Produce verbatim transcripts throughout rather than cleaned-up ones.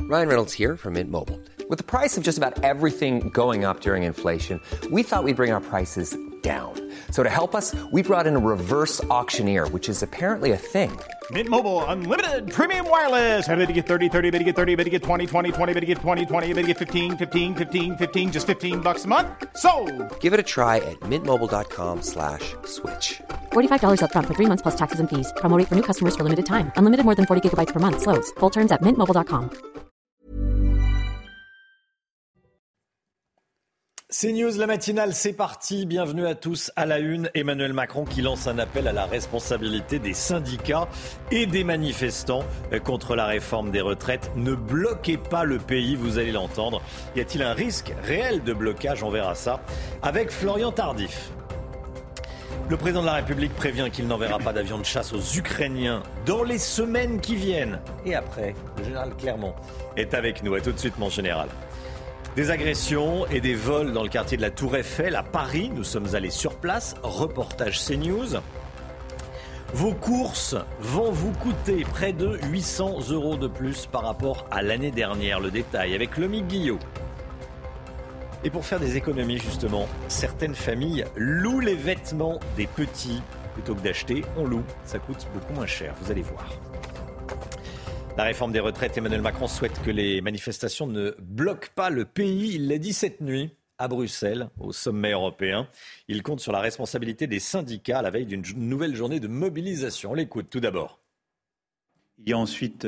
Ryan Reynolds here from Mint Mobile. With the price of just about everything going up during inflation, we thought we'd bring our prices down. So to help us, we brought in a reverse auctioneer, which is apparently a thing. Mint Mobile Unlimited Premium Wireless. How to get thirty, thirty, how to get thirty, how to get twenty, twenty, twenty, how to get twenty, twenty, how to get fifteen, fifteen, fifteen, fifteen, just fifteen bucks a month? Sold! Give it a try at mintmobile.com slash switch. forty-five dollars up front for three months plus taxes and fees. Promo rate for new customers for limited time. Unlimited more than forty gigabytes per month. Slows full terms at mint mobile dot com. CNews, la matinale, c'est parti. Bienvenue à tous. À la une, Emmanuel Macron qui lance un appel à la responsabilité des syndicats et des manifestants contre la réforme des retraites. Ne bloquez pas le pays, vous allez l'entendre. Y a-t-il un risque réel de blocage ? On verra ça avec Florian Tardif. Le président de la République prévient qu'il n'enverra pas d'avion de chasse aux Ukrainiens dans les semaines qui viennent. Et après, le général Clermont est avec nous. À tout de suite, mon général. Des agressions et des vols dans le quartier de la Tour Eiffel à Paris. Nous sommes allés sur place. Reportage CNews. Vos courses vont vous coûter près de huit cents euros de plus par rapport à l'année dernière. Le détail avec Lomique Guillot. Et pour faire des économies, justement, certaines familles louent les vêtements des petits. Plutôt que d'acheter, on loue. Ça coûte beaucoup moins cher, vous allez voir. La réforme des retraites, Emmanuel Macron souhaite que les manifestations ne bloquent pas le pays. Il l'a dit cette nuit à Bruxelles, au sommet européen. Il compte sur la responsabilité des syndicats à la veille d'une nouvelle journée de mobilisation. On l'écoute tout d'abord. Il y a ensuite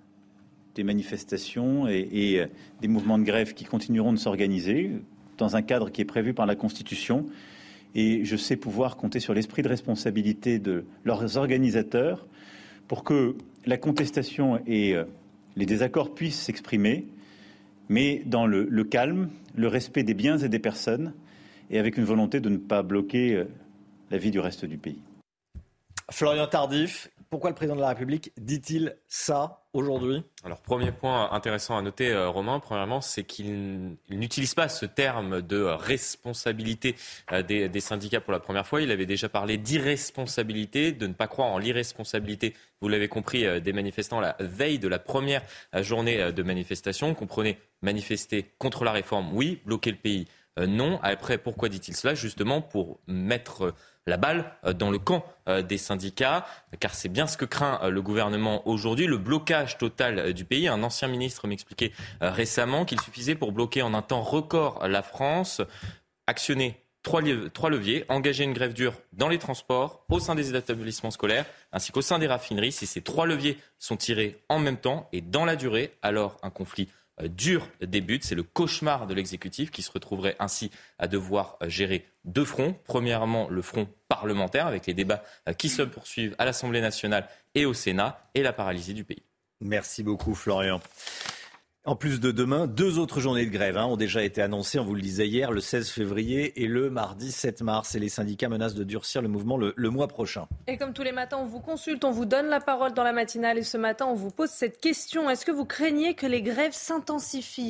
des manifestations et, et des mouvements de grève qui continueront de s'organiser dans un cadre qui est prévu par la Constitution. Et je sais pouvoir compter sur l'esprit de responsabilité de leurs organisateurs pour que la contestation et les désaccords puissent s'exprimer, mais dans le, le calme, le respect des biens et des personnes, et avec une volonté de ne pas bloquer la vie du reste du pays. Florian Tardif, pourquoi le président de la République dit-il ça aujourd'hui ? Alors, premier point intéressant à noter, euh, Romain, premièrement, c'est qu'il il n'utilise pas ce terme de responsabilité euh, des, des syndicats pour la première fois. Il avait déjà parlé d'irresponsabilité, de ne pas croire en l'irresponsabilité, vous l'avez compris, euh, des manifestants la veille de la première euh, journée euh, de manifestation. Comprenez, manifester contre la réforme, oui, bloquer le pays, euh, non. Après, pourquoi dit-il cela ? Justement pour mettre euh, la balle dans le camp des syndicats, car c'est bien ce que craint le gouvernement aujourd'hui, le blocage total du pays. Un ancien ministre m'expliquait récemment qu'il suffisait pour bloquer en un temps record la France, actionner trois leviers, engager une grève dure dans les transports, au sein des établissements scolaires, ainsi qu'au sein des raffineries. Si ces trois leviers sont tirés en même temps et dans la durée, alors un conflit dur débute. C'est le cauchemar de l'exécutif qui se retrouverait ainsi à devoir gérer deux fronts. Premièrement, le front parlementaire avec les débats qui se poursuivent à l'Assemblée nationale et au Sénat et la paralysie du pays. Merci beaucoup Florian. En plus de demain, deux autres journées de grève hein, ont déjà été annoncées, on vous le disait hier, le seize février et le mardi sept mars. Et les syndicats menacent de durcir le mouvement le, le mois prochain. Et comme tous les matins, on vous consulte, on vous donne la parole dans la matinale. Et ce matin, on vous pose cette question. Est-ce que vous craignez que les grèves s'intensifient ?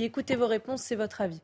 Écoutez vos réponses, c'est votre avis.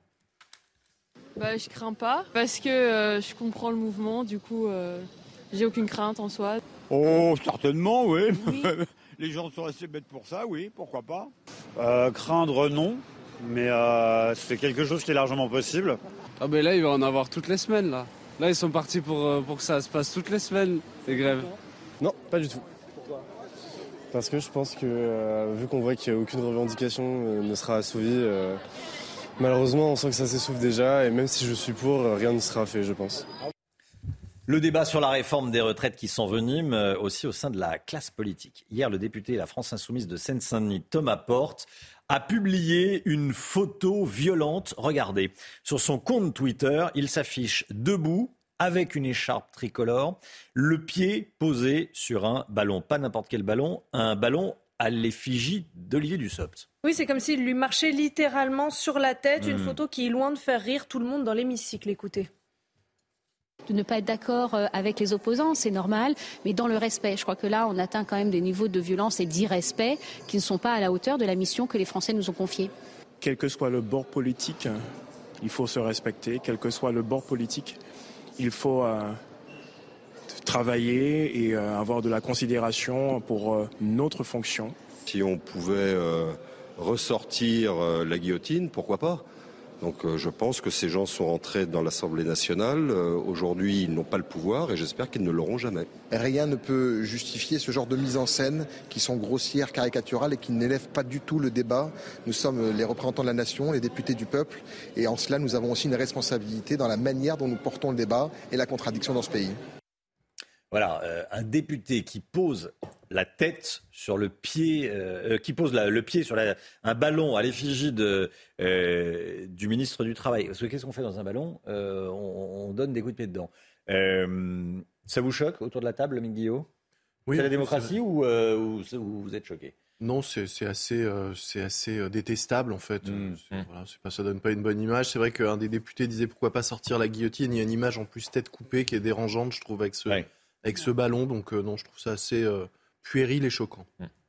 Bah, je crains pas, parce que euh, je comprends le mouvement, du coup, euh, j'ai aucune crainte en soi. Oh, certainement, oui. Oui. Les gens sont assez bêtes pour ça, oui, pourquoi pas. Euh, craindre, non, mais euh, c'est quelque chose qui est largement possible. Ah ben là, il va en avoir toutes les semaines, là. Là, ils sont partis pour, pour que ça se passe toutes les semaines, les grèves. Non, pas du tout. Pourquoi ? Parce que je pense que, euh, vu qu'on voit qu'aucune revendication euh, ne sera assouvie, euh, malheureusement, on sent que ça s'essouffle déjà, et même si je suis pour, euh, rien ne sera fait, je pense. Le débat sur la réforme des retraites qui s'envenime aussi au sein de la classe politique. Hier, le député de la France Insoumise de Seine-Saint-Denis, Thomas Porte, a publié une photo violente. Regardez, sur son compte Twitter, il s'affiche debout avec une écharpe tricolore, le pied posé sur un ballon. Pas n'importe quel ballon, un ballon à l'effigie d'Olivier Dussopt. Oui, c'est comme s'il lui marchait littéralement sur la tête. Mmh. Une photo qui est loin de faire rire tout le monde dans l'hémicycle. Écoutez. De ne pas être d'accord avec les opposants, c'est normal, mais dans le respect. Je crois que là, on atteint quand même des niveaux de violence et d'irrespect qui ne sont pas à la hauteur de la mission que les Français nous ont confiée. Quel que soit le bord politique, il faut se respecter. Quel que soit le bord politique, il faut euh, travailler et euh, avoir de la considération pour euh, notre fonction. Si on pouvait euh, ressortir euh, la guillotine, pourquoi pas ? Donc euh, je pense que ces gens sont entrés dans l'Assemblée nationale. Euh, aujourd'hui, ils n'ont pas le pouvoir et j'espère qu'ils ne l'auront jamais. Rien ne peut justifier ce genre de mise en scène qui sont grossières, caricaturales et qui n'élèvent pas du tout le débat. Nous sommes les représentants de la nation, les députés du peuple et en cela, nous avons aussi une responsabilité dans la manière dont nous portons le débat et la contradiction dans ce pays. Voilà, euh, un député qui pose la tête sur le pied, euh, qui pose la, le pied sur la, un ballon à l'effigie de, euh, du ministre du Travail. Parce que qu'est-ce qu'on fait dans un ballon ? euh, on, on donne des coups de pied dedans. Euh, ça vous choque autour de la table, Mick Guillot ? Oui, c'est la démocratie c'est... Ou, euh, ou, ou vous êtes choqué ? Non, c'est, c'est assez, euh, c'est assez euh, détestable en fait. Mmh. C'est, voilà, c'est pas, ça donne pas une bonne image. C'est vrai qu'un des députés disait pourquoi pas sortir la guillotine. Il y a une image en plus tête coupée qui est dérangeante, je trouve, avec ce... Ouais. Avec ce ballon, donc euh, non, je trouve ça assez euh, puéril et choquant.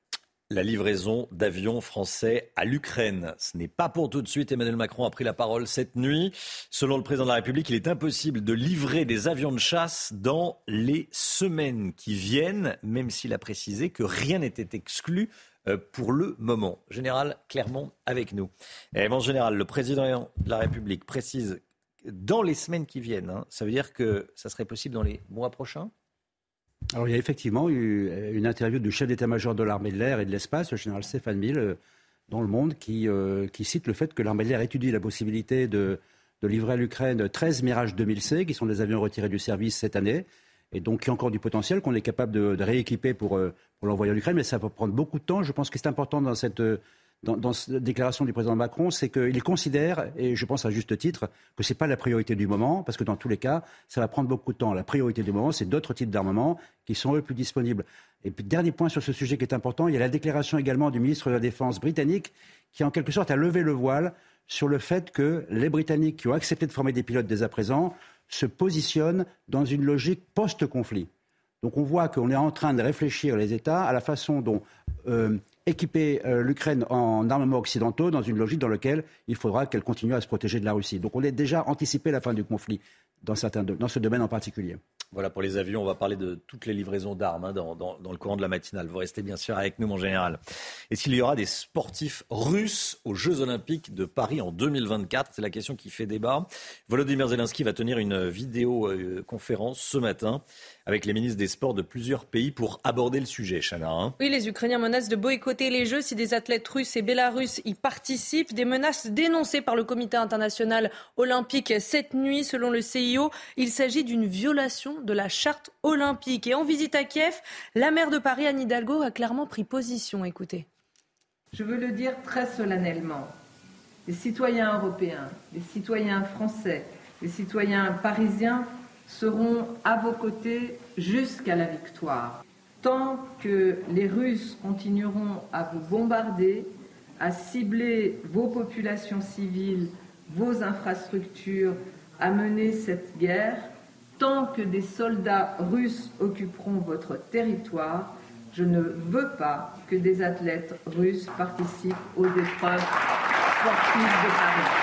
La livraison d'avions français à l'Ukraine. Ce n'est pas pour tout de suite. Emmanuel Macron a pris la parole cette nuit. Selon le président de la République, il est impossible de livrer des avions de chasse dans les semaines qui viennent, même s'il a précisé que rien n'était exclu euh, pour le moment. Général Clermont avec nous. Et en général, le président de la République précise dans les semaines qui viennent. Hein, ça veut dire que ça serait possible dans les mois prochains ? Alors, il y a effectivement eu une interview du chef d'état-major de l'armée de l'air et de l'espace, le général Stéphane Mille, dans Le Monde, qui, euh, qui cite le fait que l'armée de l'air étudie la possibilité de, de livrer à l'Ukraine treize Mirage deux mille C, qui sont des avions retirés du service cette année, et donc il y a encore du potentiel qu'on est capable de, de rééquiper pour, pour l'envoyer à l'Ukraine, mais ça va prendre beaucoup de temps. Je pense que c'est important dans cette... Dans, dans cette déclaration du président Macron, c'est qu'il considère, et je pense à juste titre, que ce n'est pas la priorité du moment, parce que dans tous les cas, ça va prendre beaucoup de temps. La priorité du moment, c'est d'autres types d'armements qui sont eux plus disponibles. Et puis, dernier point sur ce sujet qui est important, il y a la déclaration également du ministre de la Défense britannique, qui en quelque sorte a levé le voile sur le fait que les Britanniques qui ont accepté de former des pilotes dès à présent se positionnent dans une logique post-conflit. Donc on voit qu'on est en train de réfléchir, les États, à la façon dont... Euh, équiper euh, l'Ukraine en armements occidentaux dans une logique dans laquelle il faudra qu'elle continue à se protéger de la Russie. Donc on a déjà anticipé la fin du conflit dans, certains de, dans ce domaine en particulier. Voilà pour les avions, on va parler de toutes les livraisons d'armes hein, dans, dans, dans le courant de la matinale. Vous restez bien sûr avec nous, mon général. Est-ce qu'il y aura des sportifs russes aux Jeux Olympiques de Paris en deux mille vingt-quatre ? C'est la question qui fait débat. Volodymyr Zelensky va tenir une vidéoconférence ce matin avec les ministres des Sports de plusieurs pays pour aborder le sujet, Chana. Hein. Oui, les Ukrainiens menacent de boycotter les Jeux si des athlètes russes et bélarusses y participent. Des menaces dénoncées par le Comité international olympique cette nuit. Selon le C I O, il s'agit d'une violation de la charte olympique. Et en visite à Kiev, la maire de Paris, Anne Hidalgo, a clairement pris position. Écoutez. Je veux le dire très solennellement. Les citoyens européens, les citoyens français, les citoyens parisiens seront à vos côtés jusqu'à la victoire. Tant que les Russes continueront à vous bombarder, à cibler vos populations civiles, vos infrastructures, à mener cette guerre, tant que des soldats russes occuperont votre territoire, je ne veux pas que des athlètes russes participent aux épreuves sportives de Paris.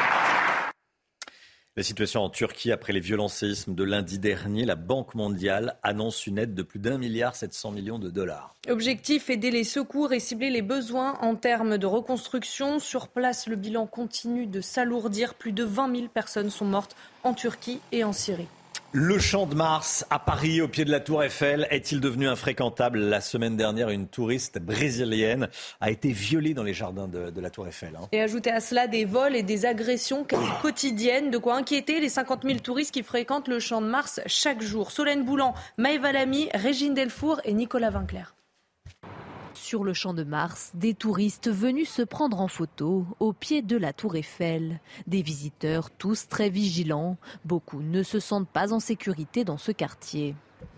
La situation en Turquie après les violents séismes de lundi dernier, la Banque mondiale annonce une aide de plus d'un milliard sept cents millions de dollars. Objectif, aider les secours et cibler les besoins en termes de reconstruction. Sur place, le bilan continue de s'alourdir. Plus de vingt mille personnes sont mortes en Turquie et en Syrie. Le Champ de Mars à Paris, au pied de la Tour Eiffel, est-il devenu infréquentable ? La semaine dernière, une touriste brésilienne a été violée dans les jardins de, de la Tour Eiffel. Hein. Et ajoutez à cela des vols et des agressions quasi quotidiennes, de quoi inquiéter les cinquante mille touristes qui fréquentent le Champ de Mars chaque jour. Solène Boulan, Maëva Lamy, Régine Delfour et Nicolas Vinclair. Sur le Champ de Mars, des touristes venus se prendre en photo au pied de la Tour Eiffel. Des visiteurs tous très vigilants. Beaucoup ne se sentent pas en sécurité dans ce quartier.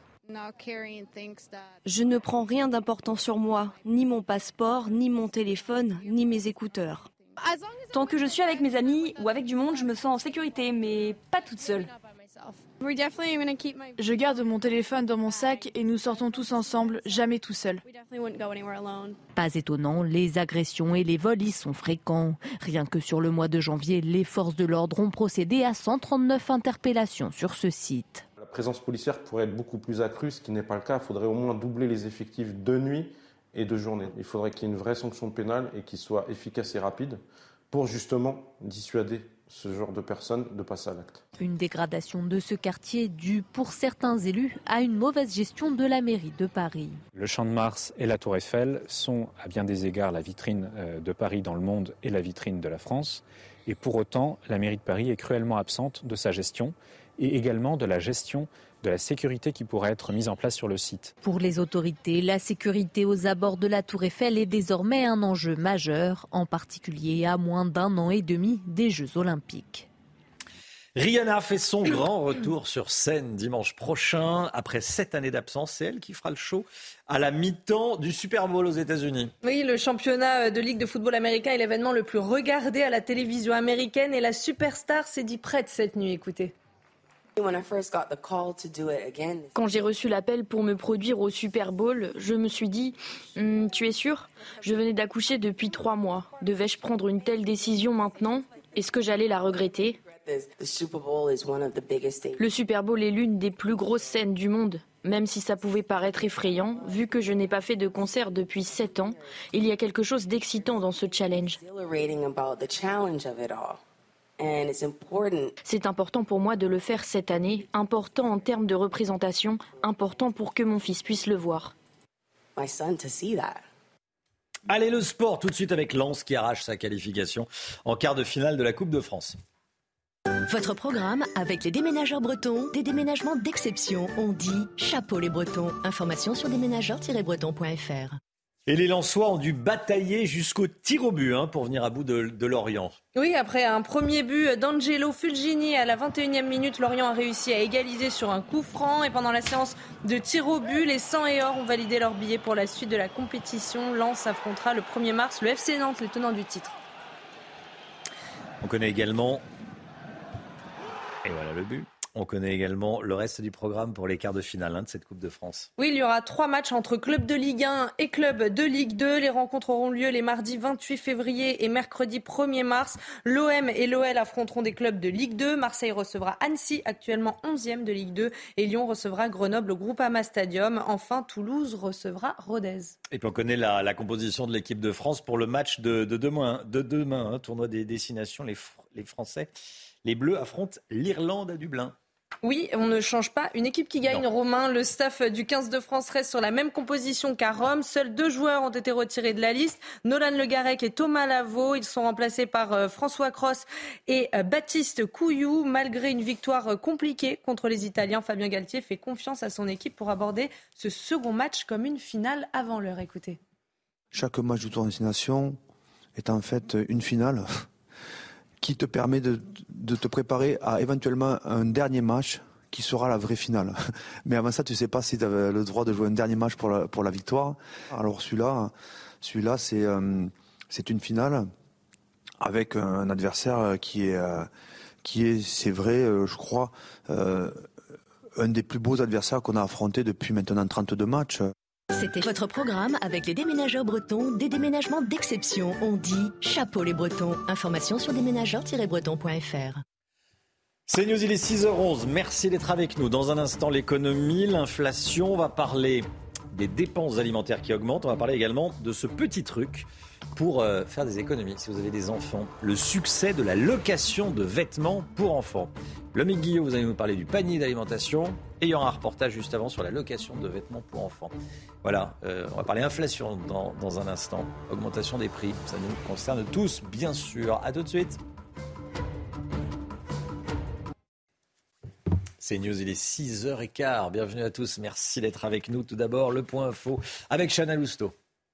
Je ne prends rien d'important sur moi, ni mon passeport, ni mon téléphone, ni mes écouteurs. Tant que je suis avec mes amis ou avec du monde, je me sens en sécurité, mais pas toute seule. Je garde mon téléphone dans mon sac et nous sortons tous ensemble, jamais tout seul. Pas étonnant, les agressions et les vols y sont fréquents. Rien que sur le mois de janvier, les forces de l'ordre ont procédé à cent trente-neuf interpellations sur ce site. La présence policière pourrait être beaucoup plus accrue, ce qui n'est pas le cas. Il faudrait au moins doubler les effectifs de nuit et de journées. Il faudrait qu'il y ait une vraie sanction pénale et qui soit efficace et rapide pour justement dissuader ce genre de personnes de passer à l'acte. Une dégradation de ce quartier due, pour certains élus, à une mauvaise gestion de la mairie de Paris. Le Champ de Mars et la Tour Eiffel sont à bien des égards la vitrine de Paris dans le monde et la vitrine de la France. Et pour autant, la mairie de Paris est cruellement absente de sa gestion et également de la gestion de la sécurité qui pourrait être mise en place sur le site. Pour les autorités, la sécurité aux abords de la Tour Eiffel est désormais un enjeu majeur, en particulier à moins d'un an et demi des Jeux Olympiques. Rihanna fait son grand retour sur scène dimanche prochain. Après sept années d'absence, c'est elle qui fera le show à la mi-temps du Super Bowl aux États-Unis. Oui, le championnat de Ligue de football américain est l'événement le plus regardé à la télévision américaine et la superstar s'est dit prête cette nuit. Écoutez. Quand j'ai reçu l'appel pour me produire au Super Bowl, je me suis dit hm, « Tu es sûr ? Je venais d'accoucher depuis trois mois. Devais-je prendre une telle décision maintenant ? Est-ce que j'allais la regretter ?» Le Super Bowl est l'une des plus grosses scènes du monde. Même si ça pouvait paraître effrayant, vu que je n'ai pas fait de concert depuis sept ans, il y a quelque chose d'excitant dans ce challenge. C'est important pour moi de le faire cette année, important en termes de représentation, important pour que mon fils puisse le voir. Allez, le sport, tout de suite avec Lens qui arrache sa qualification en quart de finale de la Coupe de France. Votre programme avec les déménageurs bretons, des déménagements d'exception. On dit chapeau les bretons. Information sur déménageurs tiret bretons point f r. Et les Lensois ont dû batailler jusqu'au tir au but hein, pour venir à bout de, de Lorient. Oui, après un premier but d'Angelo Fulgini à la vingt et unième minute, Lorient a réussi à égaliser sur un coup franc. Et pendant la séance de tir au but, les cent et or ont validé leur billet pour la suite de la compétition. Lens affrontera le premier mars le F C Nantes, les tenants du titre. On connaît également... Et voilà le but. On connaît également le reste du programme pour les quarts de finale hein, de cette Coupe de France. Oui, il y aura trois matchs entre clubs de Ligue un et clubs de Ligue deux. Les rencontres auront lieu les mardis vingt-huit février et mercredi premier mars. L'O M et l'O L affronteront des clubs de Ligue deux. Marseille recevra Annecy, actuellement onzième de Ligue deux. Et Lyon recevra Grenoble au Groupama Stadium. Enfin, Toulouse recevra Rodez. Et puis on connaît la, la composition de l'équipe de France pour le match de, de demain. De demain hein, tournoi des destinations, les, les Français... Les Bleus affrontent l'Irlande à Dublin. Oui, on ne change pas une équipe qui gagne, non. Romain. Le staff du quinze de France reste sur la même composition qu'à Rome. Seuls deux joueurs ont été retirés de la liste. Nolan Le Garec et Thomas Lavaux. Ils sont remplacés par euh, François Cros et euh, Baptiste Couillou. Malgré une victoire euh, compliquée contre les Italiens, Fabien Galtier fait confiance à son équipe pour aborder ce second match comme une finale avant l'heure. Écoutez. Chaque match de tour de destination est en fait une finale qui te permet de, de te préparer à éventuellement un dernier match qui sera la vraie finale. Mais avant ça, tu ne sais pas si tu as le droit de jouer un dernier match pour la, pour la victoire. Alors celui-là, celui-là c'est, euh, c'est une finale avec un adversaire qui est, euh, qui est c'est vrai, euh, je crois, euh, un des plus beaux adversaires qu'on a affronté depuis maintenant trente-deux matchs. C'était votre programme avec les déménageurs bretons, des déménagements d'exception. On dit chapeau les bretons. Information sur déménageurs tiret bretons point f r. C'est News, il est six heures onze. Merci d'être avec nous. Dans un instant, l'économie, l'inflation. On va parler des dépenses alimentaires qui augmentent. On va parler également de ce petit truc pour euh, faire des économies si vous avez des enfants. Le succès de la location de vêtements pour enfants. Lomique Guillot, vous allez nous parler du panier d'alimentation. Et il y aura un reportage juste avant sur la location de vêtements pour enfants. Voilà, euh, on va parler inflation dans, dans un instant. Augmentation des prix, ça nous concerne tous, bien sûr. À tout de suite. C'est News, il est six heures quinze. Bienvenue à tous, merci d'être avec nous. Tout d'abord, le point info avec Chana Lousteau.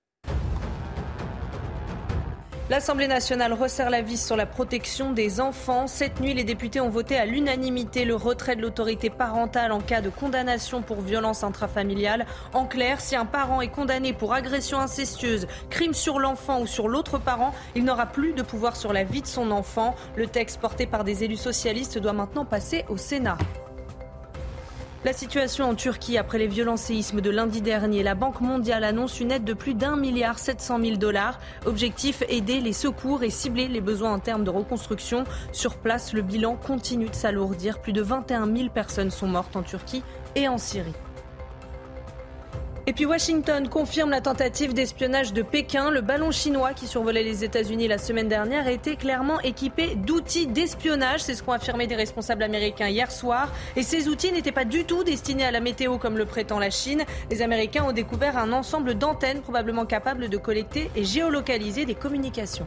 L'Assemblée nationale resserre la vis sur la protection des enfants. Cette nuit, les députés ont voté à l'unanimité le retrait de l'autorité parentale en cas de condamnation pour violence intrafamiliale. En clair, si un parent est condamné pour agression incestueuse, crime sur l'enfant ou sur l'autre parent, il n'aura plus de pouvoir sur la vie de son enfant. Le texte porté par des élus socialistes doit maintenant passer au Sénat. La situation en Turquie après les violents séismes de lundi dernier. La Banque mondiale annonce une aide de plus d'un milliard sept cent mille dollars. Objectif, aider les secours et cibler les besoins en termes de reconstruction. Sur place, le bilan continue de s'alourdir. Plus de vingt et un mille personnes sont mortes en Turquie et en Syrie. Et puis Washington confirme la tentative d'espionnage de Pékin. Le ballon chinois qui survolait les États-Unis la semaine dernière était clairement équipé d'outils d'espionnage. C'est ce qu'ont affirmé des responsables américains hier soir. Et ces outils n'étaient pas du tout destinés à la météo comme le prétend la Chine. Les Américains ont découvert un ensemble d'antennes probablement capables de collecter et géolocaliser des communications.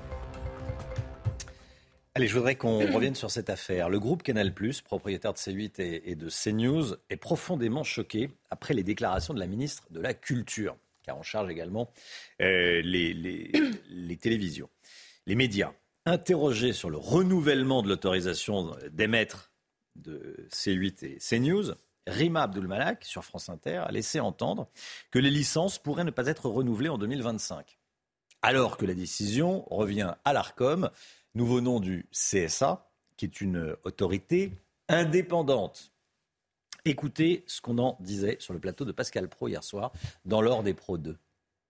Allez, je voudrais qu'on revienne sur cette affaire. Le groupe Canal+, propriétaire de C huit et de CNews, est profondément choqué après les déclarations de la ministre de la Culture, car on charge également euh, les, les, les télévisions. Les médias, interrogés sur le renouvellement de l'autorisation d'émettre de C huit et CNews, Rima Abdul-Malak, sur France Inter, a laissé entendre que les licences pourraient ne pas être renouvelées en deux mille vingt-cinq. Alors que la décision revient à l'Arcom, nouveau nom du C S A, qui est une autorité indépendante. Écoutez ce qu'on en disait sur le plateau de Pascal Praud hier soir, dans l'Or des Pros deux.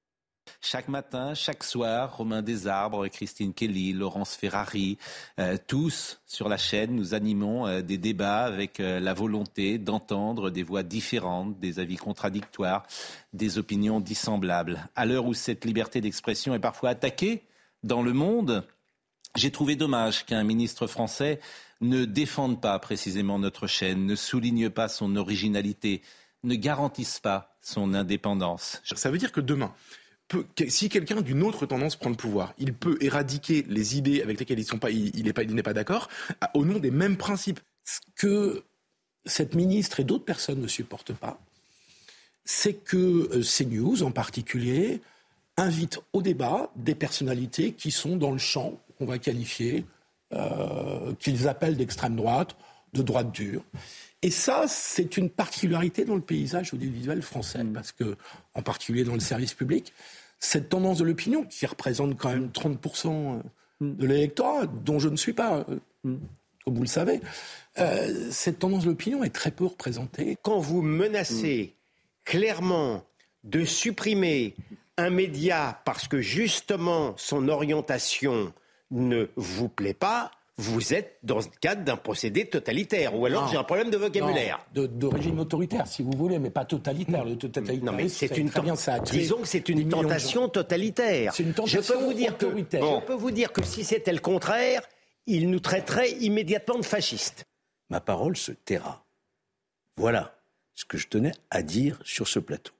Chaque matin, chaque soir, Romain Desarbres, Christine Kelly, Laurence Ferrari, euh, tous sur la chaîne, nous animons euh, des débats avec euh, la volonté d'entendre des voix différentes, des avis contradictoires, des opinions dissemblables. À l'heure où cette liberté d'expression est parfois attaquée dans le monde, j'ai trouvé dommage qu'un ministre français ne défende pas précisément notre chaîne, ne souligne pas son originalité, ne garantisse pas son indépendance. Ça veut dire que demain, peut, si quelqu'un d'une autre tendance prend le pouvoir, il peut éradiquer les idées avec lesquelles ils sont pas, il, il, est pas, il n'est pas d'accord, au nom des mêmes principes. Ce que cette ministre et d'autres personnes ne supportent pas, c'est que CNews en particulier invite au débat des personnalités qui sont dans le champ qu'on va qualifier, euh, qu'ils appellent d'extrême droite, de droite dure. Et ça, c'est une particularité dans le paysage audiovisuel français, parce que, en particulier dans le service public, cette tendance de l'opinion, qui représente quand même trente pour cent de l'électorat, dont je ne suis pas, euh, comme vous le savez, euh, cette tendance de l'opinion est très peu représentée. Quand vous menacez mmh. clairement de supprimer un média parce que justement son orientation ne vous plaît pas, vous êtes dans le cadre d'un procédé totalitaire. Ou alors non, j'ai un problème de vocabulaire. Non, de, de régime autoritaire, si vous voulez, mais pas totalitaire. Le totalitarisme, non, mais c'est une très bien ça. Disons que c'est une tentation totalitaire. C'est une tentation je peux vous dire autoritaire. Que, bon, je peux vous dire que si c'était le contraire, il nous traiterait immédiatement de fascistes. Ma parole se taira. Voilà ce que je tenais à dire sur ce plateau.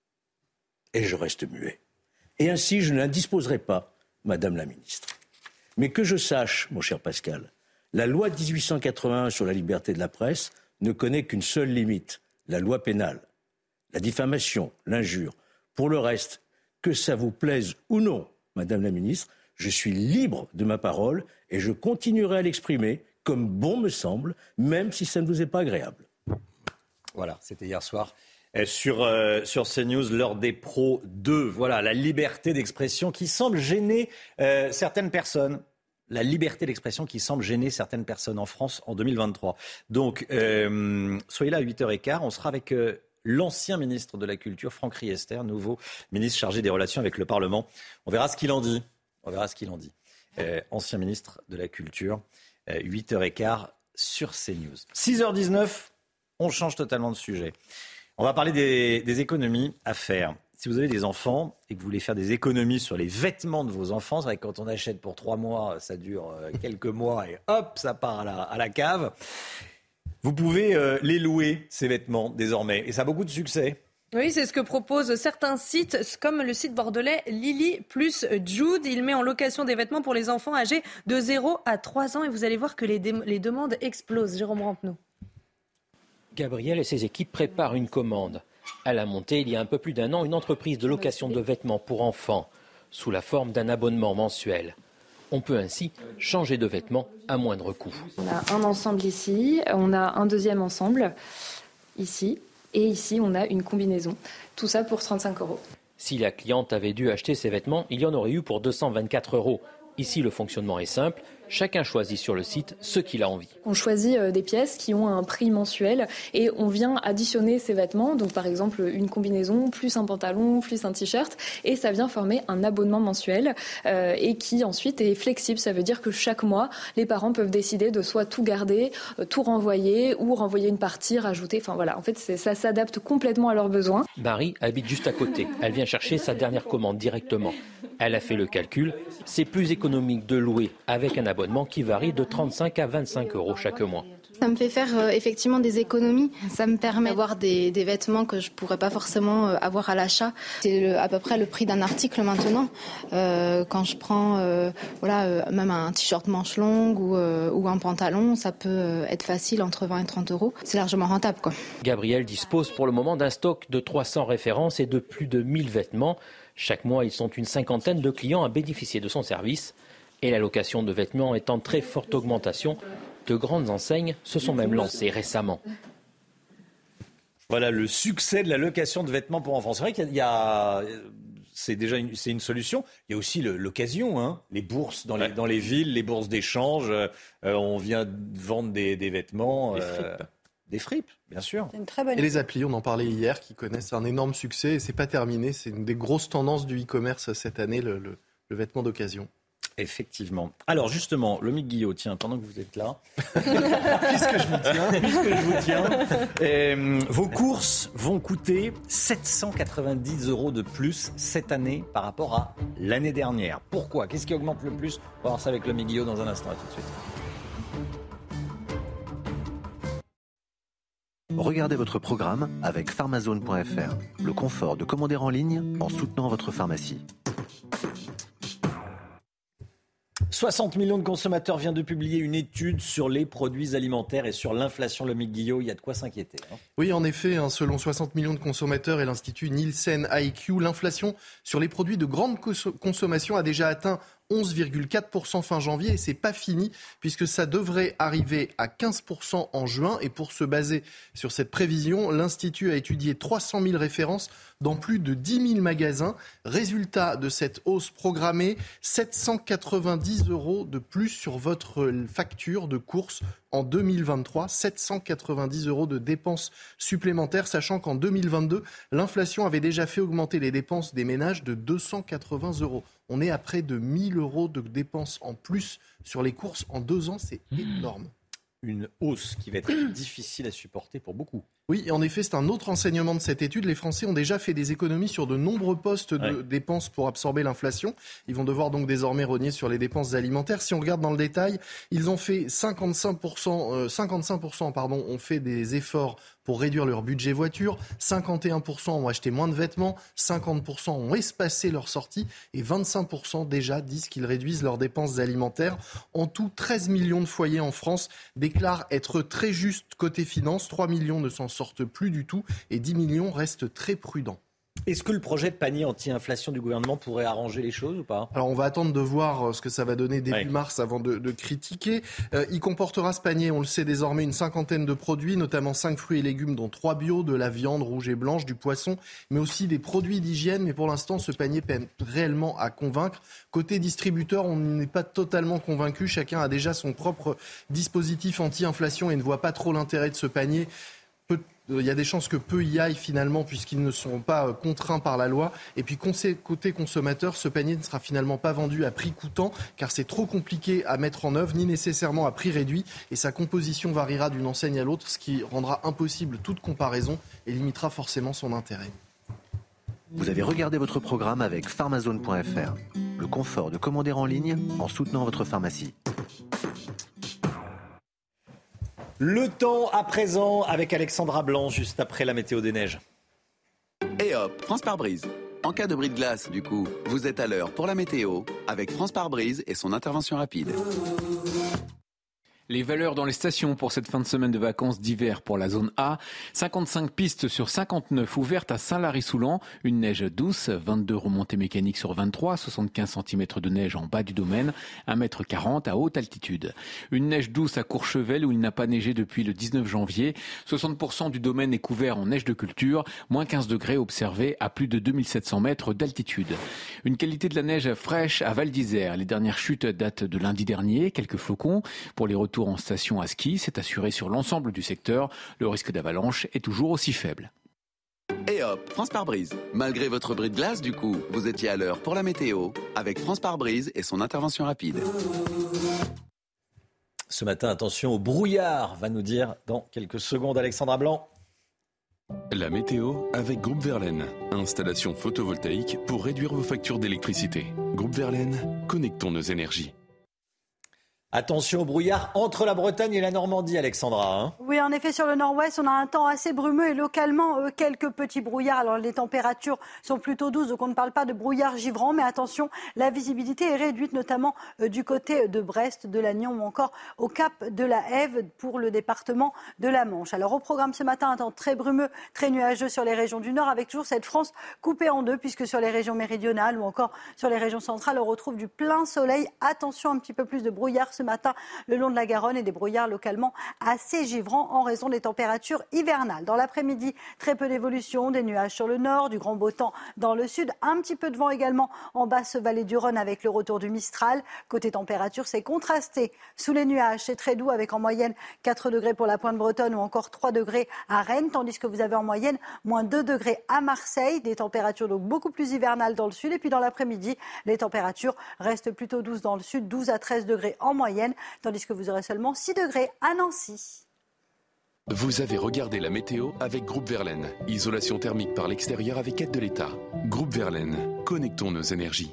Et je reste muet. Et ainsi, je ne l'indisposerai pas, Madame la Ministre. Mais que je sache, mon cher Pascal, la loi dix-huit cent quatre-vingt-un sur la liberté de la presse ne connaît qu'une seule limite, la loi pénale. La diffamation, l'injure. Pour le reste, que ça vous plaise ou non, Madame la Ministre, je suis libre de ma parole et je continuerai à l'exprimer comme bon me semble, même si ça ne vous est pas agréable. Voilà, c'était hier soir. Sur, euh, sur CNews, l'heure des pros deux. Voilà, la liberté d'expression qui semble gêner euh, certaines personnes. La liberté d'expression qui semble gêner certaines personnes en France en deux mille vingt-trois. Donc, euh, soyez là à huit heures quinze. On sera avec euh, l'ancien ministre de la Culture, Franck Riester, nouveau ministre chargé des relations avec le Parlement. On verra ce qu'il en dit. On verra ce qu'il en dit. Euh, ancien ministre de la Culture, euh, huit heures quinze sur CNews. six heures dix-neuf, on change totalement de sujet. On va parler des, des économies à faire. Si vous avez des enfants et que vous voulez faire des économies sur les vêtements de vos enfants, c'est vrai que quand on achète pour trois mois, ça dure quelques mois et hop, ça part à la, à la cave. Vous pouvez euh, les louer, ces vêtements, désormais. Et ça a beaucoup de succès. Oui, c'est ce que proposent certains sites, comme le site bordelais Lily plus Jude. Il met en location des vêtements pour les enfants âgés de zéro à trois ans. Et vous allez voir que les, dé- les demandes explosent. Jérôme Rampenou. Gabriel et ses équipes préparent une commande. Elle a monté il y a un peu plus d'un an une entreprise de location de vêtements pour enfants, sous la forme d'un abonnement mensuel. On peut ainsi changer de vêtements à moindre coût. On a un ensemble ici, on a un deuxième ensemble ici, et ici on a une combinaison. Tout ça pour trente-cinq euros. Si la cliente avait dû acheter ses vêtements, il y en aurait eu pour deux cent vingt-quatre euros. Ici, le fonctionnement est simple. Chacun choisit sur le site ce qu'il a envie. On choisit des pièces qui ont un prix mensuel et on vient additionner ces vêtements. Donc par exemple une combinaison, plus un pantalon, plus un t-shirt. Et ça vient former un abonnement mensuel euh, et qui ensuite est flexible. Ça veut dire que chaque mois, les parents peuvent décider de soit tout garder, euh, tout renvoyer ou renvoyer une partie, rajouter. Enfin voilà, en fait c'est, ça s'adapte complètement à leurs besoins. Marie habite juste à côté. Elle vient chercher sa dernière commande directement. Elle a fait le calcul. C'est plus économique de louer avec un abonnement qui varie de trente-cinq à vingt-cinq euros chaque mois. Ça me fait faire euh, effectivement des économies. Ça me permet d'avoir des, des vêtements que je pourrais pas forcément euh, avoir à l'achat. C'est le, à peu près le prix d'un article maintenant. Euh, quand je prends euh, voilà, euh, même un t-shirt manche longue ou, euh, ou un pantalon, ça peut euh, être facile entre vingt et trente euros. C'est largement rentable, quoi. Gabriel dispose pour le moment d'un stock de trois cents références et de plus de mille vêtements. Chaque mois, ils sont une cinquantaine de clients à bénéficier de son service. Et la location de vêtements est en très forte augmentation. De grandes enseignes se sont même lancées récemment. Voilà le succès de la location de vêtements pour enfants. C'est vrai qu'il y a, c'est déjà une, c'est une solution. Il y a aussi le, l'occasion, hein, les bourses dans les, dans les villes, les bourses d'échange. Euh, on vient vendre des, des vêtements. Des euh, fripes. Des fripes, bien sûr. C'est une très bonne Et les applis, on en parlait hier, qui connaissent un énorme succès et c'est pas terminé. C'est une des grosses tendances du e-commerce cette année, le, le, le vêtement d'occasion. Effectivement. Alors justement, Lomique Guillot, tiens, pendant que vous êtes là, puisque je vous tiens, puisque je vous tiens, euh, vos courses vont coûter sept cent quatre-vingt-dix euros de plus cette année par rapport à l'année dernière. Pourquoi ? Qu'est-ce qui augmente le plus ? On va voir ça avec Lomique Guillot dans un instant. À tout de suite. Regardez votre programme avec pharmazone point f r. Le confort de commander en ligne en soutenant votre pharmacie. soixante millions de consommateurs viennent de publier une étude sur les produits alimentaires et sur l'inflation. Lomique Guillot, il y a de quoi s'inquiéter. Hein. Oui, en effet, hein, selon soixante millions de consommateurs et l'Institut Nielsen I Q, l'inflation sur les produits de grande cons- consommation a déjà atteint onze virgule quatre pour cent fin janvier et c'est pas fini puisque ça devrait arriver à quinze pour cent en juin. Et pour se baser sur cette prévision, l'Institut a étudié trois cent mille références dans plus de dix mille magasins. Résultat de cette hausse programmée, sept cent quatre-vingt-dix euros de plus sur votre facture de course en deux mille vingt-trois, sept cent quatre-vingt-dix euros de dépenses supplémentaires, sachant qu'en deux mille vingt-deux, l'inflation avait déjà fait augmenter les dépenses des ménages de deux cent quatre-vingts euros. On est à près de mille euros de dépenses en plus sur les courses en deux ans, c'est énorme. Une hausse qui va être difficile à supporter pour beaucoup. Oui, en effet, c'est un autre enseignement de cette étude. Les Français ont déjà fait des économies sur de nombreux postes de ouais. dépenses pour absorber l'inflation. Ils vont devoir donc désormais rogner sur les dépenses alimentaires. Si on regarde dans le détail, ils ont fait cinquante-cinq pour cent, euh, cinquante-cinq pour cent pardon, ont fait des efforts pour réduire leur budget voiture, cinquante et un pour cent ont acheté moins de vêtements, cinquante pour cent ont espacé leurs sorties et vingt-cinq pour cent déjà disent qu'ils réduisent leurs dépenses alimentaires. En tout, treize millions de foyers en France déclarent être très justes côté finances, trois millions ne s'en sortent plus du tout et dix millions restent très prudents. Est-ce que le projet de panier anti-inflation du gouvernement pourrait arranger les choses ou pas ? Alors on va attendre de voir ce que ça va donner début ouais. mars avant de, de critiquer. Euh, il comportera ce panier, on le sait désormais, une cinquantaine de produits, notamment cinq fruits et légumes dont trois bio, de la viande rouge et blanche, du poisson, mais aussi des produits d'hygiène. Mais pour l'instant, ce panier peine réellement à convaincre. Côté distributeur, on n'est pas totalement convaincu. Chacun a déjà son propre dispositif anti-inflation et ne voit pas trop l'intérêt de ce panier. Il y a des chances que peu y aillent finalement puisqu'ils ne seront pas contraints par la loi. Et puis côté consommateur, ce panier ne sera finalement pas vendu à prix coûtant car c'est trop compliqué à mettre en œuvre, ni nécessairement à prix réduit. Et sa composition variera d'une enseigne à l'autre, ce qui rendra impossible toute comparaison et limitera forcément son intérêt. Vous avez regardé votre programme avec pharmazone point f r. Le confort de commander en ligne en soutenant votre pharmacie. Le temps à présent avec Alexandra Blanc, juste après la météo des neiges. Et hop, France Pare-Brise. En cas de bris de glace, du coup, vous êtes à l'heure pour la météo avec France Pare-Brise et son intervention rapide. Les valeurs dans les stations pour cette fin de semaine de vacances d'hiver pour la zone A. cinquante-cinq pistes sur cinquante-neuf ouvertes à Saint-Lary-Soulan. Une neige douce, vingt-deux remontées mécaniques sur vingt-trois, soixante-quinze centimètres de neige en bas du domaine, un mètre quarante à haute altitude. Une neige douce à Courchevel où il n'a pas neigé depuis le dix-neuf janvier. soixante pour cent du domaine est couvert en neige de culture. Moins quinze degrés observés à plus de deux mille sept cents mètres d'altitude. Une qualité de la neige fraîche à Val d'Isère. Les dernières chutes datent de lundi dernier. Quelques flocons. Pour les retours en station à ski, c'est assuré sur l'ensemble du secteur. Le risque d'avalanche est toujours aussi faible. Et hop, France par brise. Malgré votre bris de glace, du coup, vous étiez à l'heure pour la météo avec France par brise et son intervention rapide. Ce matin, attention au brouillard, va nous dire dans quelques secondes Alexandra Blanc. La météo avec Groupe Verlaine. Installation photovoltaïque pour réduire vos factures d'électricité. Groupe Verlaine, connectons nos énergies. Attention au brouillard entre la Bretagne et la Normandie, Alexandra. Hein. Oui, en effet, sur le nord-ouest, on a un temps assez brumeux et localement euh, quelques petits brouillards. Alors, les températures sont plutôt douces, donc on ne parle pas de brouillard givrant. Mais attention, la visibilité est réduite, notamment euh, du côté de Brest, de Lannion ou encore au cap de la Hève pour le département de la Manche. Alors, au programme ce matin, un temps très brumeux, très nuageux sur les régions du nord, avec toujours cette France coupée en deux, puisque sur les régions méridionales ou encore sur les régions centrales, on retrouve du plein soleil. Attention, un petit peu plus de brouillard ce matin le long de la Garonne et des brouillards localement assez givrants en raison des températures hivernales. Dans l'après-midi, très peu d'évolution, des nuages sur le nord, du grand beau temps dans le sud, un petit peu de vent également en basse vallée du Rhône avec le retour du Mistral. Côté température, c'est contrasté. Sous les nuages, c'est très doux avec en moyenne quatre degrés pour la Pointe Bretonne ou encore trois degrés à Rennes, tandis que vous avez en moyenne moins deux degrés à Marseille. Des températures donc beaucoup plus hivernales dans le sud. Et puis dans l'après-midi, les températures restent plutôt douces dans le sud, douze à treize degrés en moyenne, tandis que vous aurez seulement six degrés à Nancy. Vous avez regardé la météo avec Groupe Verlaine. Isolation thermique par l'extérieur avec aide de l'État. Groupe Verlaine, connectons nos énergies.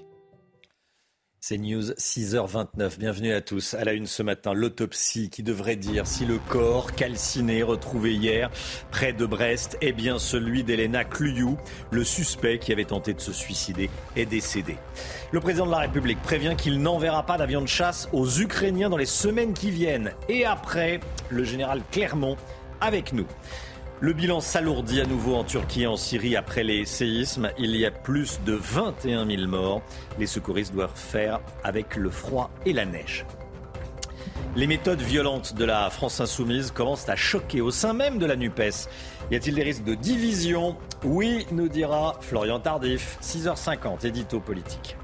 C'est News, six heures vingt-neuf. Bienvenue à tous. À la une ce matin, l'autopsie qui devrait dire si le corps calciné retrouvé hier près de Brest est bien celui d'Elena Cluyou. Le suspect qui avait tenté de se suicider est décédé. Le président de la République prévient qu'il n'enverra pas d'avion de chasse aux Ukrainiens dans les semaines qui viennent. Et après, le général Clermont avec nous. Le bilan s'alourdit à nouveau en Turquie et en Syrie après les séismes. Il y a plus de vingt et un mille morts. Les secouristes doivent faire avec le froid et la neige. Les méthodes violentes de la France insoumise commencent à choquer au sein même de la NUPES. Y a-t-il des risques de division ? Oui, nous dira Florian Tardif. six heures cinquante, édito politique.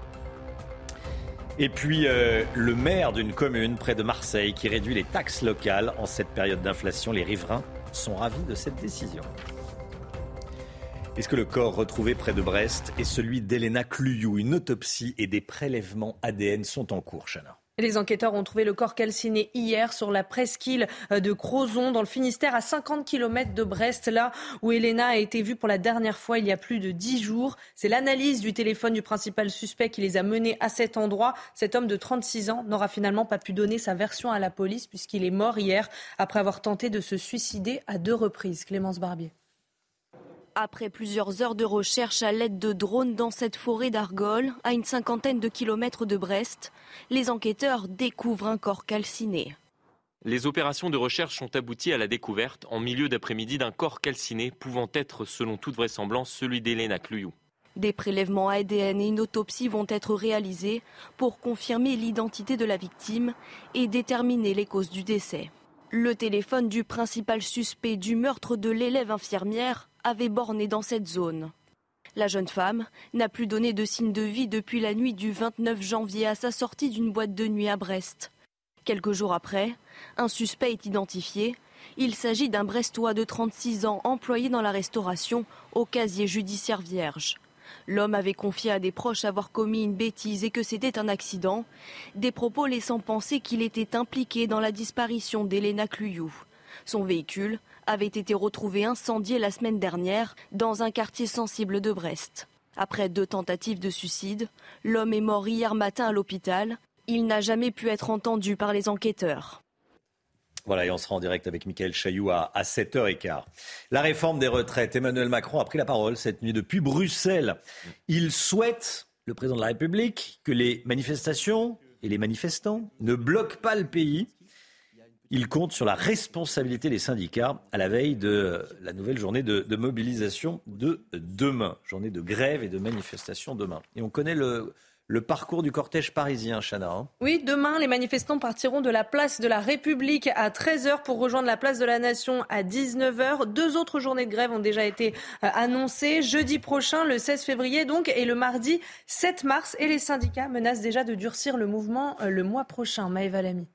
Et puis, euh, le maire d'une commune près de Marseille qui réduit les taxes locales en cette période d'inflation. Les riverains sont ravis de cette décision. Est-ce que le corps retrouvé près de Brest est celui d'Elena Cluyou ? Une autopsie et des prélèvements A D N sont en cours, Chana. Les enquêteurs ont trouvé le corps calciné hier sur la presqu'île de Crozon, dans le Finistère, à cinquante kilomètres de Brest, là où Elena a été vue pour la dernière fois il y a plus de dix jours. C'est l'analyse du téléphone du principal suspect qui les a menés à cet endroit. Cet homme de trente-six ans n'aura finalement pas pu donner sa version à la police puisqu'il est mort hier après avoir tenté de se suicider à deux reprises. Clémence Barbier. Après plusieurs heures de recherche à l'aide de drones dans cette forêt d'Argol, à une cinquantaine de kilomètres de Brest, les enquêteurs découvrent un corps calciné. Les opérations de recherche ont abouti à la découverte en milieu d'après-midi d'un corps calciné pouvant être, selon toute vraisemblance, celui d'Elena Cluyou. Des prélèvements A D N et une autopsie vont être réalisés pour confirmer l'identité de la victime et déterminer les causes du décès. Le téléphone du principal suspect du meurtre de l'élève infirmière avait borné dans cette zone. La jeune femme n'a plus donné de signe de vie depuis la nuit du vingt-neuf janvier à sa sortie d'une boîte de nuit à Brest. Quelques jours après, un suspect est identifié. Il s'agit d'un Brestois de trente-six ans employé dans la restauration au casier judiciaire vierge. L'homme avait confié à des proches avoir commis une bêtise et que c'était un accident, des propos laissant penser qu'il était impliqué dans la disparition d'Elena Cluyou. Son véhicule avait été retrouvé incendié la semaine dernière dans un quartier sensible de Brest. Après deux tentatives de suicide, l'homme est mort hier matin à l'hôpital. Il n'a jamais pu être entendu par les enquêteurs. Voilà, et on sera en direct avec Mickaël Chailloux à, à sept heures quinze. La réforme des retraites. Emmanuel Macron a pris la parole cette nuit depuis Bruxelles. Il souhaite, le président de la République, que les manifestations et les manifestants ne bloquent pas le pays. Il compte sur la responsabilité des syndicats à la veille de la nouvelle journée de, de mobilisation de demain. Journée de grève et de manifestation demain. Et on connaît le, le parcours du cortège parisien, Chana. Hein. Oui, demain, les manifestants partiront de la place de la République à treize heures pour rejoindre la place de la Nation à dix-neuf heures. Deux autres journées de grève ont déjà été euh, annoncées. Jeudi prochain, le seize février donc, et le mardi sept mars. Et les syndicats menacent déjà de durcir le mouvement euh, le mois prochain. Maëva Lamy.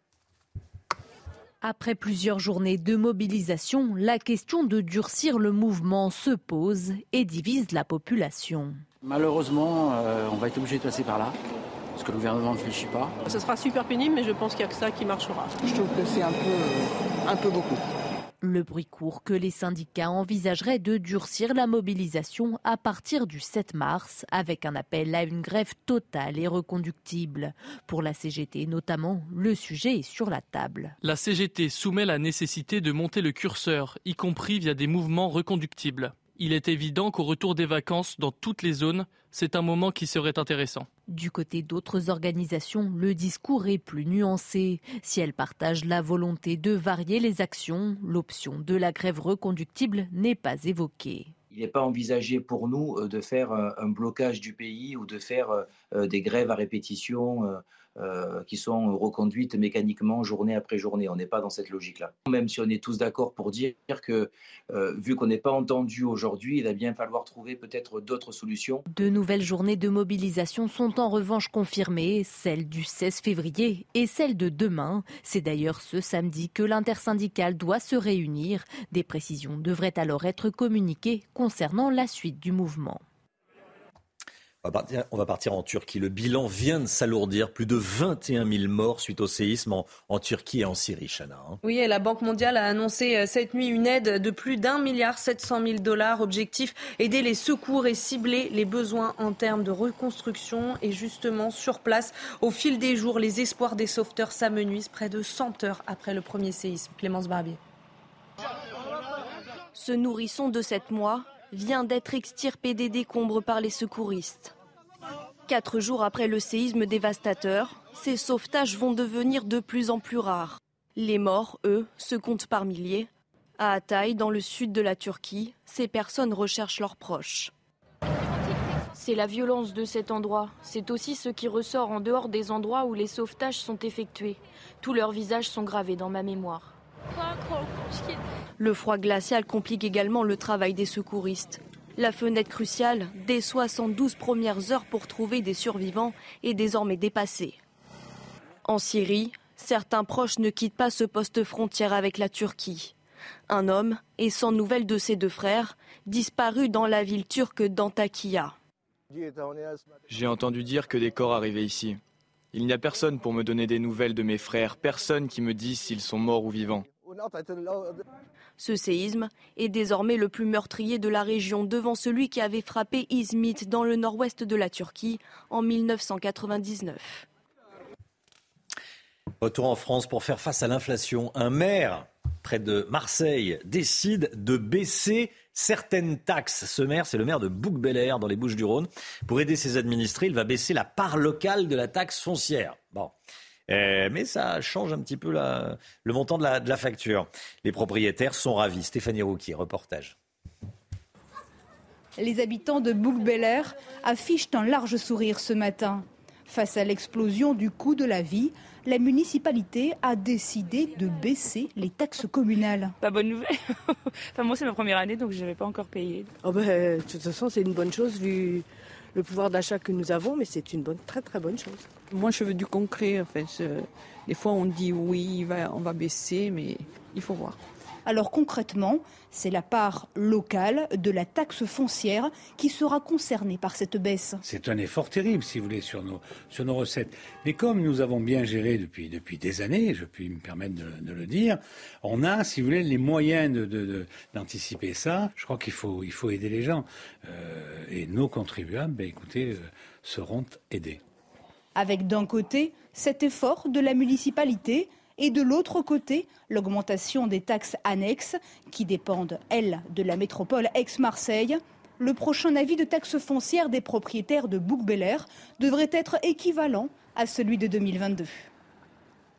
Après plusieurs journées de mobilisation, la question de durcir le mouvement se pose et divise la population. Malheureusement, euh, on va être obligé de passer par là, parce que le gouvernement ne réfléchit pas. Ce sera super pénible, mais je pense qu'il n'y a que ça qui marchera. Je trouve que c'est un peu, un peu beaucoup. Le bruit court que les syndicats envisageraient de durcir la mobilisation à partir du sept mars, avec un appel à une grève totale et reconductible. Pour la C G T notamment, le sujet est sur la table. La C G T soumet la nécessité de monter le curseur, y compris via des mouvements reconductibles. Il est évident qu'au retour des vacances dans toutes les zones, c'est un moment qui serait intéressant. Du côté d'autres organisations, le discours est plus nuancé. Si elles partagent la volonté de varier les actions, l'option de la grève reconductible n'est pas évoquée. Il n'est pas envisagé pour nous de faire un blocage du pays ou de faire des grèves à répétition euh, qui sont reconduites mécaniquement journée après journée. On n'est pas dans cette logique-là. Même si on est tous d'accord pour dire que, euh, vu qu'on n'est pas entendu aujourd'hui, il va bien falloir trouver peut-être d'autres solutions. De nouvelles journées de mobilisation sont en revanche confirmées, celle du seize février et celle de demain. C'est d'ailleurs ce samedi que l'intersyndicale doit se réunir. Des précisions devraient alors être communiquées concernant la suite du mouvement. On va, partir, on va partir en Turquie. Le bilan vient de s'alourdir. Plus de vingt et un mille morts suite au séisme en, en Turquie et en Syrie, Chana. Hein. Oui, et la Banque mondiale a annoncé cette nuit une aide de plus d'un milliard sept cent mille dollars. Objectif, aider les secours et cibler les besoins en termes de reconstruction. Et justement, sur place, au fil des jours, les espoirs des sauveteurs s'amenuisent près de cent heures après le premier séisme. Clémence Barbier. Ce nourrisson de sept mois vient d'être extirpé des décombres par les secouristes. Quatre jours après le séisme dévastateur, ces sauvetages vont devenir de plus en plus rares. Les morts, eux, se comptent par milliers. À Hatay, dans le sud de la Turquie, ces personnes recherchent leurs proches. C'est la violence de cet endroit. C'est aussi ce qui ressort en dehors des endroits où les sauvetages sont effectués. Tous leurs visages sont gravés dans ma mémoire. Le froid glacial complique également le travail des secouristes. La fenêtre cruciale, des soixante-douze premières heures pour trouver des survivants, est désormais dépassée. En Syrie, certains proches ne quittent pas ce poste frontière avec la Turquie. Un homme est sans nouvelles de ses deux frères, disparus dans la ville turque d'Antakya. J'ai entendu dire que des corps arrivaient ici. Il n'y a personne pour me donner des nouvelles de mes frères, personne qui me dise s'ils sont morts ou vivants. Ce séisme est désormais le plus meurtrier de la région, devant celui qui avait frappé Izmit dans le nord-ouest de la Turquie en mille neuf cent quatre-vingt-dix-neuf. Retour en France pour faire face à l'inflation. Un maire près de Marseille décide de baisser certaines taxes. Ce maire, c'est le maire de Bouc-Bel-Air dans les Bouches-du-Rhône. Pour aider ses administrés, il va baisser la part locale de la taxe foncière. Bon. Euh, mais ça change un petit peu la, le montant de la, de la facture. Les propriétaires sont ravis. Stéphanie Rouquier, reportage. Les habitants de Bouc-Bel-Air affichent un large sourire ce matin. Face à l'explosion du coût de la vie, la municipalité a décidé de baisser les taxes communales. Pas bonne nouvelle. Enfin, moi, c'est ma première année, donc je n'avais pas encore payé. Oh ben, de toute façon, c'est une bonne chose vu le pouvoir d'achat que nous avons, mais c'est une bonne, très très bonne chose. Moi, je veux du concret. En fait. Je... Des fois, on dit oui, on va baisser, mais il faut voir. Alors concrètement, c'est la part locale de la taxe foncière qui sera concernée par cette baisse. C'est un effort terrible, si vous voulez, sur nos, sur nos recettes. Mais comme nous avons bien géré depuis, depuis des années, je puis me permettre de, de le dire, on a, si vous voulez, les moyens de, de, de, d'anticiper ça. Je crois qu'il faut, il faut aider les gens. Euh, et nos contribuables, ben, écoutez, euh, seront aidés. Avec d'un côté cet effort de la municipalité, et de l'autre côté, l'augmentation des taxes annexes qui dépendent, elles, de la métropole Aix-Marseille. Le prochain avis de taxe foncière des propriétaires de Bouc-Bel-Air devrait être équivalent à celui de deux mille vingt-deux.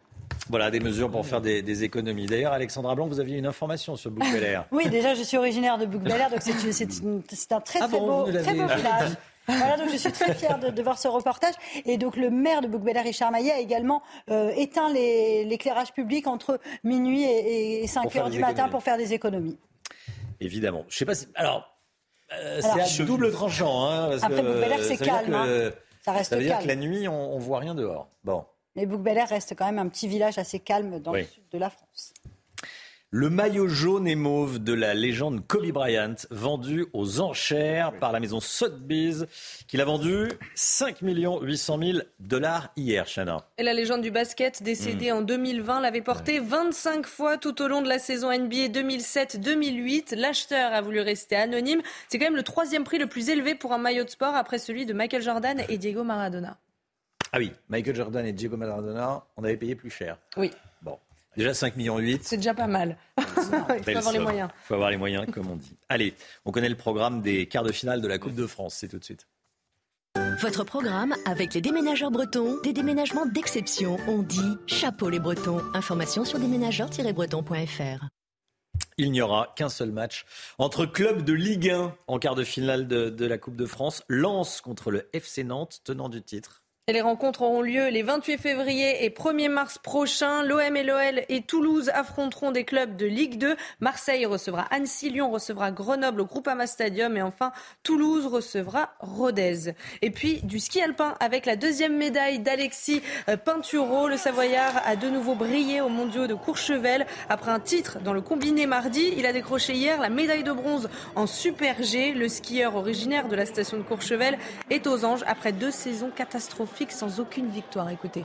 Voilà, des mesures pour faire des, des économies. D'ailleurs, Alexandra Blanc, vous aviez une information sur Bouc-Bel-Air. Oui, déjà, je suis originaire de Bouc-Bel-Air, donc c'est, c'est, une, c'est un très, ah très, bon, beau, très beau village. Voilà, donc je suis très fière de, de voir ce reportage. Et donc le maire de Bouc-Bel-Air, Richard Maillet, a également euh, éteint les, l'éclairage public entre minuit et, et cinq heures du matin pour faire des économies. Évidemment. Je sais pas si... Alors, euh, Alors c'est à double tranchant. Hein, parce après, que, Bouc-Bel-Air, c'est calme. Le, hein. Ça reste ça veut calme. dire que la nuit, on ne voit rien dehors. Bon. Mais Bouc-Bel-Air reste quand même un petit village assez calme dans oui. le sud de la France. Le maillot jaune et mauve de la légende Kobe Bryant, vendu aux enchères par la maison Sotheby's, qui l'a vendu cinq millions huit cent mille dollars hier, Chana. Et la légende du basket, décédée mmh. en deux mille vingt, l'avait porté ouais. vingt-cinq fois tout au long de la saison N B A deux mille sept deux mille huit. L'acheteur a voulu rester anonyme. C'est quand même le troisième prix le plus élevé pour un maillot de sport après celui de Michael Jordan et Diego Maradona. Ah oui, Michael Jordan et Diego Maradona, on avait payé plus cher. Oui. Bon. Déjà cinq virgule huit millions. C'est déjà pas mal. Il faut avoir les moyens. Il faut avoir les moyens, comme on dit. Allez, on connaît le programme des quarts de finale de la Coupe de France. C'est tout de suite. Votre programme avec les déménageurs bretons. Des déménagements d'exception. On dit chapeau les bretons. Information sur déménageurs tiret bretons point f r. Il n'y aura qu'un seul match entre clubs de Ligue un en quart de finale de, de la Coupe de France. Lens contre le F C Nantes, tenant du titre. Et les rencontres auront lieu les vingt-huit février et premier mars prochain. L'O M et l'O L et Toulouse affronteront des clubs de Ligue deux. Marseille recevra Annecy, Lyon recevra Grenoble au Groupama Stadium et enfin Toulouse recevra Rodez. Et puis du ski alpin avec la deuxième médaille d'Alexis Pinturo. Le Savoyard a de nouveau brillé aux mondiaux de Courchevel. Après un titre dans le combiné mardi, il a décroché hier la médaille de bronze en Super G. Le skieur originaire de la station de Courchevel est aux anges après deux saisons catastrophiques sans aucune victoire. Écoutez.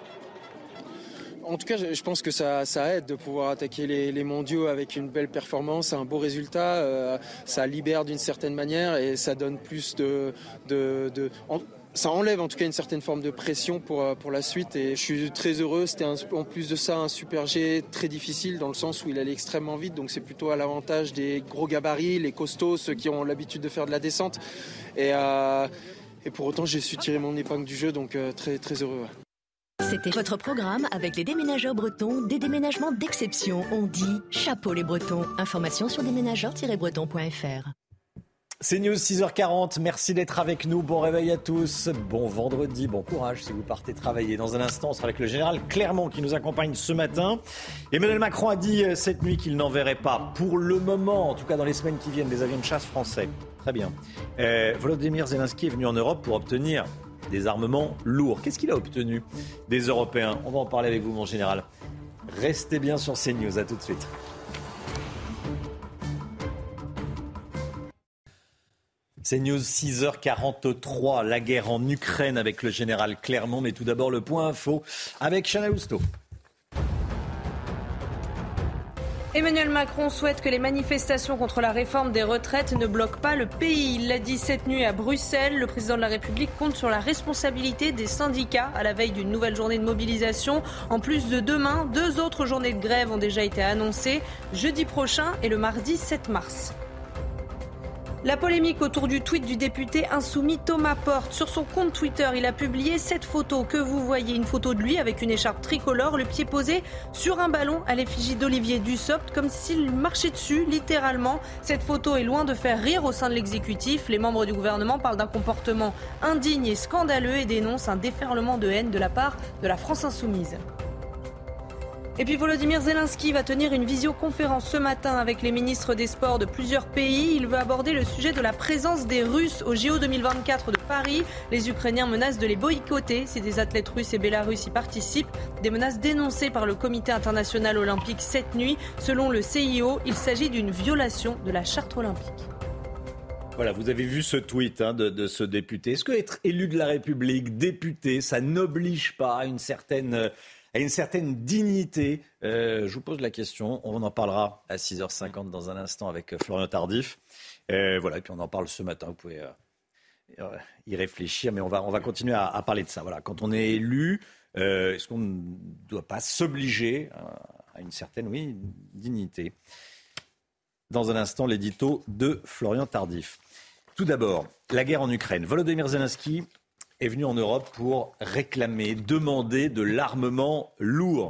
En tout cas, je pense que ça, ça aide de pouvoir attaquer les, les mondiaux avec une belle performance, un beau résultat. Euh, ça libère d'une certaine manière et ça donne plus de... de, de en, ça enlève en tout cas une certaine forme de pression pour, pour la suite et je suis très heureux. C'était un, en plus de ça un Super G très difficile dans le sens où il allait extrêmement vite. Donc c'est plutôt à l'avantage des gros gabarits, les costauds, ceux qui ont l'habitude de faire de la descente. Et... Euh, Et pour autant, j'ai su tirer mon épingle du jeu, donc euh, très, très heureux. Ouais. C'était votre programme avec les déménageurs bretons, des déménagements d'exception. On dit chapeau les bretons. Information sur déménageurs tiret bretons point f r. C'est News six heures quarante. Merci d'être avec nous. Bon réveil à tous. Bon vendredi. Bon courage si vous partez travailler. Dans un instant, on sera avec le général Clermont qui nous accompagne ce matin. Emmanuel Macron a dit cette nuit qu'il n'enverrait pas, pour le moment, en tout cas dans les semaines qui viennent, des avions de chasse français. Très bien. Euh, Volodymyr Zelensky est venu en Europe pour obtenir des armements lourds. Qu'est-ce qu'il a obtenu des Européens ? On va en parler avec vous, mon général. Restez bien sur CNews. À tout de suite. CNews six heures quarante-trois. La guerre en Ukraine avec le général Clermont. Mais tout d'abord, le point info avec Chana Lousteau. Emmanuel Macron souhaite que les manifestations contre la réforme des retraites ne bloquent pas le pays. Il l'a dit cette nuit à Bruxelles. Le président de la République compte sur la responsabilité des syndicats à la veille d'une nouvelle journée de mobilisation. En plus de demain, deux autres journées de grève ont déjà été annoncées, jeudi prochain et le mardi sept mars. La polémique autour du tweet du député insoumis Thomas Porte. Sur son compte Twitter, il a publié cette photo que vous voyez, une photo de lui avec une écharpe tricolore, le pied posé sur un ballon à l'effigie d'Olivier Dussopt, comme s'il marchait dessus, littéralement. Cette photo est loin de faire rire au sein de l'exécutif. Les membres du gouvernement parlent d'un comportement indigne et scandaleux et dénoncent un déferlement de haine de la part de la France insoumise. Et puis Volodymyr Zelensky va tenir une visioconférence ce matin avec les ministres des Sports de plusieurs pays. Il veut aborder le sujet de la présence des Russes au J O deux mille vingt-quatre de Paris. Les Ukrainiens menacent de les boycotter si des athlètes russes et bélarusses y participent. Des menaces dénoncées par le Comité international olympique cette nuit. Selon le C I O, il s'agit d'une violation de la charte olympique. Voilà, vous avez vu ce tweet hein, de, de ce député. Est-ce qu'être élu de la République, député, ça n'oblige pas à une certaine... à une certaine dignité. Euh, je vous pose la question, on en parlera à six heures cinquante dans un instant avec Florian Tardif. Euh, voilà, et puis on en parle ce matin, vous pouvez euh, y réfléchir, mais on va, on va continuer à, à parler de ça. Voilà, quand on est élu, euh, est-ce qu'on ne doit pas s'obliger à, à une certaine, oui, dignité ? Dans un instant, l'édito de Florian Tardif. Tout d'abord, la guerre en Ukraine. Volodymyr Zelensky est venu en Europe pour réclamer, demander de l'armement lourd.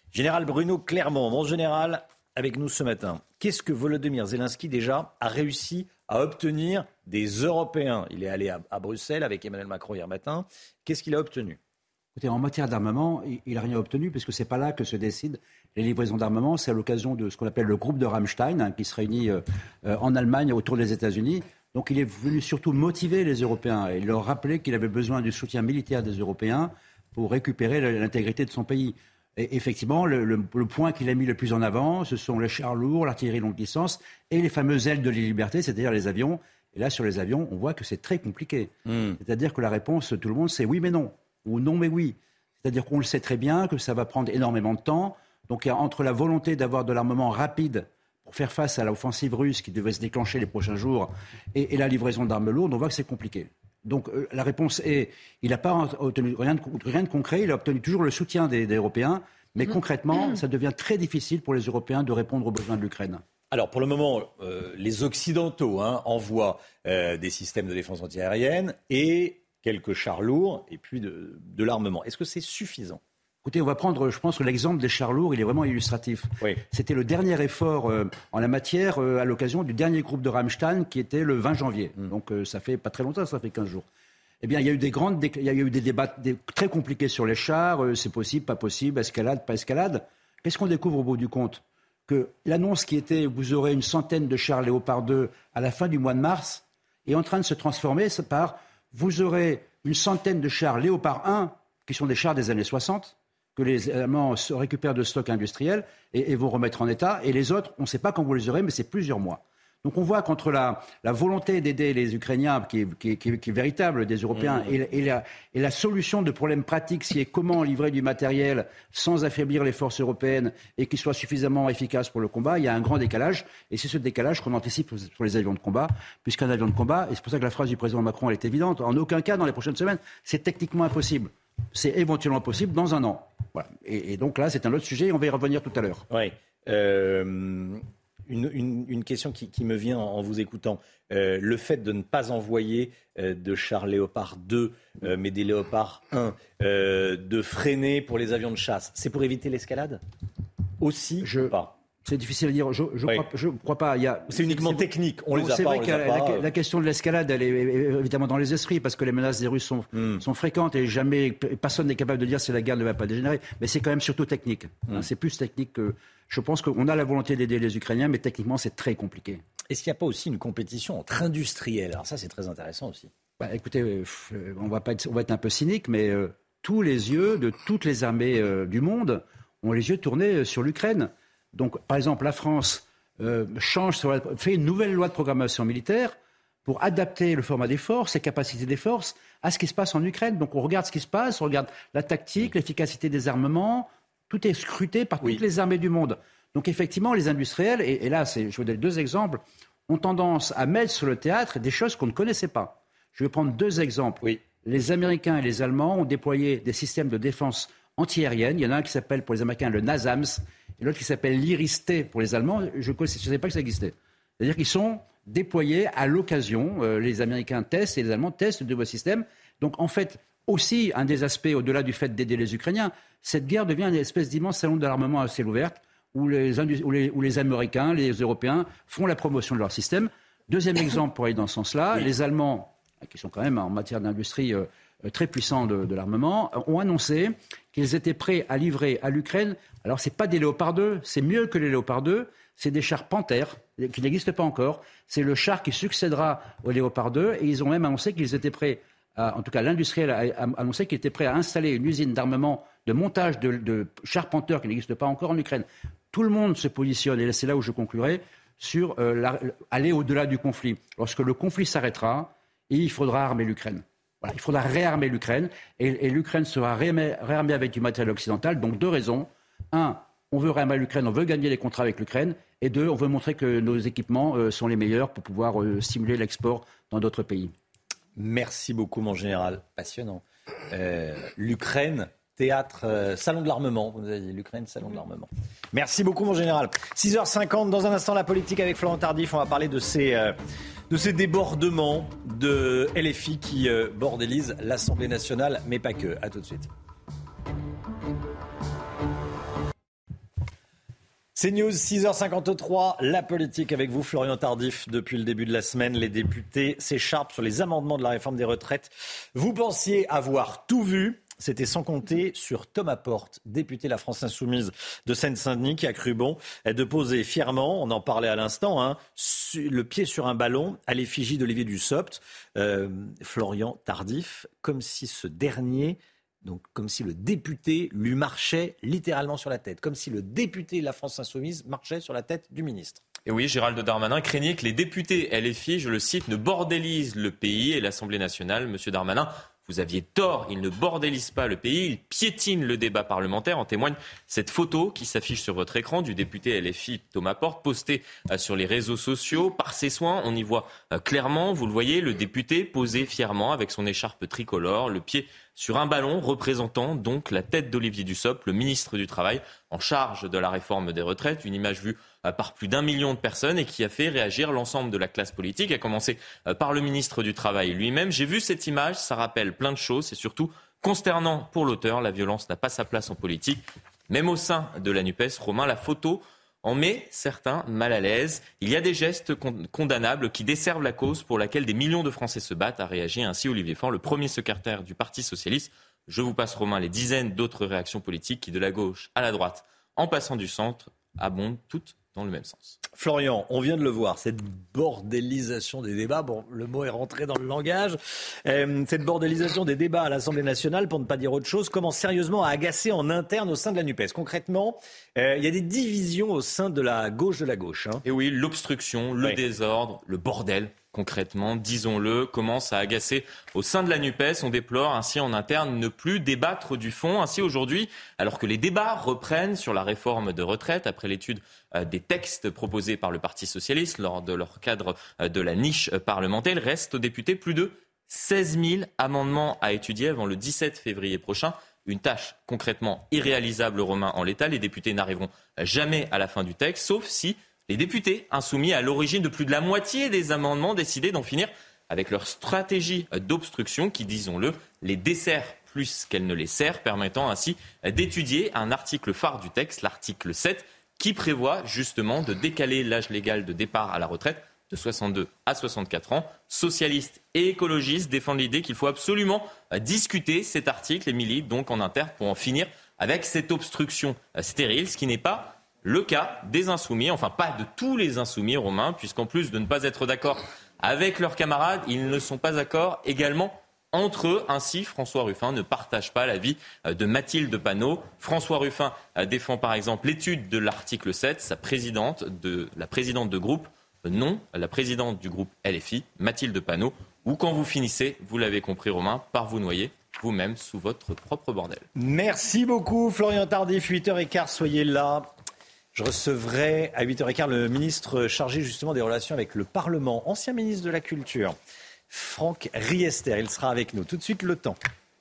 Général Bruno Clermont, mon général, avec nous ce matin. Qu'est-ce que Volodymyr Zelensky déjà a réussi à obtenir des Européens ? Il est allé à, à Bruxelles avec Emmanuel Macron hier matin. Qu'est-ce qu'il a obtenu ? Écoutez, en matière d'armement, il n'a rien obtenu puisque ce n'est pas là que se décident les livraisons d'armement. C'est à l'occasion de ce qu'on appelle le groupe de Rammstein, hein, qui se réunit euh, en Allemagne autour des États-Unis. Donc il est venu surtout motiver les Européens et leur rappeler qu'il avait besoin du soutien militaire des Européens pour récupérer l'intégrité de son pays. Et effectivement, le, le, le point qu'il a mis le plus en avant, ce sont les chars lourds, l'artillerie longue distance et les fameuses ailes de la liberté, c'est-à-dire les avions. Et là, sur les avions, on voit que c'est très compliqué. Mmh. C'est-à-dire que la réponse, tout le monde, c'est oui mais non, ou non mais oui. C'est-à-dire qu'on le sait très bien, que ça va prendre énormément de temps. Donc il y a entre la volonté d'avoir de l'armement rapide pour faire face à l'offensive russe qui devait se déclencher les prochains jours et, et la livraison d'armes lourdes, on voit que c'est compliqué. Donc euh, la réponse est, il n'a pas obtenu rien de, rien de concret, il a obtenu toujours le soutien des, des Européens, mais mmh. concrètement, ça devient très difficile pour les Européens de répondre aux besoins de l'Ukraine. Alors pour le moment, euh, les Occidentaux hein, envoient euh, des systèmes de défense antiaérienne et quelques chars lourds et puis de, de l'armement. Est-ce que c'est suffisant ? Écoutez, on va prendre, je pense que l'exemple des chars lourds, il est vraiment illustratif. Oui. C'était le dernier effort euh, en la matière euh, à l'occasion du dernier groupe de Rammstein qui était le vingt janvier. Mmh. Donc euh, ça fait pas très longtemps, ça fait quinze jours. Eh bien, il y a eu des grandes, il y a eu des débats des, très compliqués sur les chars. Euh, c'est possible, pas possible, escalade, pas escalade. Qu'est-ce qu'on découvre au bout du compte ? Que l'annonce qui était, vous aurez une centaine de chars Léopard deux à la fin du mois de mars, est en train de se transformer par, vous aurez une centaine de chars Léopard un, qui sont des chars des années soixante, que les Allemands se récupèrent de stock industriel et, et vont remettre en état. Et les autres, on ne sait pas quand vous les aurez, mais c'est plusieurs mois. Donc on voit qu'entre la, la volonté d'aider les Ukrainiens, qui est, qui, qui, qui est véritable des Européens, mmh. et, et, la, et la solution de problèmes pratiques, qui est comment livrer du matériel sans affaiblir les forces européennes et qui soit suffisamment efficace pour le combat, il y a un grand décalage. Et c'est ce décalage qu'on anticipe sur les avions de combat, puisqu'un avion de combat, et c'est pour ça que la phrase du président Macron elle est évidente, en aucun cas dans les prochaines semaines, c'est techniquement impossible. C'est éventuellement possible dans un an. Voilà. Et, et donc là, c'est un autre sujet, on va y revenir tout à l'heure. Oui. Euh, une, une, une question qui, qui me vient en vous écoutant. Euh, le fait de ne pas envoyer euh, de chars Léopard deux, euh, mais des Léopard un, euh, de freiner pour les avions de chasse, c'est pour éviter l'escalade aussi Je... ou pas ? C'est difficile à dire. Je ne oui. crois, crois pas. Il y a, c'est uniquement c'est, technique. On les a c'est pas. C'est vrai on que les a la, pas. La, la question de l'escalade, elle est évidemment dans les esprits parce que les menaces des Russes sont, mm. sont fréquentes et jamais personne n'est capable de dire si la guerre ne va pas dégénérer. Mais c'est quand même surtout technique. Mm. Hein, c'est plus technique que. Je pense qu'on a la volonté d'aider les Ukrainiens, mais techniquement, c'est très compliqué. Est-ce qu'il n'y a pas aussi une compétition entre industriels ? Alors ça, c'est très intéressant aussi. Bah, écoutez, euh, on va pas être, on va être un peu cynique, mais euh, tous les yeux de toutes les armées euh, du monde ont les yeux tournés sur l'Ukraine. Donc, par exemple, la France euh, change, sur la, fait une nouvelle loi de programmation militaire pour adapter le format des forces, les capacités des forces, à ce qui se passe en Ukraine. Donc, on regarde ce qui se passe, on regarde la tactique, l'efficacité des armements. Tout est scruté par toutes oui. les armées du monde. Donc, effectivement, les industriels, et, et là, c'est, je vous donne deux exemples, ont tendance à mettre sur le théâtre des choses qu'on ne connaissait pas. Je vais prendre deux exemples. Oui. Les Américains et les Allemands ont déployé des systèmes de défense antiaérienne. Il y en a un qui s'appelle, pour les Américains, le NASAMS, et l'autre qui s'appelle l'Iris-T pour les Allemands. Je ne savais pas que ça existait. C'est-à-dire qu'ils sont déployés à l'occasion. Euh, les Américains testent et les Allemands testent de nouveaux systèmes. Donc, en fait, aussi, un des aspects, au-delà du fait d'aider les Ukrainiens, cette guerre devient une espèce d'immense salon de l'armement à ciel ouvert où les, où, les, où les Américains, les Européens font la promotion de leur système. Deuxième exemple pour aller dans ce sens-là, oui. les Allemands, qui sont quand même en matière d'industrie euh, très puissants de, de l'armement, ont annoncé qu'ils étaient prêts à livrer à l'Ukraine. Alors, ce n'est pas des Léopard deux, c'est mieux que les Léopard deux, c'est des chars Panther, qui n'existent pas encore. C'est le char qui succédera aux Léopard deux, et ils ont même annoncé qu'ils étaient prêts, à, en tout cas l'industriel a, a annoncé qu'il était prêt à installer une usine d'armement, de montage de, de chars Panther qui n'existe pas encore en Ukraine. Tout le monde se positionne, et c'est là où je conclurai, sur euh, la, aller au-delà du conflit. Lorsque le conflit s'arrêtera, il faudra armer l'Ukraine. Voilà, il faudra réarmer l'Ukraine, et, et l'Ukraine sera réarmée, réarmée avec du matériel occidental. Donc deux raisons. Un, on veut réarmer l'Ukraine, on veut gagner les contrats avec l'Ukraine. Et deux, on veut montrer que nos équipements euh, sont les meilleurs pour pouvoir euh, stimuler l'export dans d'autres pays. Merci beaucoup, mon général. Passionnant. Euh, L'Ukraine, théâtre, euh, salon de l'armement. Vous nous avez dit l'Ukraine, salon de l'armement. Merci beaucoup, mon général. six heures cinquante, dans un instant, la politique avec Florent Tardif. On va parler de ces, euh, de ces débordements de L F I qui euh, bordélisent l'Assemblée nationale, mais pas que. À tout de suite. C'est News, six heures cinquante-trois, la politique avec vous, Florian Tardif. Depuis le début de la semaine, les députés s'écharpent sur les amendements de la réforme des retraites. Vous pensiez avoir tout vu. C'était sans compter sur Thomas Porte, député de la France Insoumise de Seine-Saint-Denis, qui a cru bon de poser fièrement, on en parlait à l'instant, hein, le pied sur un ballon à l'effigie d'Olivier Dussopt. Euh, Florian Tardif, comme si ce dernier... Donc, comme si le député lui marchait littéralement sur la tête, comme si le député de la France Insoumise marchait sur la tête du ministre. Et oui, Gérald Darmanin craignait que les députés L F I, je le cite, ne bordélisent le pays et l'Assemblée nationale. Monsieur Darmanin, vous aviez tort, il ne bordélise pas le pays, il piétine le débat parlementaire. En témoigne cette photo qui s'affiche sur votre écran du député L F I Thomas Porte, postée sur les réseaux sociaux. Par ses soins, on y voit clairement, vous le voyez, le député posé fièrement avec son écharpe tricolore, le pied sur un ballon représentant donc la tête d'Olivier Dussopt, le ministre du Travail, en charge de la réforme des retraites. Une image vue par plus d'un million de personnes et qui a fait réagir l'ensemble de la classe politique, à commencer par le ministre du Travail lui-même. J'ai vu cette image, ça rappelle plein de choses, c'est surtout consternant pour l'auteur. La violence n'a pas sa place en politique. Même au sein de la NUPES, Romain, la photo en met certains mal à l'aise. Il y a des gestes condamnables qui desservent la cause pour laquelle des millions de Français se battent, a réagi ainsi Olivier Faure, le premier secrétaire du Parti socialiste. Je vous passe, Romain, les dizaines d'autres réactions politiques qui, de la gauche à la droite, en passant du centre, abondent toutes dans le même sens. Florian, on vient de le voir, cette bordélisation des débats, bon, le mot est rentré dans le langage, euh, cette bordélisation des débats à l'Assemblée nationale, pour ne pas dire autre chose, commence sérieusement à agacer en interne au sein de la NUPES. Concrètement, euh, il y a des divisions au sein de la gauche de la gauche. Hein. Et oui, l'obstruction, le oui. désordre, le bordel, concrètement, disons-le, commence à agacer au sein de la NUPES. On déplore ainsi en interne ne plus débattre du fond. Ainsi aujourd'hui, alors que les débats reprennent sur la réforme de retraite après l'étude euh, des textes proposés par le Parti socialiste lors de leur cadre euh, de la niche parlementaire, il reste aux députés plus de seize mille amendements à étudier avant le dix-sept février prochain. Une tâche concrètement irréalisable, Romain, en l'état. Les députés n'arriveront jamais à la fin du texte, sauf si les députés insoumis à l'origine de plus de la moitié des amendements décidaient d'en finir avec leur stratégie d'obstruction qui, disons-le, les dessert plus qu'elle ne les sert, permettant ainsi d'étudier un article phare du texte, l'article sept, qui prévoit justement de décaler l'âge légal de départ à la retraite de soixante-deux à soixante-quatre ans. Socialistes et écologistes défendent l'idée qu'il faut absolument discuter cet article et militent donc en interne pour en finir avec cette obstruction stérile, ce qui n'est pas le cas des insoumis, enfin pas de tous les insoumis, Romain, puisqu'en plus de ne pas être d'accord avec leurs camarades, ils ne sont pas d'accord également entre eux. Ainsi, François Ruffin ne partage pas l'avis de Mathilde Panot. François Ruffin défend par exemple l'étude de l'article sept, sa présidente de, la présidente de groupe, non, la présidente du groupe L F I, Mathilde Panot, ou quand vous finissez, vous l'avez compris Romain, par vous noyer vous-même sous votre propre bordel. Merci beaucoup Florian Tardif, huit heures quinze, soyez là. Je recevrai à huit heures quinze le ministre chargé justement des relations avec le Parlement, ancien ministre de la Culture, Franck Riester. Il sera avec nous. Tout de suite, le temps.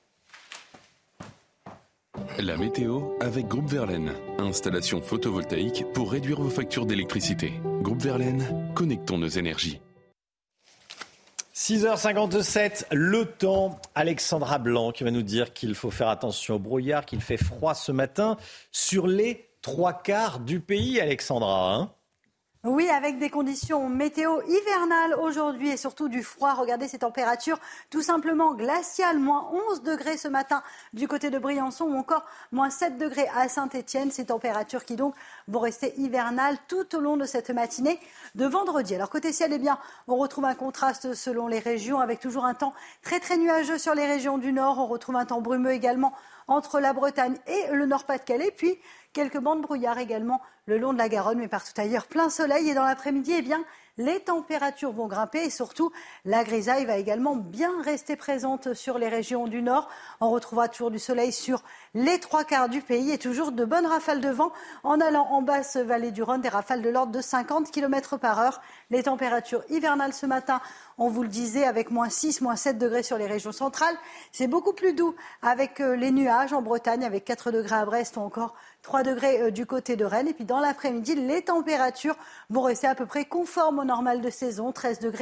La météo avec Groupe Verlaine. Installation photovoltaïque pour réduire vos factures d'électricité. Groupe Verlaine, connectons nos énergies. six heures cinquante-sept, le temps. Alexandra Blanc qui va nous dire qu'il faut faire attention au brouillard, qu'il fait froid ce matin sur les trois quarts du pays, Alexandra. Hein oui, avec des conditions météo hivernales aujourd'hui et surtout du froid. Regardez ces températures tout simplement glaciales. moins onze degrés ce matin du côté de Briançon ou encore moins sept degrés à Saint-Étienne. Ces températures qui donc vont rester hivernales tout au long de cette matinée de vendredi. Alors côté ciel, eh bien, on retrouve un contraste selon les régions avec toujours un temps très très nuageux sur les régions du nord. On retrouve un temps brumeux également entre la Bretagne et le Nord-Pas-de-Calais. Puis quelques bancs de brouillard également le long de la Garonne, mais partout ailleurs, plein soleil. Et dans l'après-midi, eh bien, les températures vont grimper et surtout, la grisaille va également bien rester présente sur les régions du nord. On retrouvera toujours du soleil sur les trois quarts du pays et toujours de bonnes rafales de vent en allant en basse vallée du Rhône, des rafales de l'ordre de cinquante kilomètres par heure. Les températures hivernales ce matin, on vous le disait, avec moins six, moins sept degrés sur les régions centrales. C'est beaucoup plus doux avec les nuages en Bretagne, avec quatre degrés à Brest ou encore trois degrés du côté de Rennes. Et puis dans l'après-midi, les températures vont rester à peu près conformes au normal de saison. treize degrés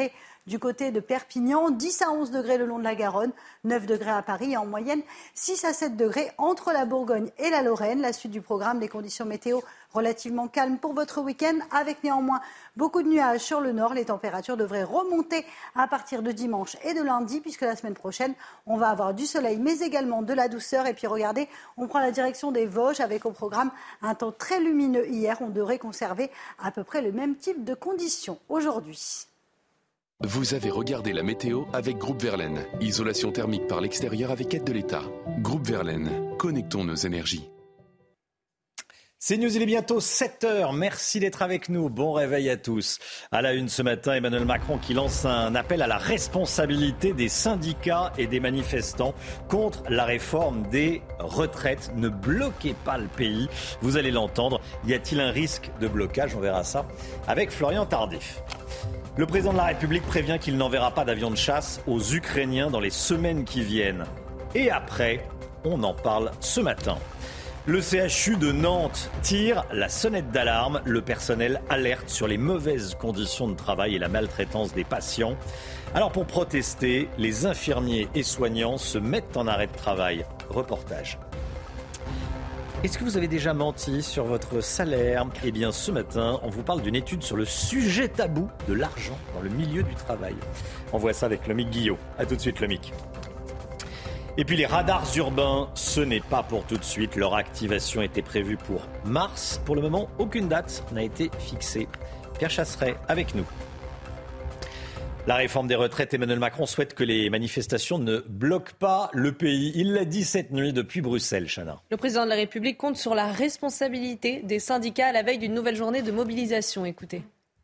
du côté de Perpignan, dix à onze degrés le long de la Garonne, neuf degrés à Paris et en moyenne six à sept degrés entre la Bourgogne et la Lorraine. La suite du programme, des conditions météo relativement calmes pour votre week-end, avec néanmoins beaucoup de nuages sur le nord. Les températures devraient remonter à partir de dimanche et de lundi, puisque la semaine prochaine, on va avoir du soleil, mais également de la douceur. Et puis regardez, on prend la direction des Vosges avec au programme un temps très lumineux hier. On devrait conserver à peu près le même type de conditions aujourd'hui. Vous avez regardé la météo avec Groupe Verlaine. Isolation thermique par l'extérieur avec aide de l'État. Groupe Verlaine, connectons nos énergies. C'est News, il est bientôt sept heures. Merci d'être avec nous. Bon réveil à tous. À la une ce matin, Emmanuel Macron qui lance un appel à la responsabilité des syndicats et des manifestants contre la réforme des retraites. Ne bloquez pas le pays. Vous allez l'entendre. Y a-t-il un risque de blocage ? On verra ça avec Florian Tardif. Le président de la République prévient qu'il n'enverra pas d'avion de chasse aux Ukrainiens dans les semaines qui viennent. Et après, on en parle ce matin. Le C H U de Nantes tire la sonnette d'alarme. Le personnel alerte sur les mauvaises conditions de travail et la maltraitance des patients. Alors pour protester, les infirmiers et soignants se mettent en arrêt de travail. Reportage. Est-ce que vous avez déjà menti sur votre salaire ? Eh bien ce matin, on vous parle d'une étude sur le sujet tabou de l'argent dans le milieu du travail. On voit ça avec Lomique Guillot. A tout de suite Lomique. Et puis les radars urbains, ce n'est pas pour tout de suite. Leur activation était prévue pour mars. Pour le moment, aucune date n'a été fixée. Pierre Chasseret avec nous. La réforme des retraites, Emmanuel Macron souhaite que les manifestations ne bloquent pas le pays. Il l'a dit cette nuit depuis Bruxelles, Chana. Le président de la République compte sur la responsabilité des syndicats à la veille d'une nouvelle journée de mobilisation. Écoutez.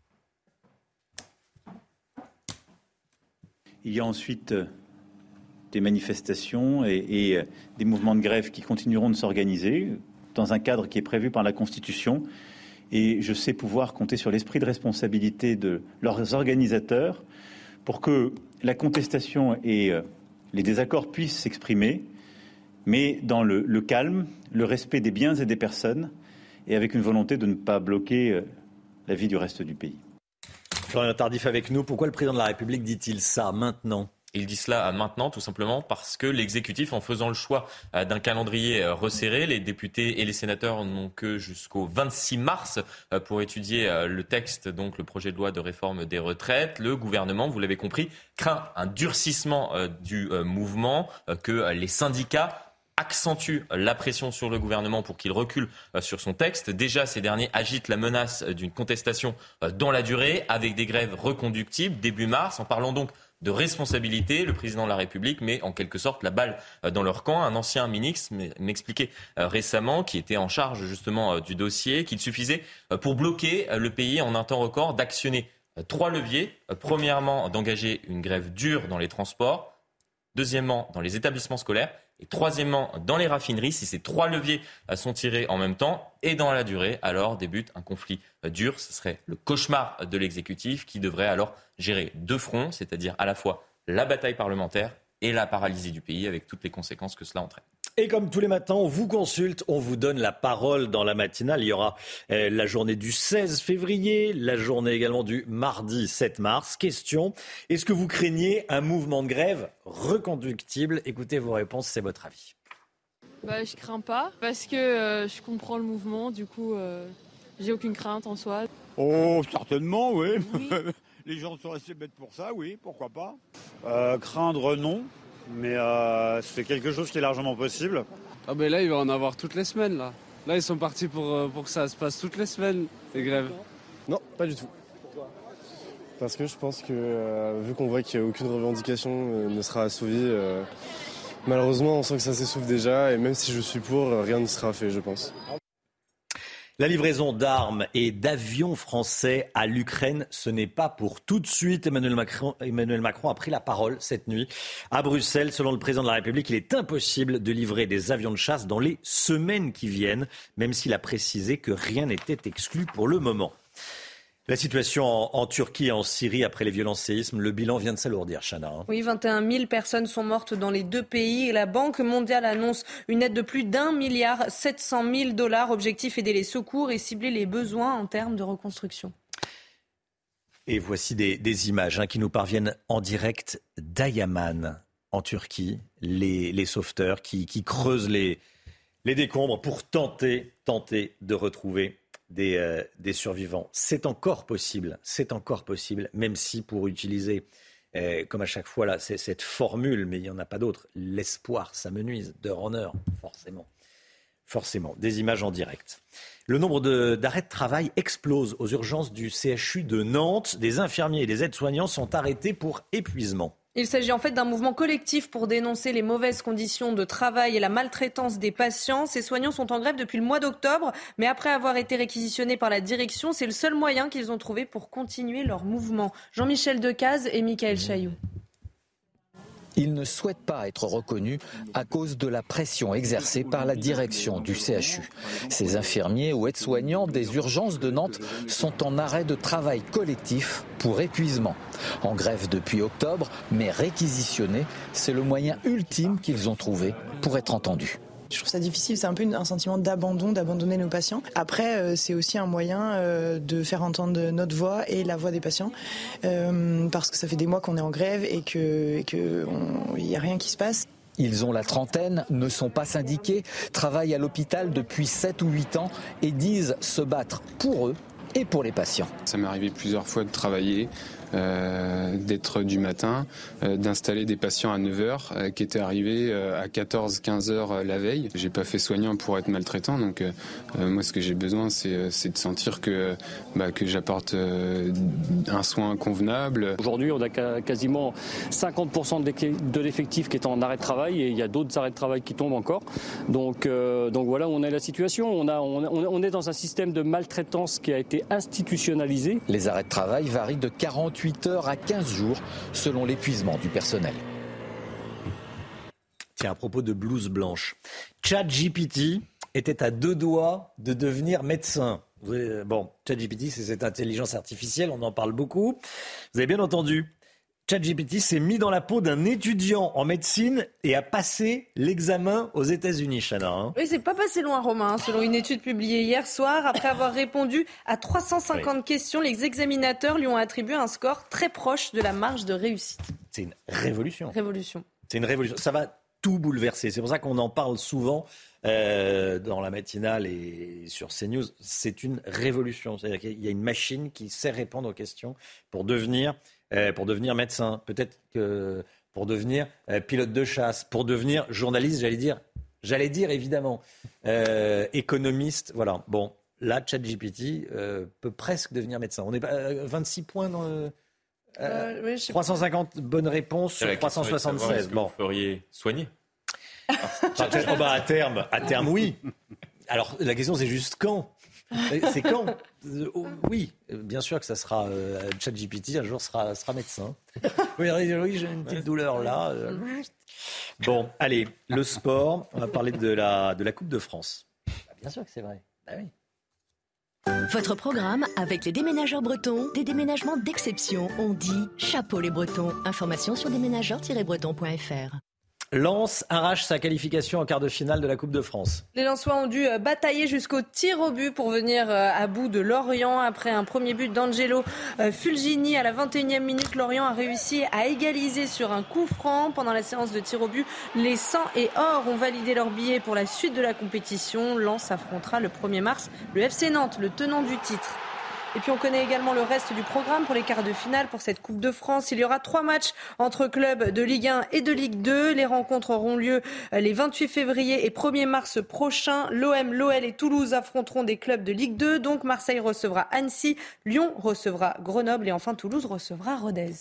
Il y a ensuite des manifestations et, et des mouvements de grève qui continueront de s'organiser dans un cadre qui est prévu par la Constitution. Et je sais pouvoir compter sur l'esprit de responsabilité de leurs organisateurs pour que la contestation et les désaccords puissent s'exprimer, mais dans le, le calme, le respect des biens et des personnes, et avec une volonté de ne pas bloquer la vie du reste du pays. Florian Tardif avec nous. Pourquoi le président de la République dit-il ça maintenant ? Il dit cela maintenant tout simplement parce que l'exécutif, en faisant le choix d'un calendrier resserré, les députés et les sénateurs n'ont que jusqu'au vingt-six mars pour étudier le texte, donc le projet de loi de réforme des retraites. Le gouvernement, vous l'avez compris, craint un durcissement du mouvement, que les syndicats accentue la pression sur le gouvernement pour qu'il recule sur son texte. Déjà, ces derniers agitent la menace d'une contestation dans la durée avec des grèves reconductibles début mars. En parlant donc de responsabilité, le président de la République met en quelque sorte la balle dans leur camp. Un ancien ministre m'expliquait récemment, qui était en charge justement du dossier, qu'il suffisait pour bloquer le pays en un temps record d'actionner trois leviers. Premièrement, d'engager une grève dure dans les transports. Deuxièmement, dans les établissements scolaires. Et troisièmement, dans les raffineries, si ces trois leviers sont tirés en même temps et dans la durée, alors débute un conflit dur. Ce serait le cauchemar de l'exécutif qui devrait alors gérer deux fronts, c'est-à-dire à la fois la bataille parlementaire et la paralysie du pays avec toutes les conséquences que cela entraîne. Et comme tous les matins, on vous consulte, on vous donne la parole dans la matinale. Il y aura euh, la journée du seize février, la journée également du mardi sept mars. Question, est-ce que vous craignez un mouvement de grève reconductible ? Écoutez vos réponses, c'est votre avis. Bah, je crains pas parce que euh, je comprends le mouvement, du coup euh, j'ai aucune crainte en soi. Oh, certainement, oui. oui. Les gens sont assez bêtes pour ça, oui, pourquoi pas. Euh, craindre, non. Mais euh, c'est quelque chose qui est largement possible. Ah ben là, il va en avoir toutes les semaines. Là, là ils sont partis pour, pour que ça se passe toutes les semaines, les grèves. Non, pas du tout. Pourquoi ? Parce que je pense que, euh, vu qu'on voit qu'il n'y a aucune revendication euh, ne sera assouvie, euh, malheureusement, on sent que ça s'essouffle déjà. Et même si je suis pour, euh, rien ne sera fait, je pense. La livraison d'armes et d'avions français à l'Ukraine, ce n'est pas pour tout de suite. Emmanuel Macron, Emmanuel Macron a pris la parole cette nuit à Bruxelles. Selon le président de la République, il est impossible de livrer des avions de chasse dans les semaines qui viennent, même s'il a précisé que rien n'était exclu pour le moment. La situation en, en Turquie et en Syrie après les violents séismes, le bilan vient de s'alourdir, Chana. Hein. Oui, vingt et un mille personnes sont mortes dans les deux pays et la Banque mondiale annonce une aide de plus d'un milliard sept cent mille dollars. Objectif, aider les secours et cibler les besoins en termes de reconstruction. Et voici des, des images hein, qui nous parviennent en direct d'Ayaman, en Turquie. Les, les sauveteurs qui, qui creusent les, les décombres pour tenter, tenter de retrouver des, euh, des survivants. C'est encore possible, c'est encore possible, même si pour utiliser, euh, comme à chaque fois, là, c'est, cette formule, mais il n'y en a pas d'autre, l'espoir s'amenuise d'heure en heure, forcément. Forcément, des images en direct. Le nombre de, d'arrêts de travail explose aux urgences du C H U de Nantes. Des infirmiers et des aides-soignants sont arrêtés pour épuisement. Il s'agit en fait d'un mouvement collectif pour dénoncer les mauvaises conditions de travail et la maltraitance des patients. Ces soignants sont en grève depuis le mois d'octobre, mais après avoir été réquisitionnés par la direction, c'est le seul moyen qu'ils ont trouvé pour continuer leur mouvement. Jean-Michel Decaze et Michael Chailloux. Ils ne souhaitent pas être reconnus à cause de la pression exercée par la direction du C H U. Ces infirmiers ou aides-soignants des urgences de Nantes sont en arrêt de travail collectif pour épuisement. En grève depuis octobre, mais réquisitionnés, c'est le moyen ultime qu'ils ont trouvé pour être entendus. Je trouve ça difficile, c'est un peu un sentiment d'abandon, d'abandonner nos patients. Après, euh, c'est aussi un moyen euh, de faire entendre notre voix et la voix des patients, euh, parce que ça fait des mois qu'on est en grève et qu'il n'y a rien qui se passe. Ils ont la trentaine, ne sont pas syndiqués, travaillent à l'hôpital depuis sept ou huit ans et disent se battre pour eux et pour les patients. Ça m'est arrivé plusieurs fois de travailler, euh, d'être du matin, euh, d'installer des patients à neuf heures euh, qui étaient arrivés euh, à quatorze quinze heures euh, la veille. J'ai pas fait soignant pour être maltraitant, donc euh, moi ce que j'ai besoin c'est, c'est de sentir que, bah, que j'apporte euh, un soin convenable. Aujourd'hui on a quasiment cinquante pour cent de l'effectif qui est en arrêt de travail et il y a d'autres arrêts de travail qui tombent encore. Donc, euh, donc voilà où on est la situation. On, a, on, on est dans un système de maltraitance qui a été institutionnalisé. Les arrêts de travail varient de quarante-huit heures à quinze jours selon l'épuisement du personnel. Tiens, à propos de blouse blanche, ChatGPT était à deux doigts de devenir médecin. Bon, ChatGPT, c'est cette intelligence artificielle, on en parle beaucoup. Vous avez bien entendu, ChatGPT s'est mis dans la peau d'un étudiant en médecine et a passé l'examen aux États-Unis, Chana. Hein. Oui, c'est pas passé loin, Romain. Selon une étude publiée hier soir, après avoir répondu à trois cent cinquante oui. questions, les examinateurs lui ont attribué un score très proche de la marge de réussite. C'est une révolution. Révolution. C'est une révolution. Ça va tout bouleverser. C'est pour ça qu'on en parle souvent euh, dans la matinale et sur CNews. C'est une révolution. C'est-à-dire qu'il y a une machine qui sait répondre aux questions pour devenir... Euh, pour devenir médecin, peut-être que pour devenir euh, pilote de chasse, pour devenir journaliste, j'allais dire, j'allais dire évidemment, euh, économiste, voilà. Bon, là, ChatGPT euh, peut presque devenir médecin. On est euh, vingt-six points dans le, euh, euh, oui, trois cent cinquante pas. Bonnes réponses sur trois cent soixante-seize. Bon, vous feriez soigner. oh bah, à terme, à terme, oui. Alors la question, c'est juste quand. C'est quand euh, oh, Oui, bien sûr que ça sera euh, ChatGPT un jour sera, sera médecin. Oui, oui, j'ai une petite douleur là. Bon, allez, le sport. On va parler de la, de la Coupe de France. Bien sûr que c'est vrai. Bah oui. Votre programme avec les déménageurs bretons, des déménagements d'exception. On dit chapeau les bretons. Information sur déménageurs tiret bretons point f r. Lens arrache sa qualification en quart de finale de la Coupe de France. Les Lensois ont dû batailler jusqu'au tir au but pour venir à bout de Lorient. Après un premier but d'Angelo Fulgini à la vingt et unième minute, Lorient a réussi à égaliser sur un coup franc. Pendant la séance de tir au but, les sang et or ont validé leur billet pour la suite de la compétition. Lens affrontera le premier mars le F C Nantes, le tenant du titre. Et puis on connaît également le reste du programme pour les quarts de finale pour cette Coupe de France. Il y aura trois matchs entre clubs de Ligue un et de Ligue deux. Les rencontres auront lieu les vingt-huit février et premier mars prochain. L'O M, l'O L et Toulouse affronteront des clubs de Ligue deux. Donc Marseille recevra Annecy, Lyon recevra Grenoble et enfin Toulouse recevra Rodez.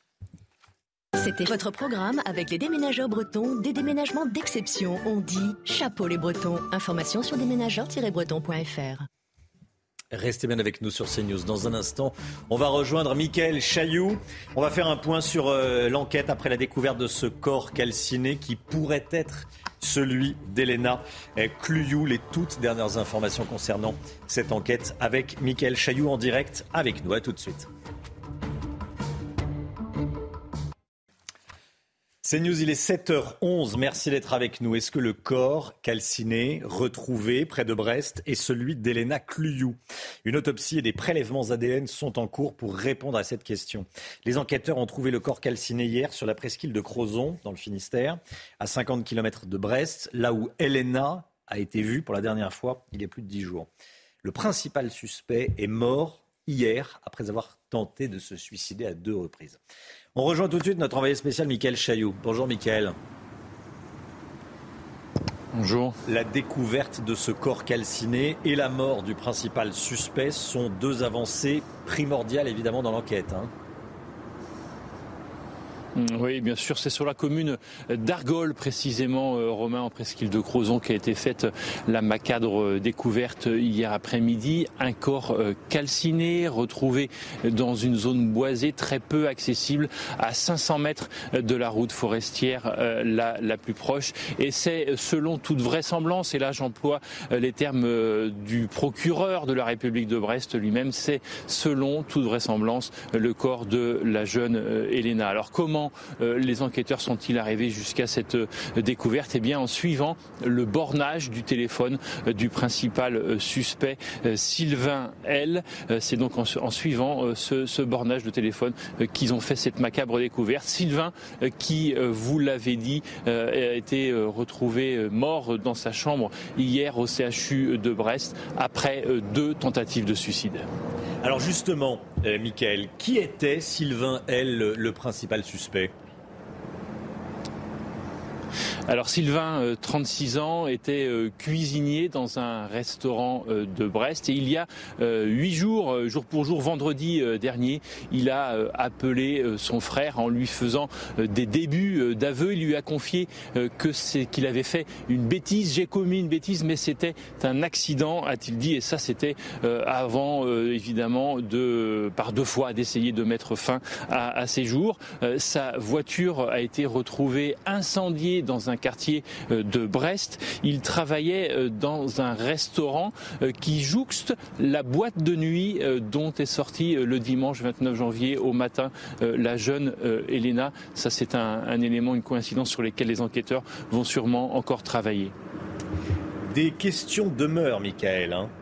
C'était votre programme avec les déménageurs bretons, des déménagements d'exception. On dit chapeau les bretons. Information sur déménageurs tiret bretons point f r. Restez bien avec nous sur CNews. Dans un instant, on va rejoindre Michael Chailloux. On va faire un point sur euh, l'enquête après la découverte de ce corps calciné qui pourrait être celui d'Elena Cluyou. Les toutes dernières informations concernant cette enquête avec Michael Chailloux en direct avec nous. À tout de suite. C'est News, il est sept heures onze. Merci d'être avec nous. Est-ce que le corps calciné, retrouvé près de Brest, est celui d'Elena Cluyou ? Une autopsie et des prélèvements A D N sont en cours pour répondre à cette question. Les enquêteurs ont trouvé le corps calciné hier sur la presqu'île de Crozon, dans le Finistère, à cinquante kilomètres de Brest, là où Elena a été vue pour la dernière fois il y a plus de dix jours. Le principal suspect est mort hier après avoir tenté de se suicider à deux reprises. On rejoint tout de suite notre envoyé spécial Mickaël Chailloux. Bonjour Mickaël. Bonjour. La découverte de ce corps calciné et la mort du principal suspect sont deux avancées primordiales évidemment dans l'enquête. Hein. Oui, bien sûr, c'est sur la commune d'Argol, précisément, Romain, en presqu'île de Crozon, qui a été faite la macabre découverte hier après-midi. Un corps calciné, retrouvé dans une zone boisée très peu accessible, à cinq cents mètres de la route forestière la, la plus proche. Et c'est selon toute vraisemblance, et là j'emploie les termes du procureur de la République de Brest lui-même, c'est selon toute vraisemblance le corps de la jeune Elena. Alors comment les enquêteurs sont-ils arrivés jusqu'à cette découverte ? Eh bien, en suivant le bornage du téléphone du principal suspect, Sylvain L. C'est donc en, en suivant ce, ce bornage de téléphone qu'ils ont fait cette macabre découverte. Sylvain, qui, vous l'avez dit, a été retrouvé mort dans sa chambre hier au C H U de Brest après deux tentatives de suicide. Alors justement, euh, Mickaël, qui était Sylvain L, le, le principal suspect ? Alors Sylvain, trente-six ans, était cuisinier dans un restaurant de Brest et il y a huit jours, jour pour jour, vendredi dernier, il a appelé son frère en lui faisant des débuts d'aveu. Il lui a confié que c'est qu'il avait fait une bêtise. J'ai commis une bêtise, mais c'était un accident, a-t-il dit. Et ça, c'était avant, évidemment, de par deux fois d'essayer de mettre fin à, à ses jours. Sa voiture a été retrouvée incendiée dans un quartier de Brest. Il travaillait dans un restaurant qui jouxte la boîte de nuit dont est sortie le dimanche vingt-neuf janvier au matin la jeune Elena. Ça, c'est un, un élément, une coïncidence sur lesquels les enquêteurs vont sûrement encore travailler. Des questions demeurent, Mickaël, hein.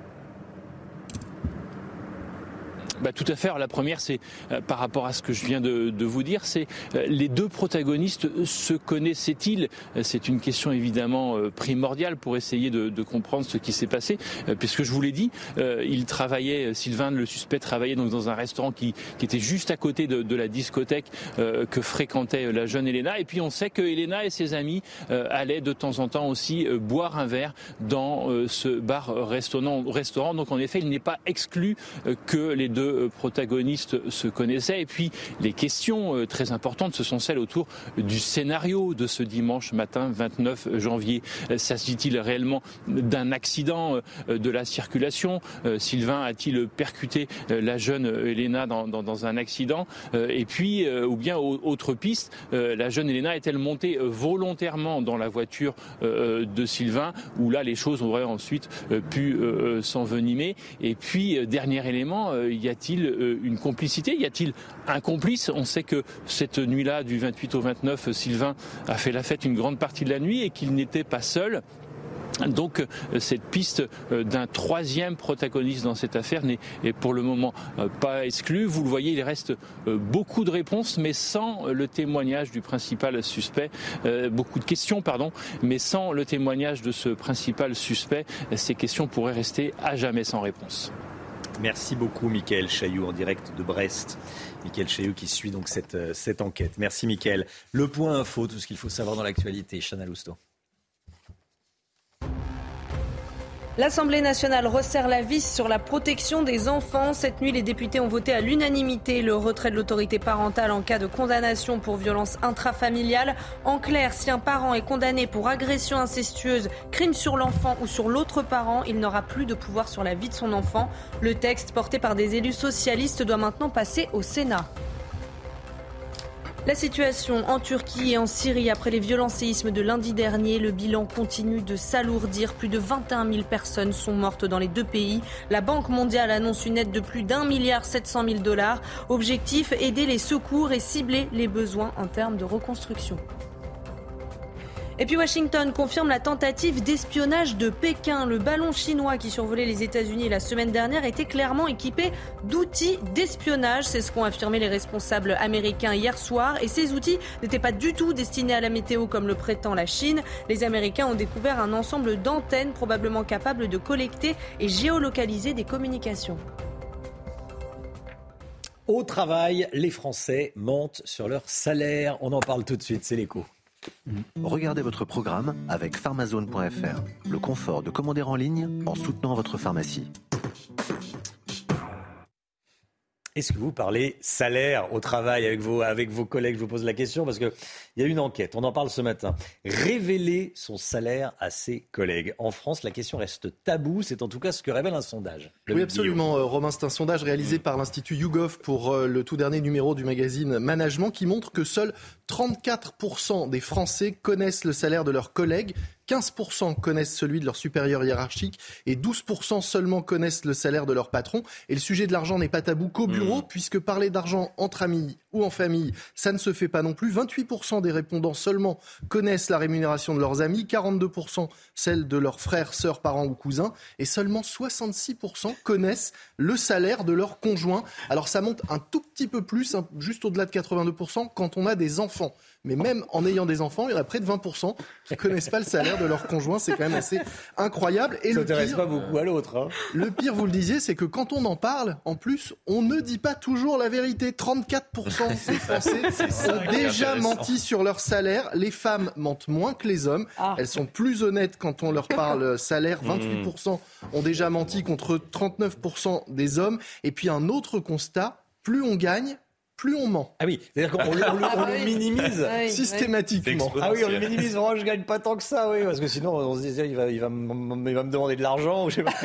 Bah, tout à fait. Alors, la première, c'est euh, par rapport à ce que je viens de, de vous dire, c'est euh, les deux protagonistes se connaissaient-ils ? C'est une question évidemment euh, primordiale pour essayer de, de comprendre ce qui s'est passé, euh, puisque je vous l'ai dit, euh, il travaillait, Sylvain, le suspect, travaillait donc dans un restaurant qui, qui était juste à côté de, de la discothèque euh, que fréquentait la jeune Elena. Et puis on sait que Elena et ses amis euh, allaient de temps en temps aussi euh, boire un verre dans euh, ce bar-restaurant. Restaurant. Donc en effet, il n'est pas exclu euh, que les deux protagonistes se connaissaient. Et puis les questions très importantes, ce sont celles autour du scénario de ce dimanche matin vingt-neuf janvier. S'agit-il réellement d'un accident de la circulation ? Sylvain a-t-il percuté la jeune Elena dans, dans, dans un accident ? Et puis, ou bien autre piste, la jeune Elena est-elle montée volontairement dans la voiture de Sylvain, où là les choses auraient ensuite pu s'envenimer ? Et puis, dernier élément, y a Y a-t-il une complicité ? Y a-t-il un complice ? On sait que cette nuit-là, du vingt-huit au vingt-neuf, Sylvain a fait la fête une grande partie de la nuit et qu'il n'était pas seul. Donc cette piste d'un troisième protagoniste dans cette affaire n'est pour le moment pas exclue. Vous le voyez, il reste beaucoup de réponses, mais sans le témoignage du principal suspect, beaucoup de questions, pardon, mais sans le témoignage de ce principal suspect, ces questions pourraient rester à jamais sans réponse. Merci beaucoup Mickaël Chailloux en direct de Brest. Mickaël Chailloux qui suit donc cette, cette enquête. Merci Mickaël. Le point info, tout ce qu'il faut savoir dans l'actualité. Chana Lousteau. L'Assemblée nationale resserre la vis sur la protection des enfants. Cette nuit, les députés ont voté à l'unanimité le retrait de l'autorité parentale en cas de condamnation pour violence intrafamiliale. En clair, si un parent est condamné pour agression incestueuse, crime sur l'enfant ou sur l'autre parent, il n'aura plus de pouvoir sur la vie de son enfant. Le texte porté par des élus socialistes doit maintenant passer au Sénat. La situation en Turquie et en Syrie après les violents séismes de lundi dernier, le bilan continue de s'alourdir. Plus de vingt et un mille personnes sont mortes dans les deux pays. La Banque mondiale annonce une aide de plus d'un milliard sept cent mille dollars. Objectif, aider les secours et cibler les besoins en termes de reconstruction. Et puis Washington confirme la tentative d'espionnage de Pékin. Le ballon chinois qui survolait les États-Unis la semaine dernière était clairement équipé d'outils d'espionnage. C'est ce qu'ont affirmé les responsables américains hier soir. Et ces outils n'étaient pas du tout destinés à la météo comme le prétend la Chine. Les Américains ont découvert un ensemble d'antennes probablement capables de collecter et géolocaliser des communications. Au travail, les Français mentent sur leur salaire. On en parle tout de suite, c'est l'écho. Regardez votre programme avec pharmazone point f r. Le confort de commander en ligne en soutenant votre pharmacie. Est-ce que vous parlez salaire au travail avec vos, avec vos collègues ? Je vous pose la question parce qu'il y a une enquête, on en parle ce matin. Révéler son salaire à ses collègues. En France, la question reste taboue, c'est en tout cas ce que révèle un sondage. Le oui, absolument, euh, Romain, c'est un sondage réalisé mmh. par l'Institut YouGov pour euh, le tout dernier numéro du magazine Management qui montre que seuls trente-quatre pour cent des Français connaissent le salaire de leurs collègues. quinze pour cent connaissent celui de leur supérieur hiérarchique et douze pour cent seulement connaissent le salaire de leur patron. Et le sujet de l'argent n'est pas tabou qu'au bureau, mmh. puisque parler d'argent entre amis ou en famille, ça ne se fait pas non plus. vingt-huit pour cent des répondants seulement connaissent la rémunération de leurs amis, quarante-deux pour cent celle de leurs frères, sœurs, parents ou cousins, et seulement soixante-six pour cent connaissent le salaire de leur conjoint. Alors ça monte un tout petit peu plus, hein, juste au-delà de quatre-vingt-deux pour cent quand on a des enfants. Mais même en ayant des enfants, il y en a près de vingt pour cent qui ne connaissent pas le salaire de leur conjoint. C'est quand même assez incroyable. Et ça n'intéresse pas beaucoup à l'autre. Hein. Le pire, vous le disiez, c'est que quand on en parle, en plus, on ne dit pas toujours la vérité. trente-quatre pour cent des Français ont déjà menti sur leur salaire. Les femmes mentent moins que les hommes. Ah. Elles sont plus honnêtes quand on leur parle salaire. vingt-huit pour cent ont déjà menti contre trente-neuf pour cent des hommes. Et puis un autre constat, plus on gagne, plus on ment. Ah oui, c'est-à-dire qu'on on, on, on le minimise ah oui, systématiquement. Ah oui, on le minimise. Moi, je gagne pas tant que ça, oui, parce que sinon, on se disait, il va, il va, m- il va me demander de l'argent, ou je sais pas.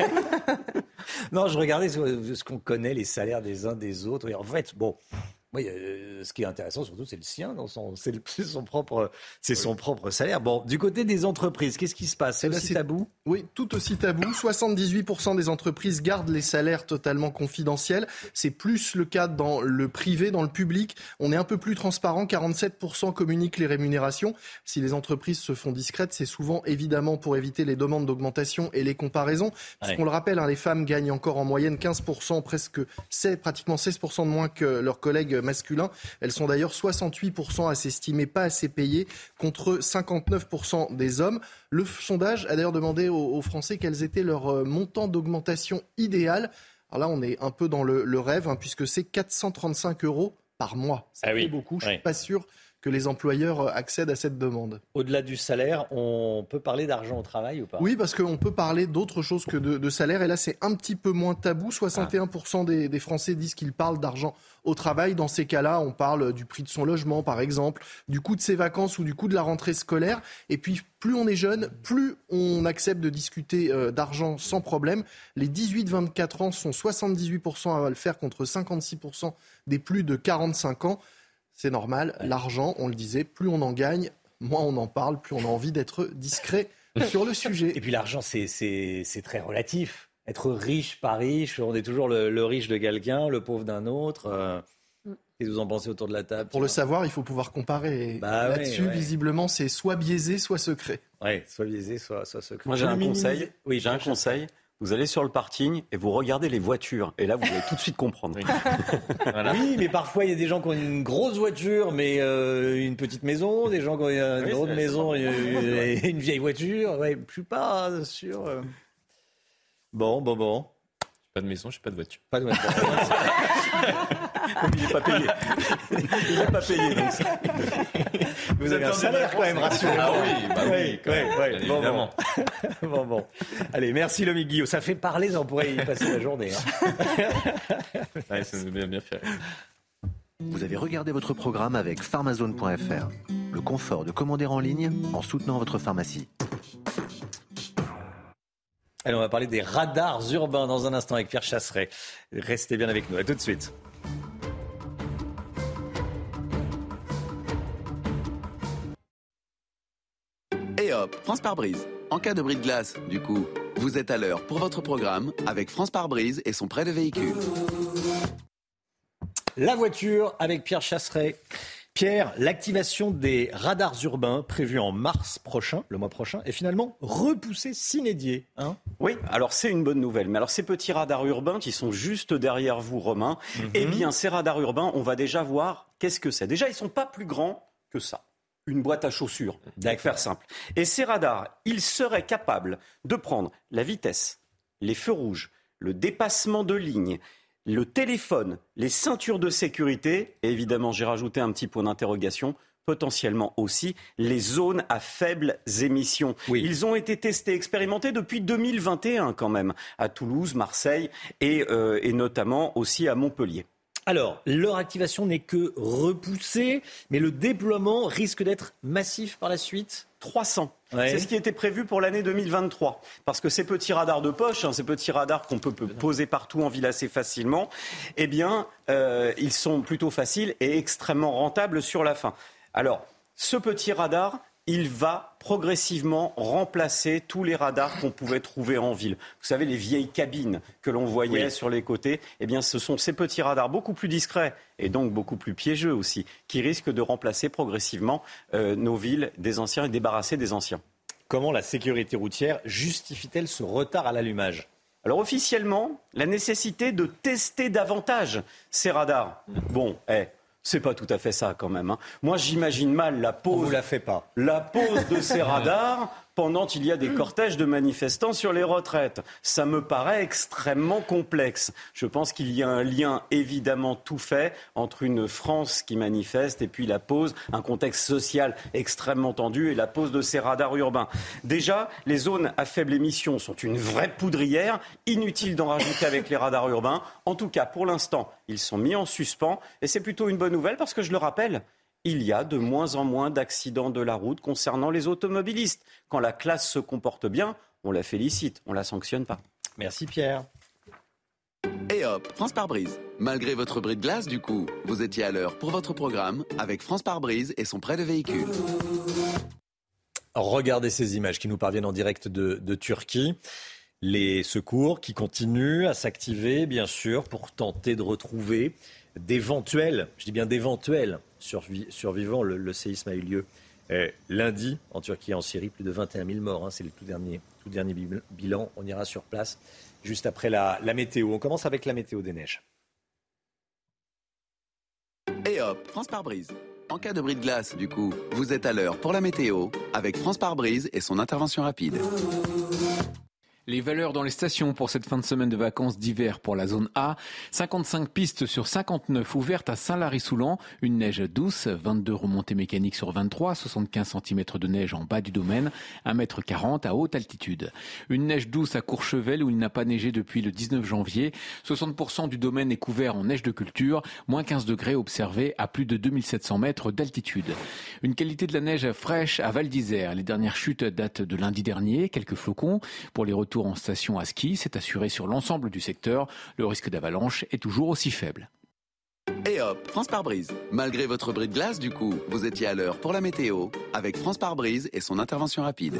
Non, je regardais ce, ce qu'on connaît, les salaires des uns des autres. Et en fait, bon. Oui, euh, ce qui est intéressant surtout, c'est le sien, dans son, c'est, le, c'est son propre, c'est oui. son propre salaire. Bon, du côté des entreprises, qu'est-ce qui se passe ? C'est aussi c'est, tabou ? Oui, tout aussi tabou. soixante-dix-huit pour cent des entreprises gardent les salaires totalement confidentiels. C'est plus le cas dans le privé, dans le public. On est un peu plus transparent. quarante-sept pour cent communiquent les rémunérations. Si les entreprises se font discrètes, c'est souvent évidemment pour éviter les demandes d'augmentation et les comparaisons. Parce ouais. qu'on le rappelle, hein, les femmes gagnent encore en moyenne quinze pour cent, presque c'est pratiquement seize pour cent de moins que leurs collègues masculins. Elles sont d'ailleurs soixante-huit pour cent à s'estimer pas assez payées contre cinquante-neuf pour cent des hommes. Le sondage a d'ailleurs demandé aux, aux Français quels étaient leurs montants d'augmentation idéal. Alors là, on est un peu dans le, le rêve, hein, puisque c'est quatre cent trente-cinq euros par mois. Ça ah fait oui. beaucoup. Je ne suis oui. pas sûr que les employeurs accèdent à cette demande. Au-delà du salaire, on peut parler d'argent au travail ou pas ? Oui, parce qu'on peut parler d'autre chose que de, de salaire. Et là, c'est un petit peu moins tabou. soixante et un pour cent des, des Français disent qu'ils parlent d'argent au travail. Dans ces cas-là, on parle du prix de son logement, par exemple, du coût de ses vacances ou du coût de la rentrée scolaire. Et puis, plus on est jeune, plus on accepte de discuter euh, d'argent sans problème. Les dix-huit vingt-quatre ans sont soixante-dix-huit pour cent à le faire contre cinquante-six pour cent des plus de quarante-cinq ans. C'est normal, ouais. L'argent, on le disait, plus on en gagne, moins on en parle, plus on a envie d'être discret sur le sujet. Et puis l'argent, c'est, c'est, c'est très relatif. Être riche, pas riche, on est toujours le, le riche de quelqu'un, le pauvre d'un autre. Euh, qu'est-ce que vous en pensez autour de la table ? Pour le savoir, il faut pouvoir comparer. Bah, là-dessus, ouais, ouais. visiblement, c'est soit biaisé, soit secret. Oui, soit biaisé, soit, soit secret. Moi, j'ai un conseil. Oui, j'ai un conseil. Vous allez sur le parking et vous regardez les voitures. Et là, vous allez tout de suite comprendre. Oui, voilà. Oui, mais parfois, il y a des gens qui ont une grosse voiture, mais euh, une petite maison. Des gens qui ont une oui, grande maison et une, une vieille voiture. Ouais, je ne suis pas sûr. Bon, bon, bon. Pas de maison, je n'ai pas de voiture. Pas de voiture. Il n'est pas payé. Il n'est pas payé. Donc ça... Vous, Vous avez un salaire quand même, rassurez-moi. Ah oui, bah oui, oui, oui, oui. Bon, évidemment. Bon. bon, bon. Allez, merci Lomi Guillaume. Ça fait parler, on pourrait y passer la journée. Hein. Ouais, ça nous a bien, bien fait. Vous avez regardé votre programme avec pharmazone point f r. Le confort de commander en ligne en soutenant votre pharmacie. Allez, on va parler des radars urbains dans un instant avec Pierre Chasseret. Restez bien avec nous. À tout de suite. Et hop, France Pare-Brise. En cas de bris de glace, du coup, vous êtes à l'heure pour votre programme avec France Pare-Brise et son prêt de véhicule. La voiture avec Pierre Chasseret. Pierre, l'activation des radars urbains prévue en mars prochain, le mois prochain, est finalement repoussée sine die. Hein oui, alors c'est une bonne nouvelle. Mais alors ces petits radars urbains qui sont juste derrière vous, Romain, mm-hmm. eh bien ces radars urbains, on va déjà voir qu'est-ce que c'est. Déjà, ils ne sont pas plus grands que ça. Une boîte à chaussures, pour faire simple. Et ces radars, ils seraient capables de prendre la vitesse, les feux rouges, le dépassement de ligne, le téléphone, les ceintures de sécurité, et évidemment, j'ai rajouté un petit point d'interrogation, potentiellement aussi les zones à faibles émissions. Oui. Ils ont été testés, expérimentés depuis deux mille vingt et un quand même, à Toulouse, Marseille et, euh, et notamment aussi à Montpellier. Alors, leur activation n'est que repoussée, mais le déploiement risque d'être massif par la suite. trois cents. Ouais. C'est ce qui était prévu pour l'année deux mille vingt-trois. Parce que ces petits radars de poche, hein, ces petits radars qu'on peut poser partout en ville assez facilement, eh bien, euh, ils sont plutôt faciles et extrêmement rentables sur la fin. Alors, ce petit radar, il va progressivement remplacer tous les radars qu'on pouvait trouver en ville. Vous savez, les vieilles cabines que l'on voyait oui. sur les côtés, eh bien, ce sont ces petits radars beaucoup plus discrets et donc beaucoup plus piégeux aussi, qui risquent de remplacer progressivement euh, nos villes des anciens et débarrasser des anciens. Comment la sécurité routière justifie-t-elle ce retard à l'allumage ? Alors officiellement, la nécessité de tester davantage ces radars. Bon, eh... c'est pas tout à fait ça quand même. Hein. Moi, j'imagine mal la pose. On vous la fait pas. La pose de ces radars pendant qu'il y a des cortèges de manifestants sur les retraites. Ça me paraît extrêmement complexe. Je pense qu'il y a un lien évidemment tout fait entre une France qui manifeste et puis la pose, un contexte social extrêmement tendu et la pose de ces radars urbains. Déjà, les zones à faible émission sont une vraie poudrière. Inutile d'en rajouter avec les radars urbains. En tout cas, pour l'instant, ils sont mis en suspens et c'est plutôt une bonne nouvelle parce que je le rappelle, il y a de moins en moins d'accidents de la route concernant les automobilistes. Quand la classe se comporte bien, on la félicite, on la sanctionne pas. Merci Pierre. Et hop, France Pare-Brise. Malgré votre bris de glace, du coup, vous étiez à l'heure pour votre programme avec France Pare-Brise et son prêt de véhicule. Regardez ces images qui nous parviennent en direct de, de Turquie. Les secours qui continuent à s'activer, bien sûr, pour tenter de retrouver d'éventuels, je dis bien d'éventuels survi- survivants. Le, le séisme a eu lieu euh, lundi en Turquie et en Syrie. Plus de vingt et un mille morts, hein, c'est le tout dernier, tout dernier bilan. On ira sur place juste après la, la météo. On commence avec la météo des neiges. Et hop, France Pare-Brise. En cas de bris de glace, du coup, vous êtes à l'heure pour la météo avec France Pare-Brise et son intervention rapide. Les valeurs dans les stations pour cette fin de semaine de vacances d'hiver pour la zone A. cinquante-cinq pistes sur cinquante-neuf ouvertes à Saint-Lary-Soulan. Une neige douce, vingt-deux remontées mécaniques sur vingt-trois, soixante-quinze centimètres de neige en bas du domaine, un mètre quarante à haute altitude. Une neige douce à Courchevel où il n'a pas neigé depuis le dix-neuf janvier. soixante pour cent du domaine est couvert en neige de culture, moins quinze degrés observés à plus de deux mille sept cents mètres d'altitude. Une qualité de la neige fraîche à Val d'Isère. Les dernières chutes datent de lundi dernier, quelques flocons. Pour les retours en station à ski, c'est assuré sur l'ensemble du secteur. Le risque d'avalanche est toujours aussi faible. Et hop, France Pare-Brise. Malgré votre bris de glace, du coup, vous étiez à l'heure pour la météo avec France Pare-Brise et son intervention rapide.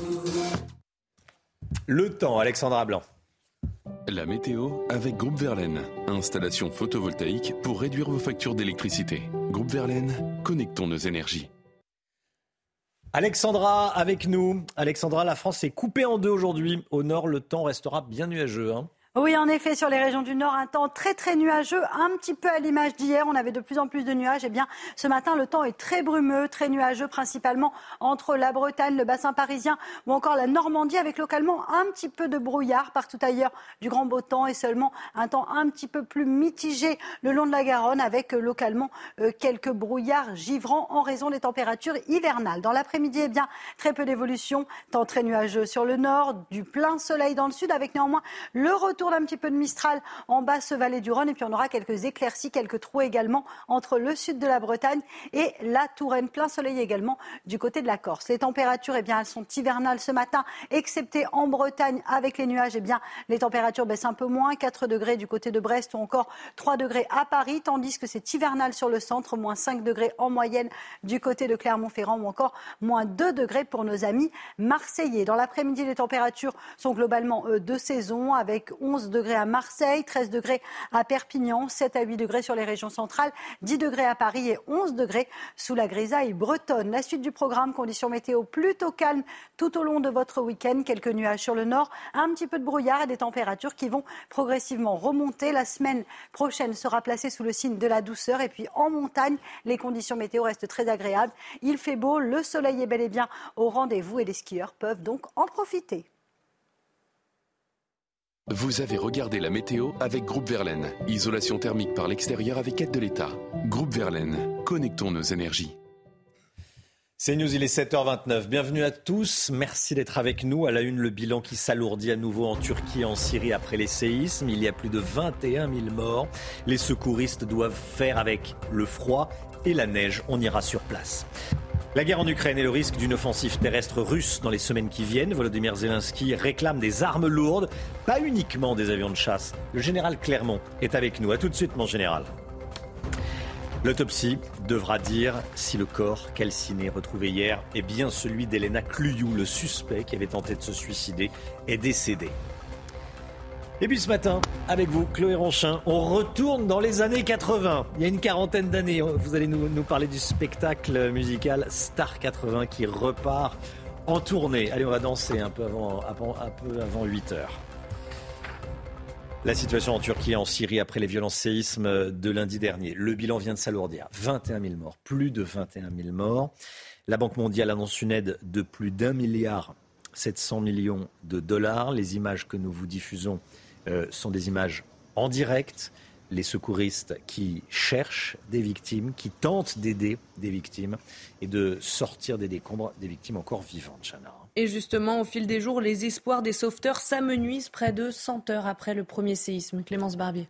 Le temps, Alexandra Blanc. La météo avec Groupe Verlaine. Installation photovoltaïque pour réduire vos factures d'électricité. Groupe Verlaine, connectons nos énergies. Alexandra avec nous. Alexandra, la France est coupée en deux aujourd'hui. Au nord, le temps restera bien nuageux. Hein. Oui, en effet, sur les régions du Nord, un temps très très nuageux, un petit peu à l'image d'hier. On avait de plus en plus de nuages. Eh bien, ce matin, le temps est très brumeux, très nuageux, principalement entre la Bretagne, le bassin parisien ou encore la Normandie, avec localement un petit peu de brouillard. Partout ailleurs, du grand beau temps et seulement un temps un petit peu plus mitigé le long de la Garonne, avec localement euh, quelques brouillards givrants en raison des températures hivernales. Dans l'après-midi, eh bien, très peu d'évolution. Temps très nuageux sur le nord, du plein soleil dans le sud, avec néanmoins le retour d'un petit peu de Mistral en basse vallée du Rhône, et puis on aura quelques éclaircies, quelques trous également entre le sud de la Bretagne et la Touraine. Plein soleil également du côté de la Corse. Les températures, eh bien, elles sont hivernales ce matin, excepté en Bretagne avec les nuages. Eh bien, les températures baissent un peu moins, quatre degrés du côté de Brest ou encore trois degrés à Paris, tandis que c'est hivernal sur le centre, moins cinq degrés en moyenne du côté de Clermont-Ferrand ou encore moins deux degrés pour nos amis marseillais. Dans l'après-midi, les températures sont globalement euh, de saison avec onze onze degrés à Marseille, treize degrés à Perpignan, sept à huit degrés sur les régions centrales, dix degrés à Paris et onze degrés sous la grisaille bretonne. La suite du programme, conditions météo plutôt calmes tout au long de votre week-end. Quelques nuages sur le nord, un petit peu de brouillard et des températures qui vont progressivement remonter. La semaine prochaine sera placée sous le signe de la douceur. Et puis en montagne, les conditions météo restent très agréables. Il fait beau, le soleil est bel et bien au rendez-vous et les skieurs peuvent donc en profiter. Vous avez regardé la météo avec Groupe Verlaine. Isolation thermique par l'extérieur avec aide de l'État. Groupe Verlaine, connectons nos énergies. C'est News, il est sept heures vingt-neuf. Bienvenue à tous. Merci d'être avec nous. À la une, le bilan qui s'alourdit à nouveau en Turquie et en Syrie après les séismes. Il y a plus de vingt et un mille morts. Les secouristes doivent faire avec le froid et la neige. On ira sur place. La guerre en Ukraine et le risque d'une offensive terrestre russe dans les semaines qui viennent. Volodymyr Zelensky réclame des armes lourdes, pas uniquement des avions de chasse. Le général Clermont est avec nous. À tout de suite, mon général. L'autopsie devra dire si le corps calciné retrouvé hier est bien celui d'Elena Cluyou, le suspect qui avait tenté de se suicider, est décédé. Et puis ce matin, avec vous, Chloé Ronchin, on retourne dans les années quatre-vingts. Il y a une quarantaine d'années, vous allez nous, nous parler du spectacle musical Star quatre-vingts qui repart en tournée. Allez, on va danser un peu avant, avant, un peu avant huit heures. La situation en Turquie et en Syrie après les violents séismes de lundi dernier. Le bilan vient de s'alourdir. vingt et un mille morts, plus de vingt et un mille morts. La Banque mondiale annonce une aide de plus d'un milliard sept cents millions de dollars. Les images que nous vous diffusons euh, sont des images en direct. Les secouristes qui cherchent des victimes, qui tentent d'aider des victimes et de sortir des décombres des victimes encore vivantes, Chana. Et justement, au fil des jours, les espoirs des sauveteurs s'amenuisent près de cent heures après le premier séisme. Clémence Barbier.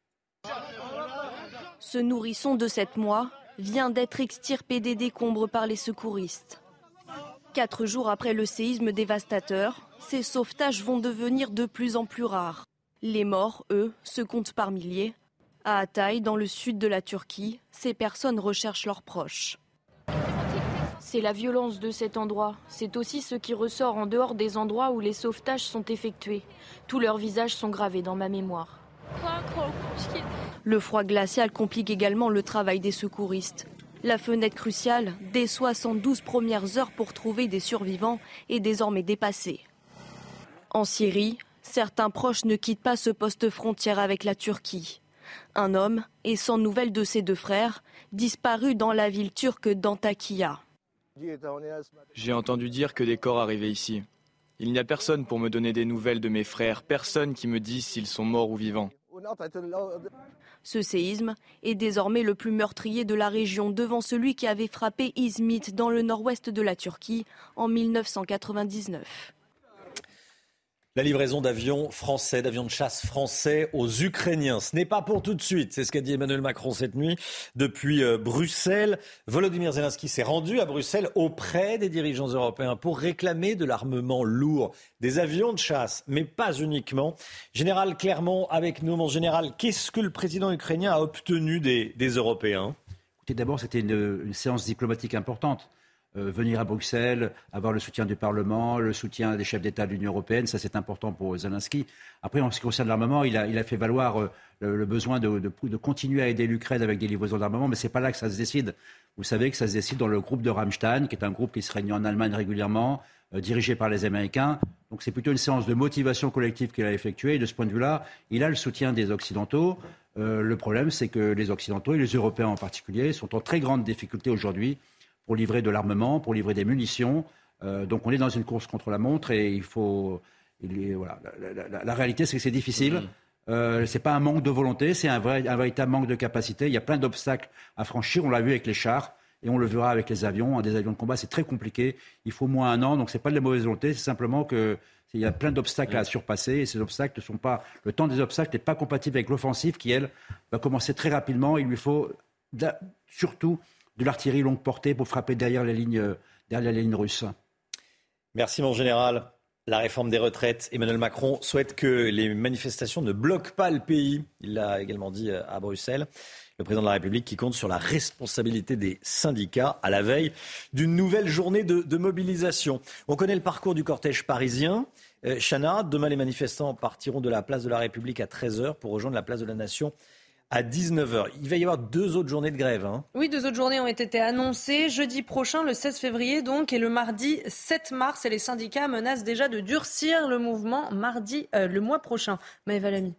Ce nourrisson de sept mois vient d'être extirpé des décombres par les secouristes. Quatre jours après le séisme dévastateur, ces sauvetages vont devenir de plus en plus rares. Les morts, eux, se comptent par milliers. À Hatay, dans le sud de la Turquie, ces personnes recherchent leurs proches. C'est la violence de cet endroit. C'est aussi ce qui ressort en dehors des endroits où les sauvetages sont effectués. Tous leurs visages sont gravés dans ma mémoire. Le froid glacial complique également le travail des secouristes. La fenêtre cruciale, des soixante-douze premières heures pour trouver des survivants, est désormais dépassée. En Syrie, certains proches ne quittent pas ce poste frontière avec la Turquie. Un homme est sans nouvelles de ses deux frères, disparus dans la ville turque d'Antakya. J'ai entendu dire que des corps arrivaient ici. Il n'y a personne pour me donner des nouvelles de mes frères, personne qui me dise s'ils sont morts ou vivants. Ce séisme est désormais le plus meurtrier de la région, devant celui qui avait frappé Izmit dans le nord-ouest de la Turquie en mille neuf cent quatre-vingt-dix-neuf. La livraison d'avions français, d'avions de chasse français aux Ukrainiens. Ce n'est pas pour tout de suite, c'est ce qu'a dit Emmanuel Macron cette nuit depuis euh, Bruxelles. Volodymyr Zelensky s'est rendu à Bruxelles auprès des dirigeants européens pour réclamer de l'armement lourd, des avions de chasse, mais pas uniquement. Général Clermont avec nous, mon général, qu'est-ce que le président ukrainien a obtenu des, des Européens ? Écoutez, d'abord, c'était une, une séance diplomatique importante. Euh, venir à Bruxelles, avoir le soutien du Parlement, le soutien des chefs d'État de l'Union européenne, ça c'est important pour Zelensky. Après, en ce qui concerne l'armement, il a, il a fait valoir euh, le, le besoin de, de, de continuer à aider l'Ukraine avec des livraisons d'armement, mais c'est pas là que ça se décide. Vous savez que ça se décide dans le groupe de Rammstein, qui est un groupe qui se réunit en Allemagne régulièrement, euh, dirigé par les Américains. Donc c'est plutôt une séance de motivation collective qu'il a effectuée. Et de ce point de vue-là, il a le soutien des Occidentaux. Euh, le problème, c'est que les Occidentaux, et les Européens en particulier, sont en très grande difficulté aujourd'hui pour livrer de l'armement, pour livrer des munitions. Euh, donc on est dans une course contre la montre et il faut... Il est, voilà, la, la, la réalité, c'est que c'est difficile. Mmh. Euh, c'est pas un manque de volonté, c'est un, vrai, un véritable manque de capacité. Il y a plein d'obstacles à franchir. On l'a vu avec les chars et on le verra avec les avions. Des avions de combat, c'est très compliqué. Il faut au moins un an. Donc c'est pas de la mauvaise volonté, c'est simplement que il y a plein d'obstacles mmh. à surpasser et ces obstacles ne sont pas... Le temps des obstacles n'est pas compatible avec l'offensive qui, elle, va commencer très rapidement. Il lui faut de, surtout... de l'artillerie longue portée pour frapper derrière les lignes, derrière les lignes russes. Merci mon général. La réforme des retraites, Emmanuel Macron souhaite que les manifestations ne bloquent pas le pays. Il l'a également dit à Bruxelles. Le président de la République qui compte sur la responsabilité des syndicats à la veille d'une nouvelle journée de, de mobilisation. On connaît le parcours du cortège parisien. Euh, Chana, demain les manifestants partiront de la place de la République à treize heures pour rejoindre la place de la Nation à dix-neuf heures. Il va y avoir deux autres journées de grève. Hein. Oui, deux autres journées ont été annoncées. Jeudi prochain, le seize février donc, et le mardi sept mars. Et les syndicats menacent déjà de durcir le mouvement mardi, euh, le mois prochain. Maëva Lamy.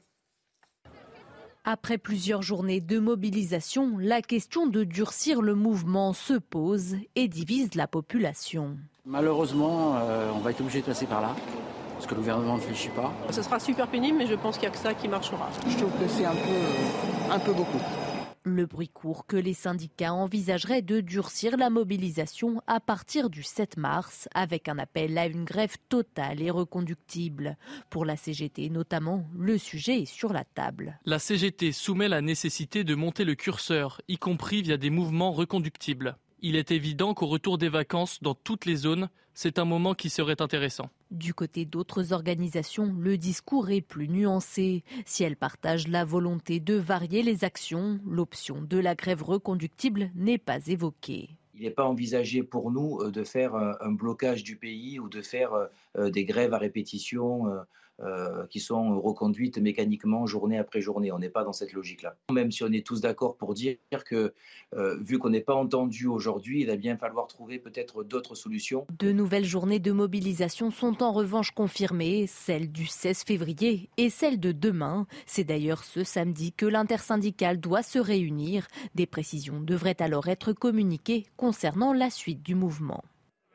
Après plusieurs journées de mobilisation, la question de durcir le mouvement se pose et divise la population. Malheureusement, euh, on va être obligé de passer par là. Parce que le gouvernement ne réfléchit pas. Ce sera super pénible, mais je pense qu'il n'y a que ça qui marchera. Je trouve que c'est un peu, un peu beaucoup. Le bruit court que les syndicats envisageraient de durcir la mobilisation à partir du sept mars, avec un appel à une grève totale et reconductible. Pour la C G T notamment, le sujet est sur la table. La C G T soumet la nécessité de monter le curseur, y compris via des mouvements reconductibles. Il est évident qu'au retour des vacances dans toutes les zones, c'est un moment qui serait intéressant. Du côté d'autres organisations, le discours est plus nuancé. Si elles partagent la volonté de varier les actions, l'option de la grève reconductible n'est pas évoquée. Il n'est pas envisagé pour nous de faire un blocage du pays ou de faire des grèves à répétition euh, qui sont reconduites mécaniquement journée après journée. On n'est pas dans cette logique-là. Même si on est tous d'accord pour dire que, euh, vu qu'on n'est pas entendu aujourd'hui, il va bien falloir trouver peut-être d'autres solutions. De nouvelles journées de mobilisation sont en revanche confirmées, celle du seize février et celle de demain. C'est d'ailleurs ce samedi que l'intersyndicale doit se réunir. Des précisions devraient alors être communiquées concernant la suite du mouvement.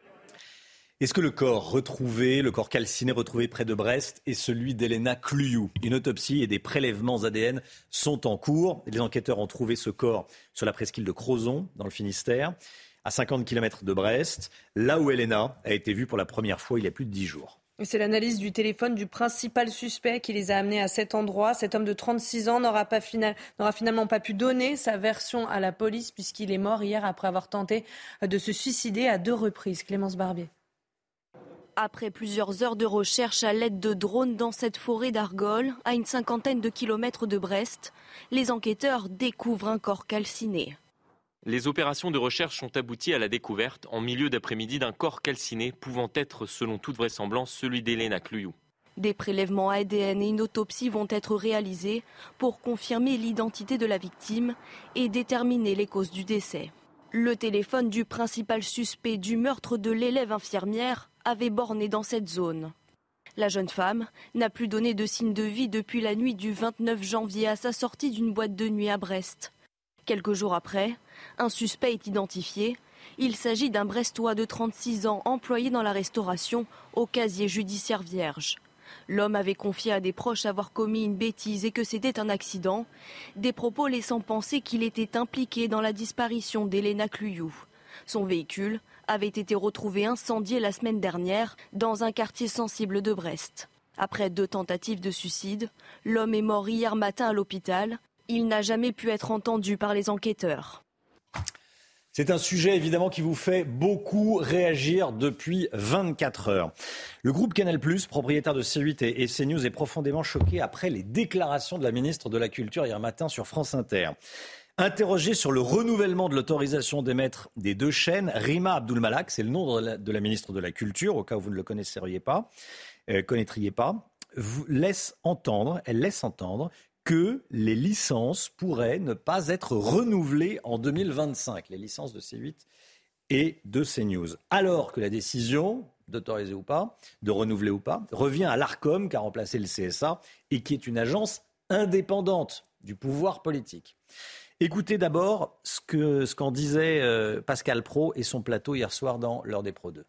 Est-ce que le corps retrouvé, le corps calciné retrouvé près de Brest est celui d'Elena Cluyou ? Une autopsie et des prélèvements A D N sont en cours. Les enquêteurs ont trouvé ce corps sur la presqu'île de Crozon, dans le Finistère, à cinquante kilomètres de Brest, là où Elena a été vue pour la première fois il y a plus de dix jours. C'est l'analyse du téléphone du principal suspect qui les a amenés à cet endroit. Cet homme de trente-six ans n'aura, pas final... n'aura finalement pas pu donner sa version à la police puisqu'il est mort hier après avoir tenté de se suicider à deux reprises. Clémence Barbier. Après plusieurs heures de recherche à l'aide de drones dans cette forêt d'Argol, à une cinquantaine de kilomètres de Brest, les enquêteurs découvrent un corps calciné. Les opérations de recherche ont abouti à la découverte en milieu d'après-midi d'un corps calciné pouvant être, selon toute vraisemblance, celui d'Elena Cluyou. Des prélèvements A D N et une autopsie vont être réalisés pour confirmer l'identité de la victime et déterminer les causes du décès. Le téléphone du principal suspect du meurtre de l'élève infirmière avait borné dans cette zone. La jeune femme n'a plus donné de signe de vie depuis la nuit du vingt-neuf janvier à sa sortie d'une boîte de nuit à Brest. Quelques jours après, un suspect est identifié. Il s'agit d'un Brestois de trente-six ans employé dans la restauration au casier judiciaire vierge. L'homme avait confié à des proches avoir commis une bêtise et que c'était un accident, des propos laissant penser qu'il était impliqué dans la disparition d'Elena Cluyou. Son véhicule avait été retrouvé incendié la semaine dernière dans un quartier sensible de Brest. Après deux tentatives de suicide, l'homme est mort hier matin à l'hôpital. Il n'a jamais pu être entendu par les enquêteurs. C'est un sujet évidemment qui vous fait beaucoup réagir depuis vingt-quatre heures. Le groupe Canal+, propriétaire de C huit et CNews, est profondément choqué après les déclarations de la ministre de la Culture hier matin sur France Inter. Interrogée sur le renouvellement de l'autorisation d'émettre des deux chaînes, Rima Abdul-Malak, c'est le nom de la, de la ministre de la Culture, au cas où vous ne le connaisseriez pas, euh, connaîtriez pas, vous laisse entendre, elle laisse entendre que les licences pourraient ne pas être renouvelées en deux mille vingt-cinq, les licences de C huit et de CNews. Alors que la décision d'autoriser ou pas, de renouveler ou pas, revient à l'Arcom qui a remplacé le C S A et qui est une agence indépendante du pouvoir politique. Écoutez d'abord ce, que, ce qu'en disait euh, Pascal Praud et son plateau hier soir dans l'heure des Pro deux.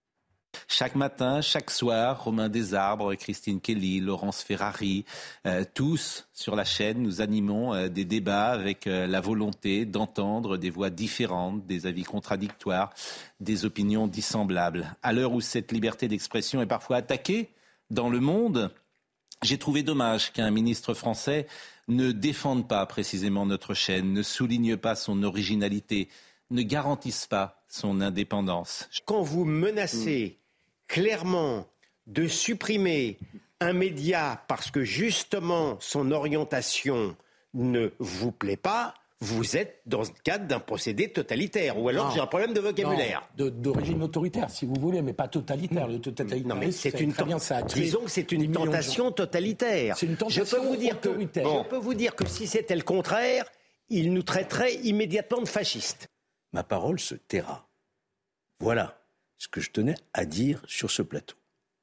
Chaque matin, chaque soir, Romain Desarbres, Christine Kelly, Laurence Ferrari, euh, tous sur la chaîne, nous animons euh, des débats avec euh, la volonté d'entendre des voix différentes, des avis contradictoires, des opinions dissemblables. À l'heure où cette liberté d'expression est parfois attaquée dans le monde, j'ai trouvé dommage qu'un ministre français ne défende pas précisément notre chaîne, ne souligne pas son originalité, ne garantisse pas son indépendance. Quand vous menacez clairement de supprimer un média parce que justement son orientation ne vous plaît pas, vous êtes dans le cadre d'un procédé totalitaire, ou alors non, j'ai un problème de vocabulaire. Non, de, d'origine autoritaire, si vous voulez, mais pas totalitaire. Le totalitarisme, non, mais c'est une, bien, ça a tué disons que c'est une tentation totalitaire. C'est une tentation je peux vous dire autoritaire. Que, bon. Je peux vous dire que si c'était le contraire, il nous traiterait immédiatement de fascistes. Ma parole se taira. Voilà ce que je tenais à dire sur ce plateau.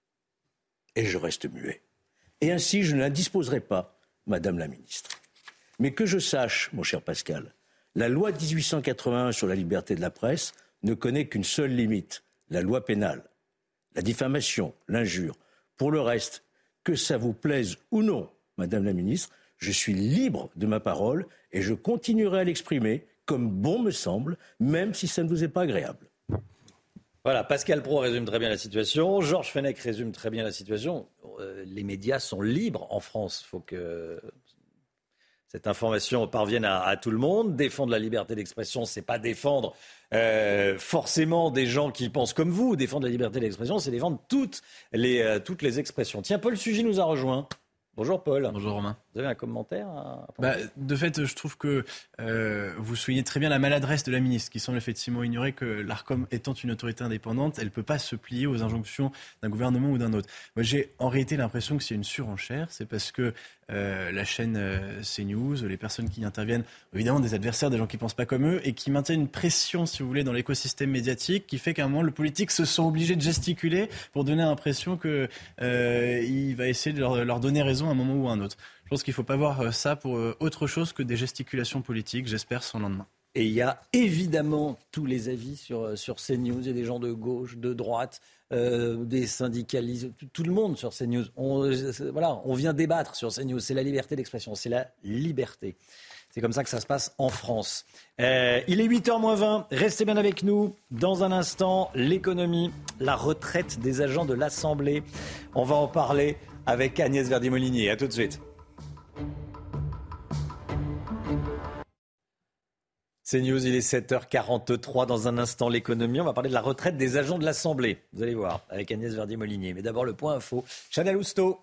Et je reste muet. Et ainsi, je ne la disposerai pas, Madame la Ministre. Mais que je sache, mon cher Pascal, la loi dix-huit cent quatre-vingt-un sur la liberté de la presse ne connaît qu'une seule limite, la loi pénale. La diffamation, l'injure. Pour le reste, que ça vous plaise ou non, Madame la Ministre, je suis libre de ma parole et je continuerai à l'exprimer comme bon me semble, même si ça ne vous est pas agréable. Voilà, Pascal Praud résume très bien la situation, Georges Fenech résume très bien la situation. Euh, les médias sont libres en France, il faut que cette information parvienne à, à tout le monde. Défendre la liberté d'expression, c'est pas défendre euh, forcément des gens qui pensent comme vous. Défendre la liberté d'expression, c'est défendre toutes les, euh, toutes les expressions. Tiens, Paul Sugy nous a rejoint. Bonjour Paul. Bonjour Romain. Vous avez un commentaire à... bah, De fait, je trouve que euh, vous soulignez très bien la maladresse de la ministre, qui semble effectivement ignorer que l'Arcom étant une autorité indépendante, elle ne peut pas se plier aux injonctions d'un gouvernement ou d'un autre. Moi, j'ai en réalité l'impression que c'est une surenchère. C'est parce que euh, la chaîne euh, CNews, les personnes qui y interviennent, évidemment des adversaires, des gens qui ne pensent pas comme eux, et qui maintiennent une pression, si vous voulez, dans l'écosystème médiatique, qui fait qu'à un moment, le politique se sent obligé de gesticuler pour donner l'impression qu'il euh, va essayer de leur, leur donner raison à un moment ou à un autre. Je pense qu'il ne faut pas voir ça pour autre chose que des gesticulations politiques, j'espère, sans lendemain. Et il y a évidemment tous les avis sur, sur CNews. Il y a des gens de gauche, de droite, euh, des syndicalistes, tout, tout le monde sur CNews. On, voilà, on vient débattre sur CNews. C'est la liberté d'expression, c'est la liberté. C'est comme ça que ça se passe en France. Euh, il est huit heures moins vingt. Restez bien avec nous. Dans un instant, l'économie, la retraite des agents de l'Assemblée. On va en parler avec Agnès Verdier-Molinier. À tout de suite. C'est News, il est sept heures quarante-trois. Dans un instant, l'économie. On va parler de la retraite des agents de l'Assemblée. Vous allez voir, avec Agnès Verdier-Molinier. Mais d'abord, le point info. Chanel Housteau.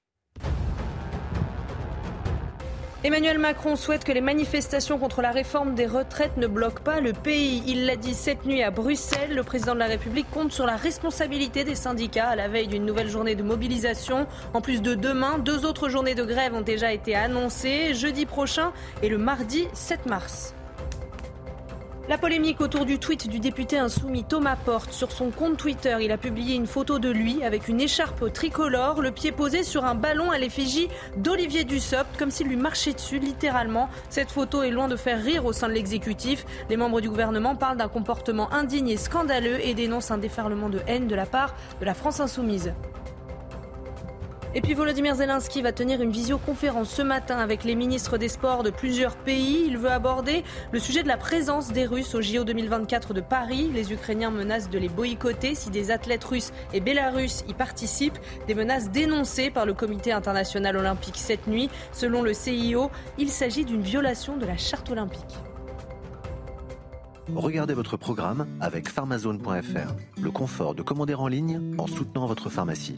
Emmanuel Macron souhaite que les manifestations contre la réforme des retraites ne bloquent pas le pays. Il l'a dit cette nuit à Bruxelles. Le président de la République compte sur la responsabilité des syndicats à la veille d'une nouvelle journée de mobilisation. En plus de demain, deux autres journées de grève ont déjà été annoncées, jeudi prochain et le mardi sept mars. La polémique autour du tweet du député insoumis Thomas Porte. Sur son compte Twitter, il a publié une photo de lui avec une écharpe tricolore, le pied posé sur un ballon à l'effigie d'Olivier Dussopt, comme s'il lui marchait dessus littéralement. Cette photo est loin de faire rire au sein de l'exécutif. Les membres du gouvernement parlent d'un comportement indigne et scandaleux et dénoncent un déferlement de haine de la part de la France insoumise. Et puis Volodymyr Zelensky va tenir une visioconférence ce matin avec les ministres des Sports de plusieurs pays. Il veut aborder le sujet de la présence des Russes au J O deux mille vingt-quatre de Paris. Les Ukrainiens menacent de les boycotter si des athlètes russes et bélarusses y participent. Des menaces dénoncées par le Comité international olympique cette nuit. Selon le C I O, il s'agit d'une violation de la charte olympique. Regardez votre programme avec pharmazone point f r. Le confort de commander en ligne en soutenant votre pharmacie.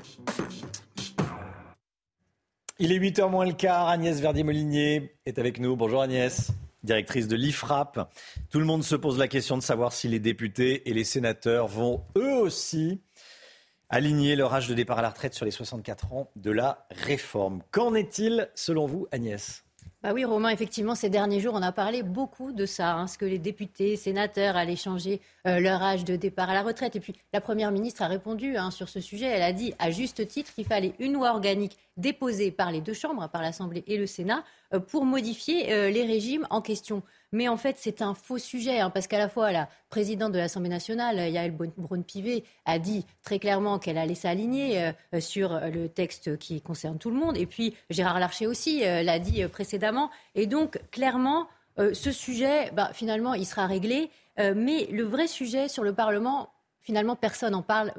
Il est huit heures moins le quart. Agnès Verdier-Molinier est avec nous. Bonjour Agnès, directrice de l'I F R A P. Tout le monde se pose la question de savoir si les députés et les sénateurs vont eux aussi aligner leur âge de départ à la retraite sur les soixante-quatre ans de la réforme. Qu'en est-il selon vous, Agnès ? Bah oui, Romain, effectivement, ces derniers jours, on a parlé beaucoup de ça, hein, ce que les députés, sénateurs allaient changer euh, leur âge de départ à la retraite. Et puis, la Première ministre a répondu hein, sur ce sujet. Elle a dit, à juste titre, qu'il fallait une loi organique déposée par les deux chambres, par l'Assemblée et le Sénat, euh, pour modifier euh, les régimes en question. Mais en fait, c'est un faux sujet, hein, parce qu'à la fois, la présidente de l'Assemblée nationale, Yaël Braun-Pivet, a dit très clairement qu'elle allait s'aligner euh, sur le texte qui concerne tout le monde. Et puis, Gérard Larcher aussi euh, l'a dit euh, précédemment. Et donc, clairement, euh, ce sujet, bah, finalement, il sera réglé. Euh, mais le vrai sujet sur le Parlement, finalement, personne n'en parle vraiment.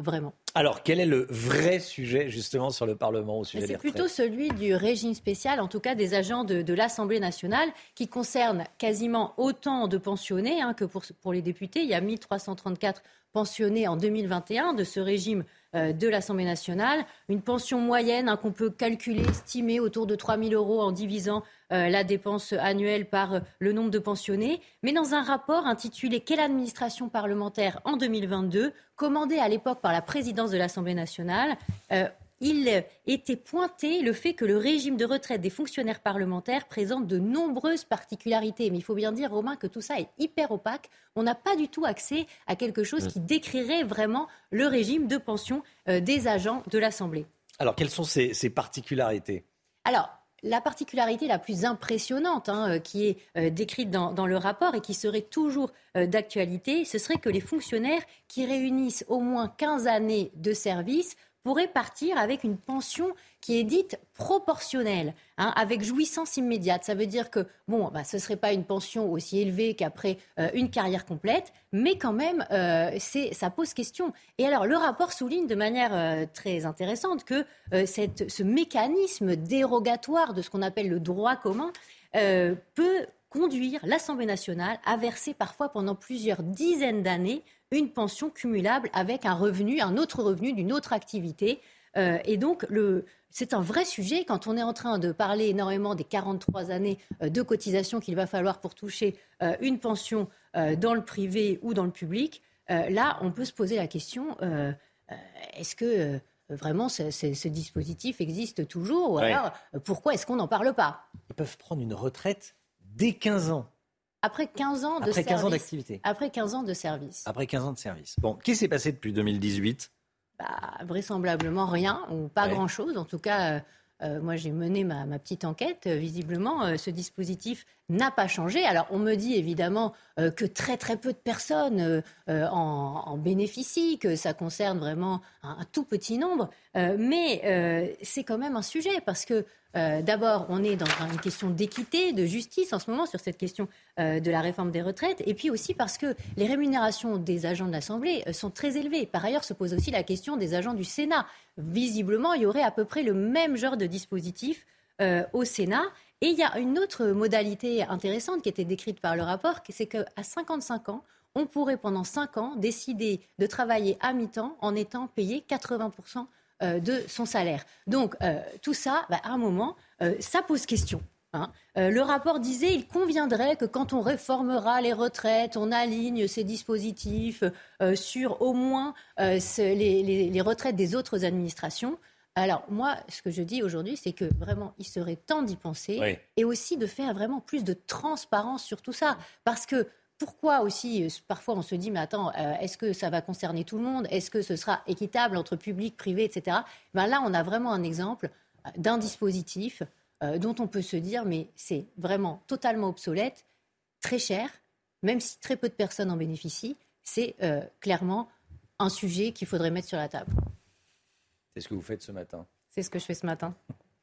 Alors, quel est le vrai sujet, justement, sur le Parlement au sujet des retraites ? C'est plutôt celui du régime spécial, en tout cas des agents de, de l'Assemblée nationale, qui concerne quasiment autant de pensionnés hein, que pour, pour les députés. Il y a mille trois cent trente-quatre pensionnés en deux mille vingt et un de ce régime euh, de l'Assemblée nationale. Une pension moyenne hein, qu'on peut calculer, estimer autour de trois mille euros en divisant euh, la dépense annuelle par euh, le nombre de pensionnés. Mais dans un rapport intitulé « Quelle administration parlementaire en deux mille vingt-deux ?» commandé à l'époque par la présidence de l'Assemblée nationale, euh, il était pointé le fait que le régime de retraite des fonctionnaires parlementaires présente de nombreuses particularités. Mais il faut bien dire, Romain, que tout ça est hyper opaque. On n'a pas du tout accès à quelque chose qui décrirait vraiment le régime de pension euh, des agents de l'Assemblée. Alors, quelles sont ces, ces particularités ? Alors, la particularité la plus impressionnante hein, qui est euh, décrite dans, dans le rapport et qui serait toujours euh, d'actualité, ce serait que les fonctionnaires qui réunissent au moins quinze années de service pourrait partir avec une pension qui est dite proportionnelle, hein, avec jouissance immédiate. Ça veut dire que, bon, bah, ce ne serait pas une pension aussi élevée qu'après euh, une carrière complète, mais quand même, euh, c'est, ça pose question. Et alors, le rapport souligne de manière euh, très intéressante que euh, cette, ce mécanisme dérogatoire de ce qu'on appelle le droit commun euh, peut conduire l'Assemblée nationale à verser parfois pendant plusieurs dizaines d'années une pension cumulable avec un revenu, un autre revenu d'une autre activité. Euh, et donc, le, c'est un vrai sujet quand on est en train de parler énormément des quarante-trois années de cotisation qu'il va falloir pour toucher euh, une pension euh, dans le privé ou dans le public. Euh, là, on peut se poser la question, euh, euh, est-ce que euh, vraiment ce, ce, ce dispositif existe toujours ? Ou alors, ouais. pourquoi est-ce qu'on n'en parle pas ? Ils peuvent prendre une retraite dès quinze ans. Après quinze ans de Après service. quinze ans d'activité. Après quinze ans de service. Après quinze ans de service. Bon, qu'est-ce qui s'est passé depuis deux mille dix-huit ? Bah, vraisemblablement rien, ou pas ouais. grand-chose. En tout cas, euh, euh, moi j'ai mené ma, ma petite enquête. Euh, visiblement, euh, ce dispositif n'a pas changé. Alors on me dit évidemment euh, que très très peu de personnes euh, euh, en, en bénéficient, que ça concerne vraiment un, un tout petit nombre. Euh, mais euh, c'est quand même un sujet parce que Euh, d'abord, on est dans une question d'équité, de justice en ce moment sur cette question euh, de la réforme des retraites. Et puis aussi parce que les rémunérations des agents de l'Assemblée euh, sont très élevées. Par ailleurs, se pose aussi la question des agents du Sénat. Visiblement, il y aurait à peu près le même genre de dispositif euh, au Sénat. Et il y a une autre modalité intéressante qui était décrite par le rapport, c'est qu'à cinquante-cinq ans, on pourrait pendant cinq ans décider de travailler à mi-temps en étant payé quatre-vingts pour cent de son salaire. Donc, euh, tout ça, bah, à un moment, euh, ça pose question. Hein. Euh, le rapport disait il conviendrait que quand on réformera les retraites, on aligne ces dispositifs euh, sur au moins euh, ce, les, les, les retraites des autres administrations. Alors, moi, ce que je dis aujourd'hui, c'est que vraiment, il serait temps d'y penser oui. et aussi de faire vraiment plus de transparence sur tout ça. Parce que pourquoi aussi, parfois on se dit, mais attends, euh, est-ce que ça va concerner tout le monde ? Est-ce que ce sera équitable entre public, privé, et cetera. Ben là, on a vraiment un exemple d'un dispositif euh, dont on peut se dire, mais c'est vraiment totalement obsolète, très cher, même si très peu de personnes en bénéficient. C'est euh, clairement un sujet qu'il faudrait mettre sur la table. C'est ce que vous faites ce matin ? C'est ce que je fais ce matin.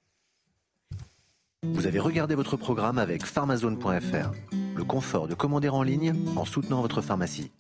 Vous avez regardé votre programme avec pharmazone point f r. Le confort de commander en ligne en soutenant votre pharmacie.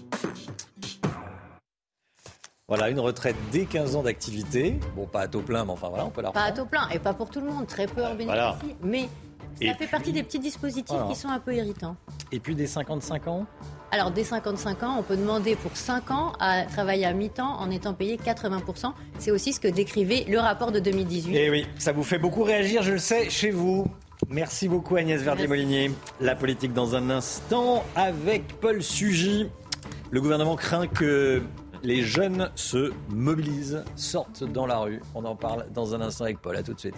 Voilà, une retraite dès quinze ans d'activité. Bon, pas à taux plein, mais enfin voilà, on peut la reprendre. Pas à taux plein, et pas pour tout le monde. Très peu en bénéficient. Voilà. Mais ça et fait puis... partie des petits dispositifs voilà. qui sont un peu irritants. Et puis dès cinquante-cinq ans ? Alors, dès cinquante-cinq ans, on peut demander pour cinq ans à travailler à mi-temps en étant payé quatre-vingts pour cent. C'est aussi ce que décrivait le rapport de deux mille dix-huit. Et oui, ça vous fait beaucoup réagir, je le sais, chez vous. Merci beaucoup Agnès Verdier-Molinier. La politique dans un instant avec Paul Sugy. Le gouvernement craint que les jeunes se mobilisent, sortent dans la rue. On en parle dans un instant avec Paul. À tout de suite.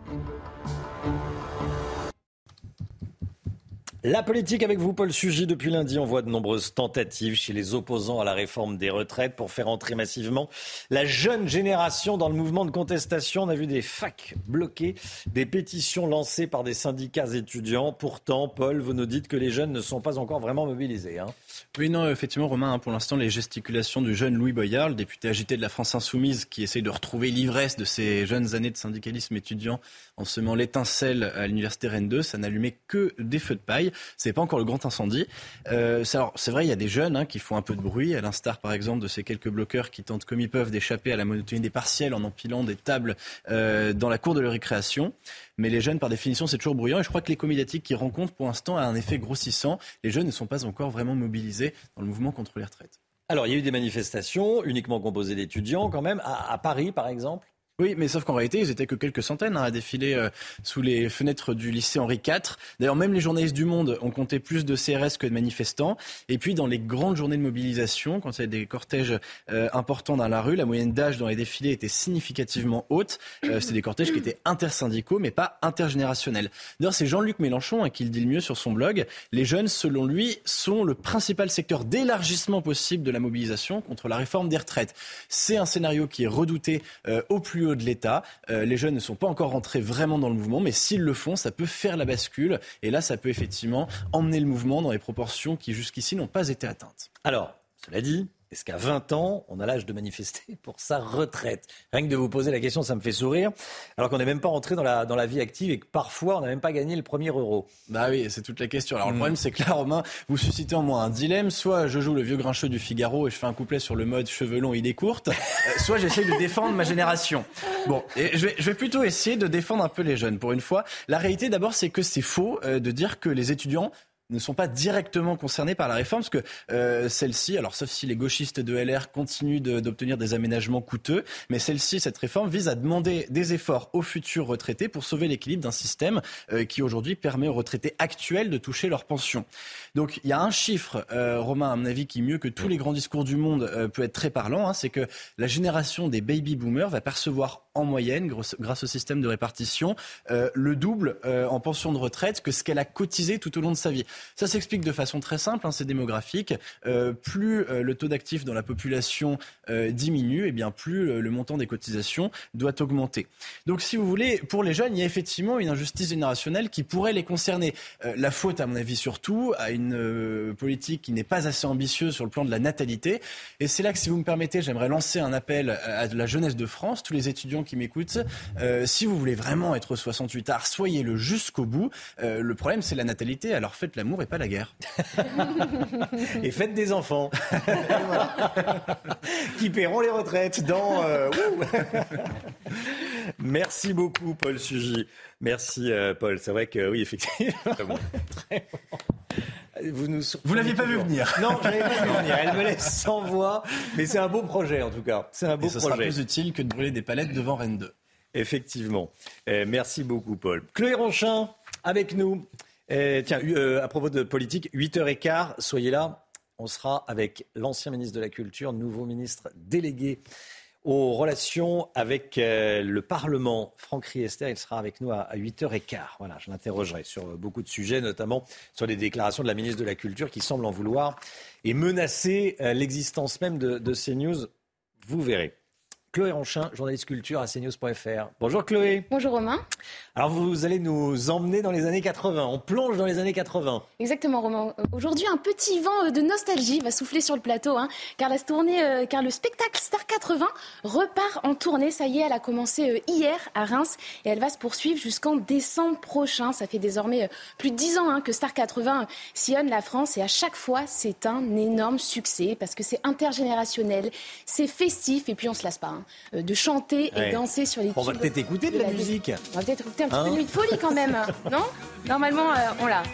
La politique avec vous, Paul Sugy. Depuis lundi, on voit de nombreuses tentatives chez les opposants à la réforme des retraites pour faire entrer massivement la jeune génération dans le mouvement de contestation. On a vu des facs bloquées, des pétitions lancées par des syndicats étudiants. Pourtant, Paul, vous nous dites que les jeunes ne sont pas encore vraiment mobilisés. Hein. Oui, non, effectivement, Romain, hein, pour l'instant, les gesticulations du jeune Louis Boyard, le député agité de la France Insoumise, qui essaye de retrouver l'ivresse de ses jeunes années de syndicalisme étudiant en semant l'étincelle à l'université Rennes deux, ça n'allumait que des feux de paille. Marseille, c'est pas encore le grand incendie. Euh, c'est, alors, c'est vrai, il y a des jeunes hein, qui font un peu de bruit, à l'instar par exemple de ces quelques bloqueurs qui tentent comme ils peuvent d'échapper à la monotonie des partiels en empilant des tables euh, dans la cour de leur récréation. Mais les jeunes, par définition, c'est toujours bruyant. Et je crois que l'écho médiatique qu'ils rencontrent pour l'instant a un effet grossissant. Les jeunes ne sont pas encore vraiment mobilisés dans le mouvement contre les retraites. Alors, il y a eu des manifestations uniquement composées d'étudiants quand même, à, à Paris par exemple. Oui, mais sauf qu'en réalité, ils étaient que quelques centaines hein, à défiler euh, sous les fenêtres du lycée Henri quatre. D'ailleurs, même les journalistes du Monde ont compté plus de C R S que de manifestants. Et puis, dans les grandes journées de mobilisation, quand il y a des cortèges euh, importants dans la rue, la moyenne d'âge dans les défilés était significativement haute. Euh, c'était des cortèges qui étaient intersyndicaux, mais pas intergénérationnels. D'ailleurs, c'est Jean-Luc Mélenchon hein, qui le dit le mieux sur son blog. Les jeunes, selon lui, sont le principal secteur d'élargissement possible de la mobilisation contre la réforme des retraites. C'est un scénario qui est redouté euh, au plus haut de l'État. Euh, les jeunes ne sont pas encore rentrés vraiment dans le mouvement, mais s'ils le font, ça peut faire la bascule. Et là, ça peut effectivement emmener le mouvement dans les proportions qui jusqu'ici n'ont pas été atteintes. Alors, cela dit, est-ce qu'à vingt ans, on a l'âge de manifester pour sa retraite ? Rien que de vous poser la question, ça me fait sourire. Alors qu'on n'est même pas rentré dans la, dans la vie active et que parfois, on n'a même pas gagné le premier euro. Bah oui, c'est toute la question. Alors mmh. le problème, c'est que là, Romain, vous suscitez en moi un dilemme. Soit je joue le vieux grincheux du Figaro et je fais un couplet sur le mode cheveux longs, idées courtes. euh, soit j'essaye de défendre ma génération. Bon, et je vais, je vais plutôt essayer de défendre un peu les jeunes. Pour une fois, la réalité, d'abord, c'est que c'est faux euh, de dire que les étudiants ne sont pas directement concernés par la réforme, parce que euh, celle-ci, alors sauf si les gauchistes de L R continuent de, d'obtenir des aménagements coûteux, mais celle-ci, cette réforme, vise à demander des efforts aux futurs retraités pour sauver l'équilibre d'un système euh, qui aujourd'hui permet aux retraités actuels de toucher leur pension. Donc il y a un chiffre, euh, Romain, à mon avis, qui mieux que tous les grands discours du monde euh, peut être très parlant, hein, c'est que la génération des baby boomers va percevoir en moyenne, grâce, grâce au système de répartition, euh, le double euh, en pension de retraite que ce qu'elle a cotisé tout au long de sa vie. Ça s'explique de façon très simple, hein, c'est démographique. Euh, plus euh, le taux d'actifs dans la population euh, diminue, et bien plus euh, le montant des cotisations doit augmenter. Donc si vous voulez, pour les jeunes, il y a effectivement une injustice générationnelle qui pourrait les concerner. Euh, la faute, à mon avis, surtout, à une euh, politique qui n'est pas assez ambitieuse sur le plan de la natalité. Et c'est là que, si vous me permettez, j'aimerais lancer un appel à la jeunesse de France, tous les étudiants qui m'écoutent. Euh, si vous voulez vraiment être soixante-huit ards, soyez-le jusqu'au bout. Euh, le problème, c'est la natalité, alors faites l'amour et pas la guerre. Et faites des enfants qui paieront les retraites dans... Euh, Merci beaucoup, Paul Sugy. Merci, euh, Paul. C'est vrai que oui, effectivement. Très bon. Très bon. Vous ne Vous l'aviez pas vu venir. Non, je l'avais pas vu venir. Elle me laisse sans voix. Mais c'est un beau projet, en tout cas. C'est un beau et ce projet. sera plus utile que de brûler des palettes devant Rennes deux. Effectivement. Euh, merci beaucoup, Paul. Chloé Ronchin, avec nous. Euh, tiens, euh, à propos de politique, huit heures quinze, soyez là. On sera avec l'ancien ministre de la Culture, nouveau ministre délégué aux relations avec euh, le Parlement, Franck Riester. Il sera avec nous à, à huit heures quinze. Voilà, je l'interrogerai sur euh, beaucoup de sujets, notamment sur les déclarations de la ministre de la Culture qui semble en vouloir et menacer euh, l'existence même de, de CNews. Vous verrez. Chloé Ronchin, journaliste culture à c news point f r. Bonjour Chloé. Bonjour Romain. Alors vous allez nous emmener dans les années quatre-vingts. On plonge dans les années quatre-vingts. Exactement Romain. Aujourd'hui, un petit vent de nostalgie va souffler sur le plateau, hein, car, la tournée, euh, car le spectacle Star quatre-vingts repart en tournée. Ça y est, elle a commencé euh, hier à Reims et elle va se poursuivre jusqu'en décembre prochain. Ça fait désormais euh, plus de dix ans hein, que Star quatre-vingts euh, sillonne la France et à chaque fois, c'est un énorme succès parce que c'est intergénérationnel, c'est festif et puis on se lasse pas. Hein. De chanter et ouais. danser sur les tubes. On va peut-être écouter de, de la, la musique. On va peut-être écouter un petit hein peu de nuit de folie quand même, non ? Normalement, euh, on l'a.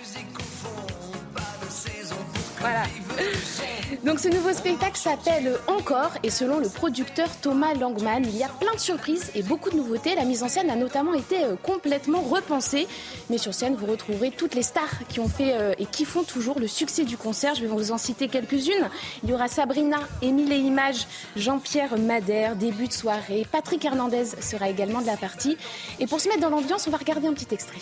Voilà. Donc ce nouveau spectacle s'appelle Encore et selon le producteur Thomas Langman, il y a plein de surprises et beaucoup de nouveautés. La mise en scène a notamment été complètement repensée. Mais sur scène, vous retrouverez toutes les stars qui ont fait euh, et qui font toujours le succès du concert. Je vais vous en citer quelques-unes. Il y aura Sabrina, Émile et Images, Jean-Pierre Madère, début de soirée. Patrick Hernandez sera également de la partie. Et pour se mettre dans l'ambiance, on va regarder un petit extrait.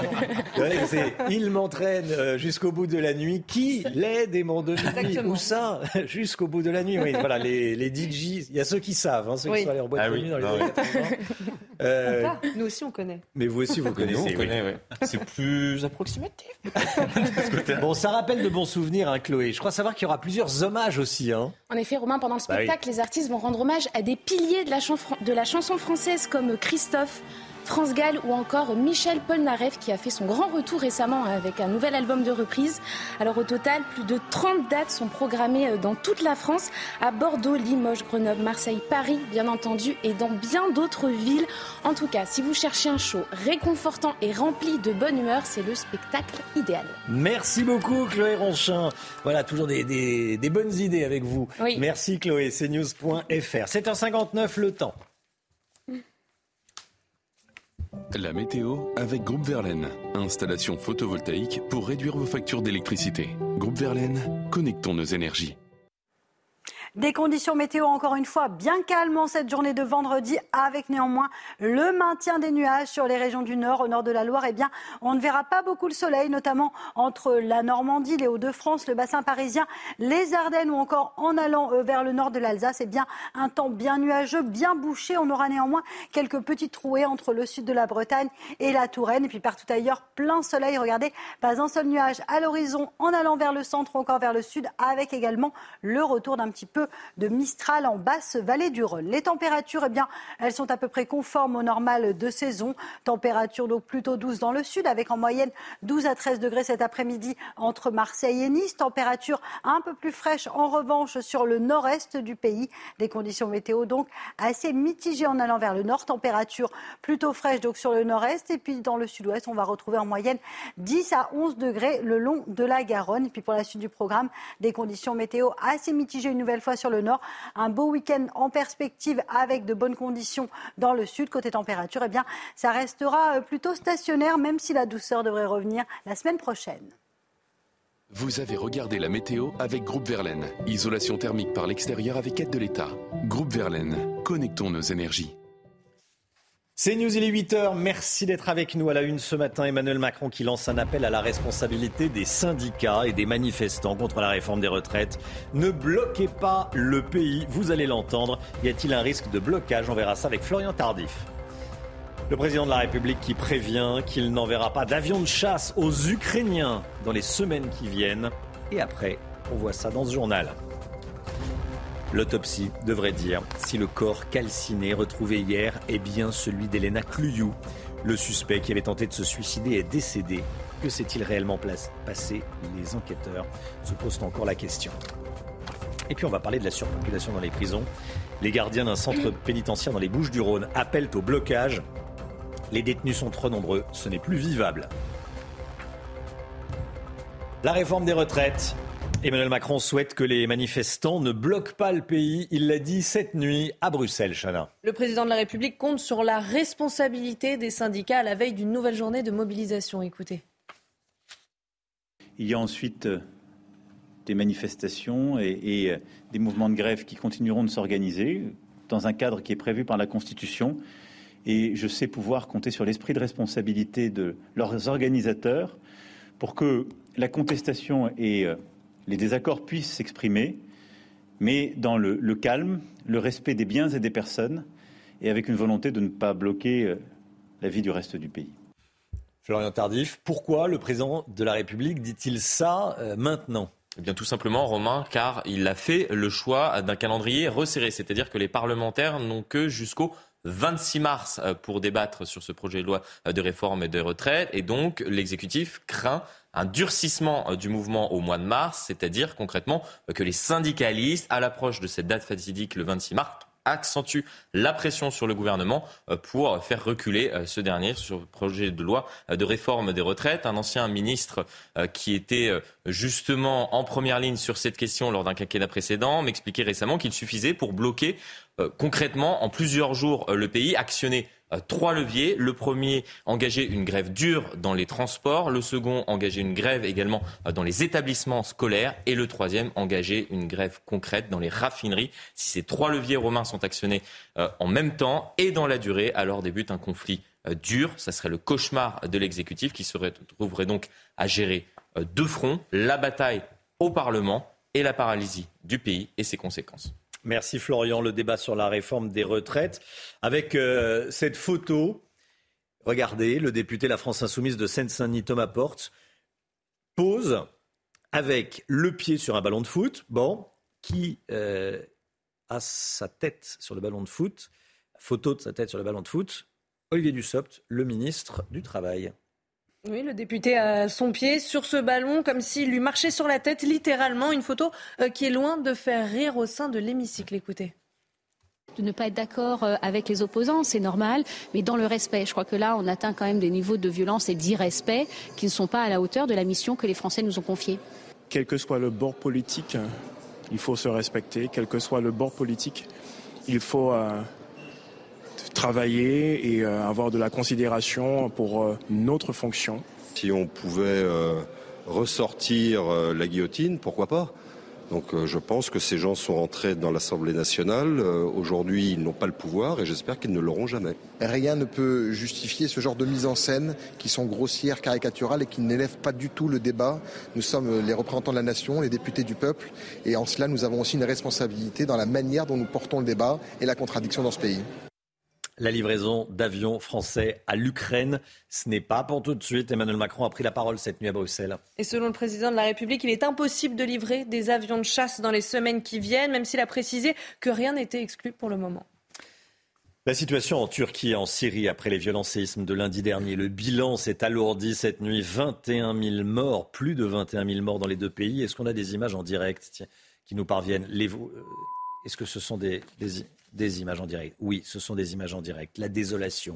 Ouais, c'est, il m'entraîne jusqu'au bout de la nuit. Qui l'aide et mon demi Où ça Jusqu'au bout de la nuit. Oui, voilà, les, les D J, il y a ceux qui savent, hein, ceux oui. qui sont allés en boîte ah de nuit oui. dans les années quatre-vingts. Euh, nous aussi, on connaît. Mais vous aussi, vous connaissez. Nous, on connaît, oui. Oui. C'est plus approximatif. Bon, ça rappelle de bons souvenirs, hein, Chloé. Je crois savoir qu'il y aura plusieurs hommages aussi. Hein. En effet, Romain, pendant le spectacle, bah oui. les artistes vont rendre hommage à des piliers de la, chan- de la chanson française comme Christophe, France Gall ou encore Michel Polnareff qui a fait son grand retour récemment avec un nouvel album de reprise. Alors au total, plus de trente dates sont programmées dans toute la France, à Bordeaux, Limoges, Grenoble, Marseille, Paris bien entendu et dans bien d'autres villes. En tout cas, si vous cherchez un show réconfortant et rempli de bonne humeur, c'est le spectacle idéal. Merci beaucoup Chloé Ronchin. Voilà, toujours des, des, des bonnes idées avec vous. Oui. Merci Chloé, c news point f r. sept heures cinquante-neuf, le temps. La météo avec Groupe Verlaine. Installation photovoltaïque pour réduire vos factures d'électricité. Groupe Verlaine, connectons nos énergies. Des conditions météo encore une fois bien calmes en cette journée de vendredi avec néanmoins le maintien des nuages sur les régions du nord. Au nord de la Loire, eh bien, on ne verra pas beaucoup le soleil, notamment entre la Normandie, les Hauts-de-France, le bassin parisien, les Ardennes ou encore en allant vers le nord de l'Alsace. Eh bien, un temps bien nuageux, bien bouché. On aura néanmoins quelques petites trouées entre le sud de la Bretagne et la Touraine. Et puis partout ailleurs, plein soleil. Regardez, pas un seul nuage à l'horizon en allant vers le centre ou encore vers le sud, avec également le retour d'un petit peu de Mistral en basse vallée du Rhône. Les températures, eh bien, elles sont à peu près conformes au normal de saison. Température donc plutôt douce dans le sud, avec en moyenne douze à treize degrés cet après-midi entre Marseille et Nice. Température un peu plus fraîche en revanche sur le nord-est du pays. Des conditions météo donc assez mitigées en allant vers le nord. Température plutôt fraîche donc sur le nord-est. Et puis dans le sud-ouest, on va retrouver en moyenne dix à onze degrés le long de la Garonne. Et puis pour la suite du programme, des conditions météo assez mitigées une nouvelle fois sur le nord. Un beau week-end en perspective avec de bonnes conditions dans le sud. Côté température, eh bien, ça restera plutôt stationnaire, même si la douceur devrait revenir la semaine prochaine. Vous avez regardé la météo avec Groupe Verlaine. Isolation thermique par l'extérieur avec aide de l'État. Groupe Verlaine, connectons nos énergies. C'est News, il est huit heures. Merci d'être avec nous à la une ce matin. Emmanuel Macron qui lance un appel à la responsabilité des syndicats et des manifestants contre la réforme des retraites. Ne bloquez pas le pays, vous allez l'entendre. Y a-t-il un risque de blocage? On verra ça avec Florian Tardif. Le président de la République qui prévient qu'il n'enverra pas d'avion de chasse aux Ukrainiens dans les semaines qui viennent. Et après, on voit ça dans ce journal. L'autopsie devrait dire si le corps calciné retrouvé hier est bien celui d'Elena Cluyou. Le suspect qui avait tenté de se suicider est décédé. Que s'est-il réellement passé? Les enquêteurs se posent encore la question. Et puis on va parler de la surpopulation dans les prisons. Les gardiens d'un centre pénitentiaire dans les Bouches-du-Rhône appellent au blocage. Les détenus sont trop nombreux, ce n'est plus vivable. La réforme des retraites. Emmanuel Macron souhaite que les manifestants ne bloquent pas le pays. Il l'a dit cette nuit à Bruxelles, Chana. Le président de la République compte sur la responsabilité des syndicats à la veille d'une nouvelle journée de mobilisation. Écoutez. Il y a ensuite des manifestations et, et des mouvements de grève qui continueront de s'organiser dans un cadre qui est prévu par la Constitution. Et je sais pouvoir compter sur l'esprit de responsabilité de leurs organisateurs pour que la contestation et les désaccords puissent s'exprimer, mais dans le, le calme, le respect des biens et des personnes, et avec une volonté de ne pas bloquer la vie du reste du pays. Florian Tardif, pourquoi le président de la République dit-il ça euh, maintenant ? Eh bien, tout simplement, Romain, car il a fait le choix d'un calendrier resserré, c'est-à-dire que les parlementaires n'ont que jusqu'au vingt-six mars pour débattre sur ce projet de loi de réforme des retraites, et donc l'exécutif craint un durcissement du mouvement au mois de mars, c'est-à-dire concrètement que les syndicalistes, à l'approche de cette date fatidique le vingt-six mars, accentuent la pression sur le gouvernement pour faire reculer ce dernier sur le projet de loi de réforme des retraites. Un ancien ministre qui était justement en première ligne sur cette question lors d'un quinquennat précédent m'expliquait récemment qu'il suffisait pour bloquer concrètement en plusieurs jours le pays, actionner trois leviers. Le premier, engager une grève dure dans les transports. Le second, engager une grève également dans les établissements scolaires. Et le troisième, engager une grève concrète dans les raffineries. Si ces trois leviers romains sont actionnés euh, en même temps et dans la durée, alors débute un conflit euh, dur. Ça serait le cauchemar de l'exécutif qui se retrouverait donc à gérer euh, deux fronts, la bataille au Parlement et la paralysie du pays et ses conséquences. Merci Florian. Le débat sur la réforme des retraites avec euh, cette photo. Regardez, le député La France Insoumise de Seine-Saint-Denis, Thomas Portes, pose avec le pied sur un ballon de foot. Bon, qui euh, a sa tête sur le ballon de foot, photo de sa tête sur le ballon de foot, Olivier Dussopt, le ministre du Travail. Oui, le député a son pied sur ce ballon comme s'il lui marchait sur la tête, littéralement. Une photo euh, qui est loin de faire rire au sein de l'hémicycle. Écoutez. De ne pas être d'accord avec les opposants, c'est normal, mais dans le respect. Je crois que là, on atteint quand même des niveaux de violence et d'irrespect qui ne sont pas à la hauteur de la mission que les Français nous ont confiée. Quel que soit le bord politique, il faut se respecter. Quel que soit le bord politique, il faut euh, travailler et euh, avoir de la considération pour euh, notre fonction. Si on pouvait euh, ressortir euh, la guillotine, pourquoi pas ? Donc euh, je pense que ces gens sont entrés dans l'Assemblée nationale. Euh, aujourd'hui, ils n'ont pas le pouvoir et j'espère qu'ils ne l'auront jamais. Rien ne peut justifier ce genre de mise en scène qui sont grossières, caricaturales et qui n'élèvent pas du tout le débat. Nous sommes les représentants de la nation, les députés du peuple et en cela, nous avons aussi une responsabilité dans la manière dont nous portons le débat et la contradiction dans ce pays. La livraison d'avions français à l'Ukraine, ce n'est pas pour tout de suite. Emmanuel Macron a pris la parole cette nuit à Bruxelles. Et selon le président de la République, il est impossible de livrer des avions de chasse dans les semaines qui viennent, même s'il a précisé que rien n'était exclu pour le moment. La situation en Turquie et en Syrie après les violents séismes de lundi dernier. Le bilan s'est alourdi cette nuit. vingt et un mille morts, plus de vingt et un mille morts dans les deux pays. Est-ce qu'on a des images en direct tiens, qui nous parviennent les, Est-ce que ce sont des... des... Des images en direct. Oui, ce sont des images en direct. La désolation.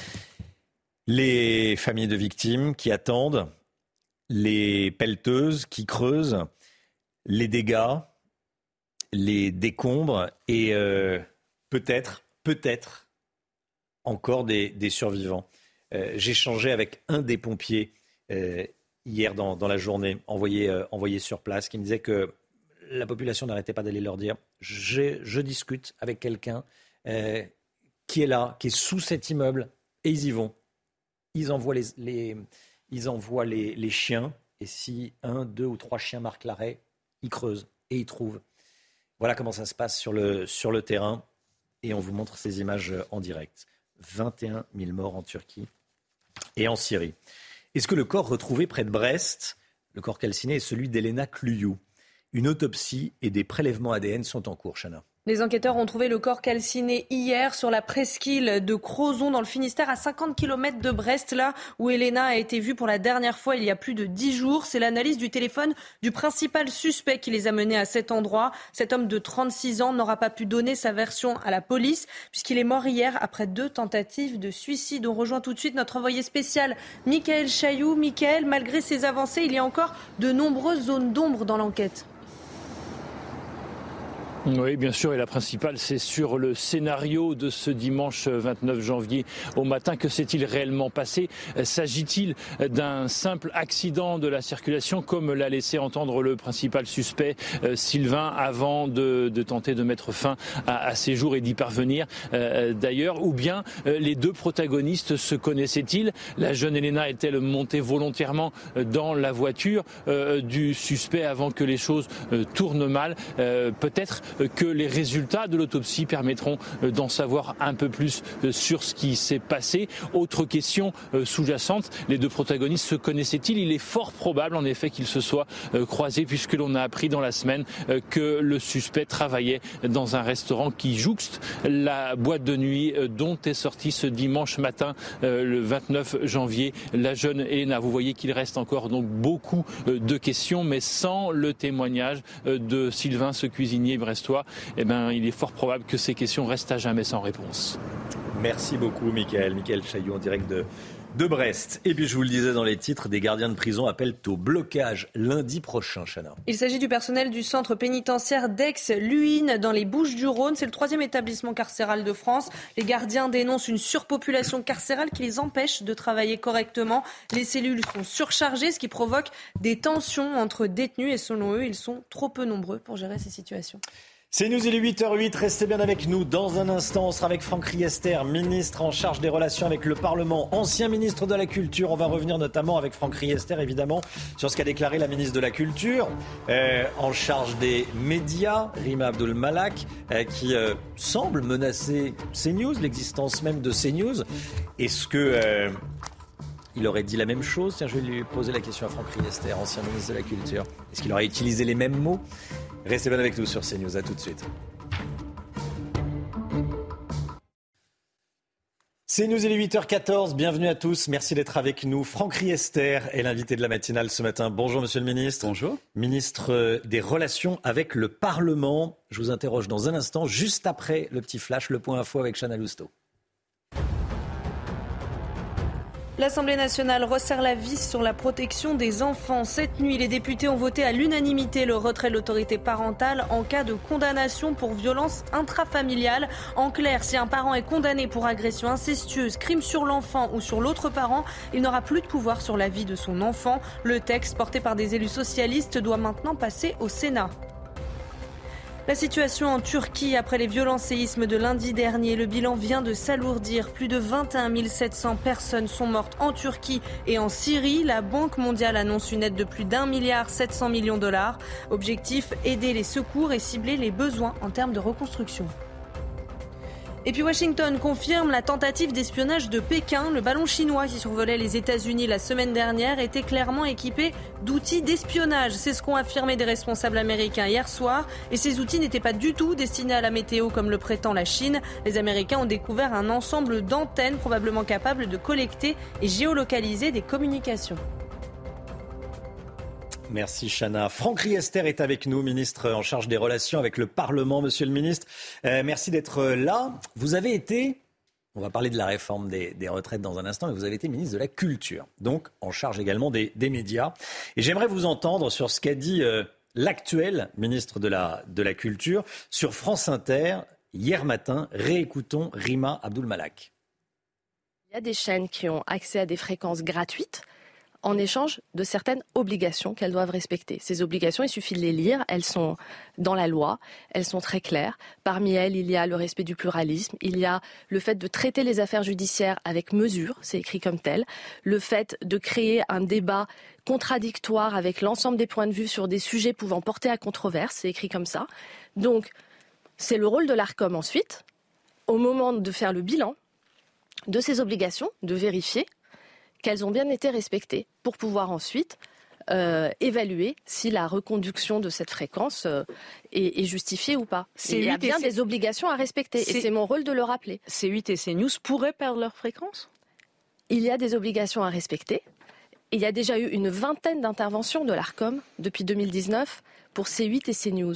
Les familles de victimes qui attendent, les pelleteuses qui creusent, les dégâts, les décombres et euh, peut-être, peut-être encore des, des survivants. Euh, j'ai échangé avec un des pompiers euh, hier dans, dans la journée, envoyé, euh, envoyé sur place, qui me disait que la population n'arrêtait pas d'aller leur dire je, je discute avec quelqu'un euh, qui est là, qui est sous cet immeuble, et ils y vont. Ils envoient les, les, ils envoient les, les chiens, et si un, deux ou trois chiens marquent l'arrêt, ils creusent et ils trouvent. Voilà comment ça se passe sur le, sur le terrain, et on vous montre ces images en direct. vingt et un mille morts en Turquie et en Syrie. Est-ce que le corps retrouvé près de Brest, le corps calciné, est celui d'Elena Cluyou ? Une autopsie et des prélèvements A D N sont en cours, Chana. Les enquêteurs ont trouvé le corps calciné hier sur la presqu'île de Crozon dans le Finistère, à cinquante kilomètres de Brest, là où Elena a été vue pour la dernière fois il y a plus de dix jours. C'est l'analyse du téléphone du principal suspect qui les a menés à cet endroit. Cet homme de trente-six ans n'aura pas pu donner sa version à la police puisqu'il est mort hier après deux tentatives de suicide. On rejoint tout de suite notre envoyé spécial Mickaël Chailloux. Mickaël, malgré ces avancées, il y a encore de nombreuses zones d'ombre dans l'enquête. Oui, bien sûr, et la principale, c'est sur le scénario de ce dimanche vingt-neuf janvier au matin. Que s'est-il réellement passé ? S'agit-il d'un simple accident de la circulation, comme l'a laissé entendre le principal suspect, euh, Sylvain, avant de, de tenter de mettre fin à, à ses jours et d'y parvenir euh, d'ailleurs ? Ou bien euh, les deux protagonistes se connaissaient-ils ? La jeune Elena est-elle montée volontairement dans la voiture euh, du suspect avant que les choses euh, tournent mal ? euh, Peut-être que les résultats de l'autopsie permettront d'en savoir un peu plus sur ce qui s'est passé. Autre question sous-jacente, les deux protagonistes se connaissaient-ils ? Il est fort probable en effet qu'ils se soient croisés puisque l'on a appris dans la semaine que le suspect travaillait dans un restaurant qui jouxte la boîte de nuit dont est sortie ce dimanche matin le vingt-neuf janvier la jeune Elena. Vous voyez qu'il reste encore donc beaucoup de questions, mais sans le témoignage de Sylvain, ce cuisinier brestois, eh ben, il est fort probable que ces questions restent à jamais sans réponse. Merci beaucoup, Mickaël. Mickaël Chailloux en direct de, de Brest. Et puis, je vous le disais dans les titres, des gardiens de prison appellent au blocage lundi prochain, Chana. Il s'agit du personnel du centre pénitentiaire d'Aix-Luynes dans les Bouches-du-Rhône. C'est le troisième établissement carcéral de France. Les gardiens dénoncent une surpopulation carcérale qui les empêche de travailler correctement. Les cellules sont surchargées, ce qui provoque des tensions entre détenus et selon eux, ils sont trop peu nombreux pour gérer ces situations. C'est News, il est huit heures huit, restez bien avec nous. Dans un instant, on sera avec Franck Riester, ministre en charge des relations avec le Parlement, ancien ministre de la Culture. On va revenir notamment avec Franck Riester, évidemment, sur ce qu'a déclaré la ministre de la Culture, euh, en charge des médias, Rima Abdul Malak, euh, qui euh, semble menacer CNews, l'existence même de CNews. Est-ce que... Euh, il aurait dit la même chose? Tiens, je vais lui poser la question à Franck Riester, ancien ministre de la Culture. Est-ce qu'il aurait utilisé les mêmes mots? Restez bien avec nous sur CNews, à tout de suite. CNews, il est huit heures quatorze, bienvenue à tous, merci d'être avec nous. Franck Riester est l'invité de la matinale ce matin. Bonjour monsieur le ministre. Bonjour. Ministre des Relations avec le Parlement. Je vous interroge dans un instant, juste après le petit flash, le point info avec Chana Lousteau. L'Assemblée nationale resserre la vis sur la protection des enfants. Cette nuit, les députés ont voté à l'unanimité le retrait de l'autorité parentale en cas de condamnation pour violence intrafamiliale. En clair, si un parent est condamné pour agression incestueuse, crime sur l'enfant ou sur l'autre parent, il n'aura plus de pouvoir sur la vie de son enfant. Le texte, porté par des élus socialistes, doit maintenant passer au Sénat. La situation en Turquie après les violents séismes de lundi dernier, le bilan vient de s'alourdir. Plus de vingt et un mille sept cents personnes sont mortes en Turquie et en Syrie. La Banque mondiale annonce une aide de plus d'un milliard sept cents millions de dollars. Objectif, aider les secours et cibler les besoins en termes de reconstruction. Et puis Washington confirme la tentative d'espionnage de Pékin. Le ballon chinois qui survolait les États-Unis la semaine dernière était clairement équipé d'outils d'espionnage. C'est ce qu'ont affirmé des responsables américains hier soir. Et ces outils n'étaient pas du tout destinés à la météo comme le prétend la Chine. Les Américains ont découvert un ensemble d'antennes probablement capables de collecter et géolocaliser des communications. Merci Chana. Franck Riester est avec nous, ministre en charge des relations avec le Parlement. Monsieur le ministre, euh, merci d'être là. Vous avez été, on va parler de la réforme des, des retraites dans un instant, mais vous avez été ministre de la Culture, donc en charge également des, des médias. Et j'aimerais vous entendre sur ce qu'a dit euh, l'actuel ministre de la, de la Culture sur France Inter hier matin. Réécoutons Rima Abdul Malak. Il y a des chaînes qui ont accès à des fréquences gratuites en échange de certaines obligations qu'elles doivent respecter. Ces obligations, il suffit de les lire, elles sont dans la loi, elles sont très claires. Parmi elles, il y a le respect du pluralisme, il y a le fait de traiter les affaires judiciaires avec mesure, c'est écrit comme tel, le fait de créer un débat contradictoire avec l'ensemble des points de vue sur des sujets pouvant porter à controverse, c'est écrit comme ça. Donc, c'est le rôle de l'Arcom ensuite, au moment de faire le bilan de ces obligations, de vérifier qu'elles ont bien été respectées pour pouvoir ensuite euh, évaluer si la reconduction de cette fréquence euh, est, est justifiée ou pas. Il y a bien des obligations à respecter et c'est mon rôle de le rappeler. C huit et CNews pourraient perdre leur fréquence ? Il y a des obligations à respecter. Et il y a déjà eu une vingtaine d'interventions de l'Arcom depuis deux mille dix-neuf pour C huit et CNews.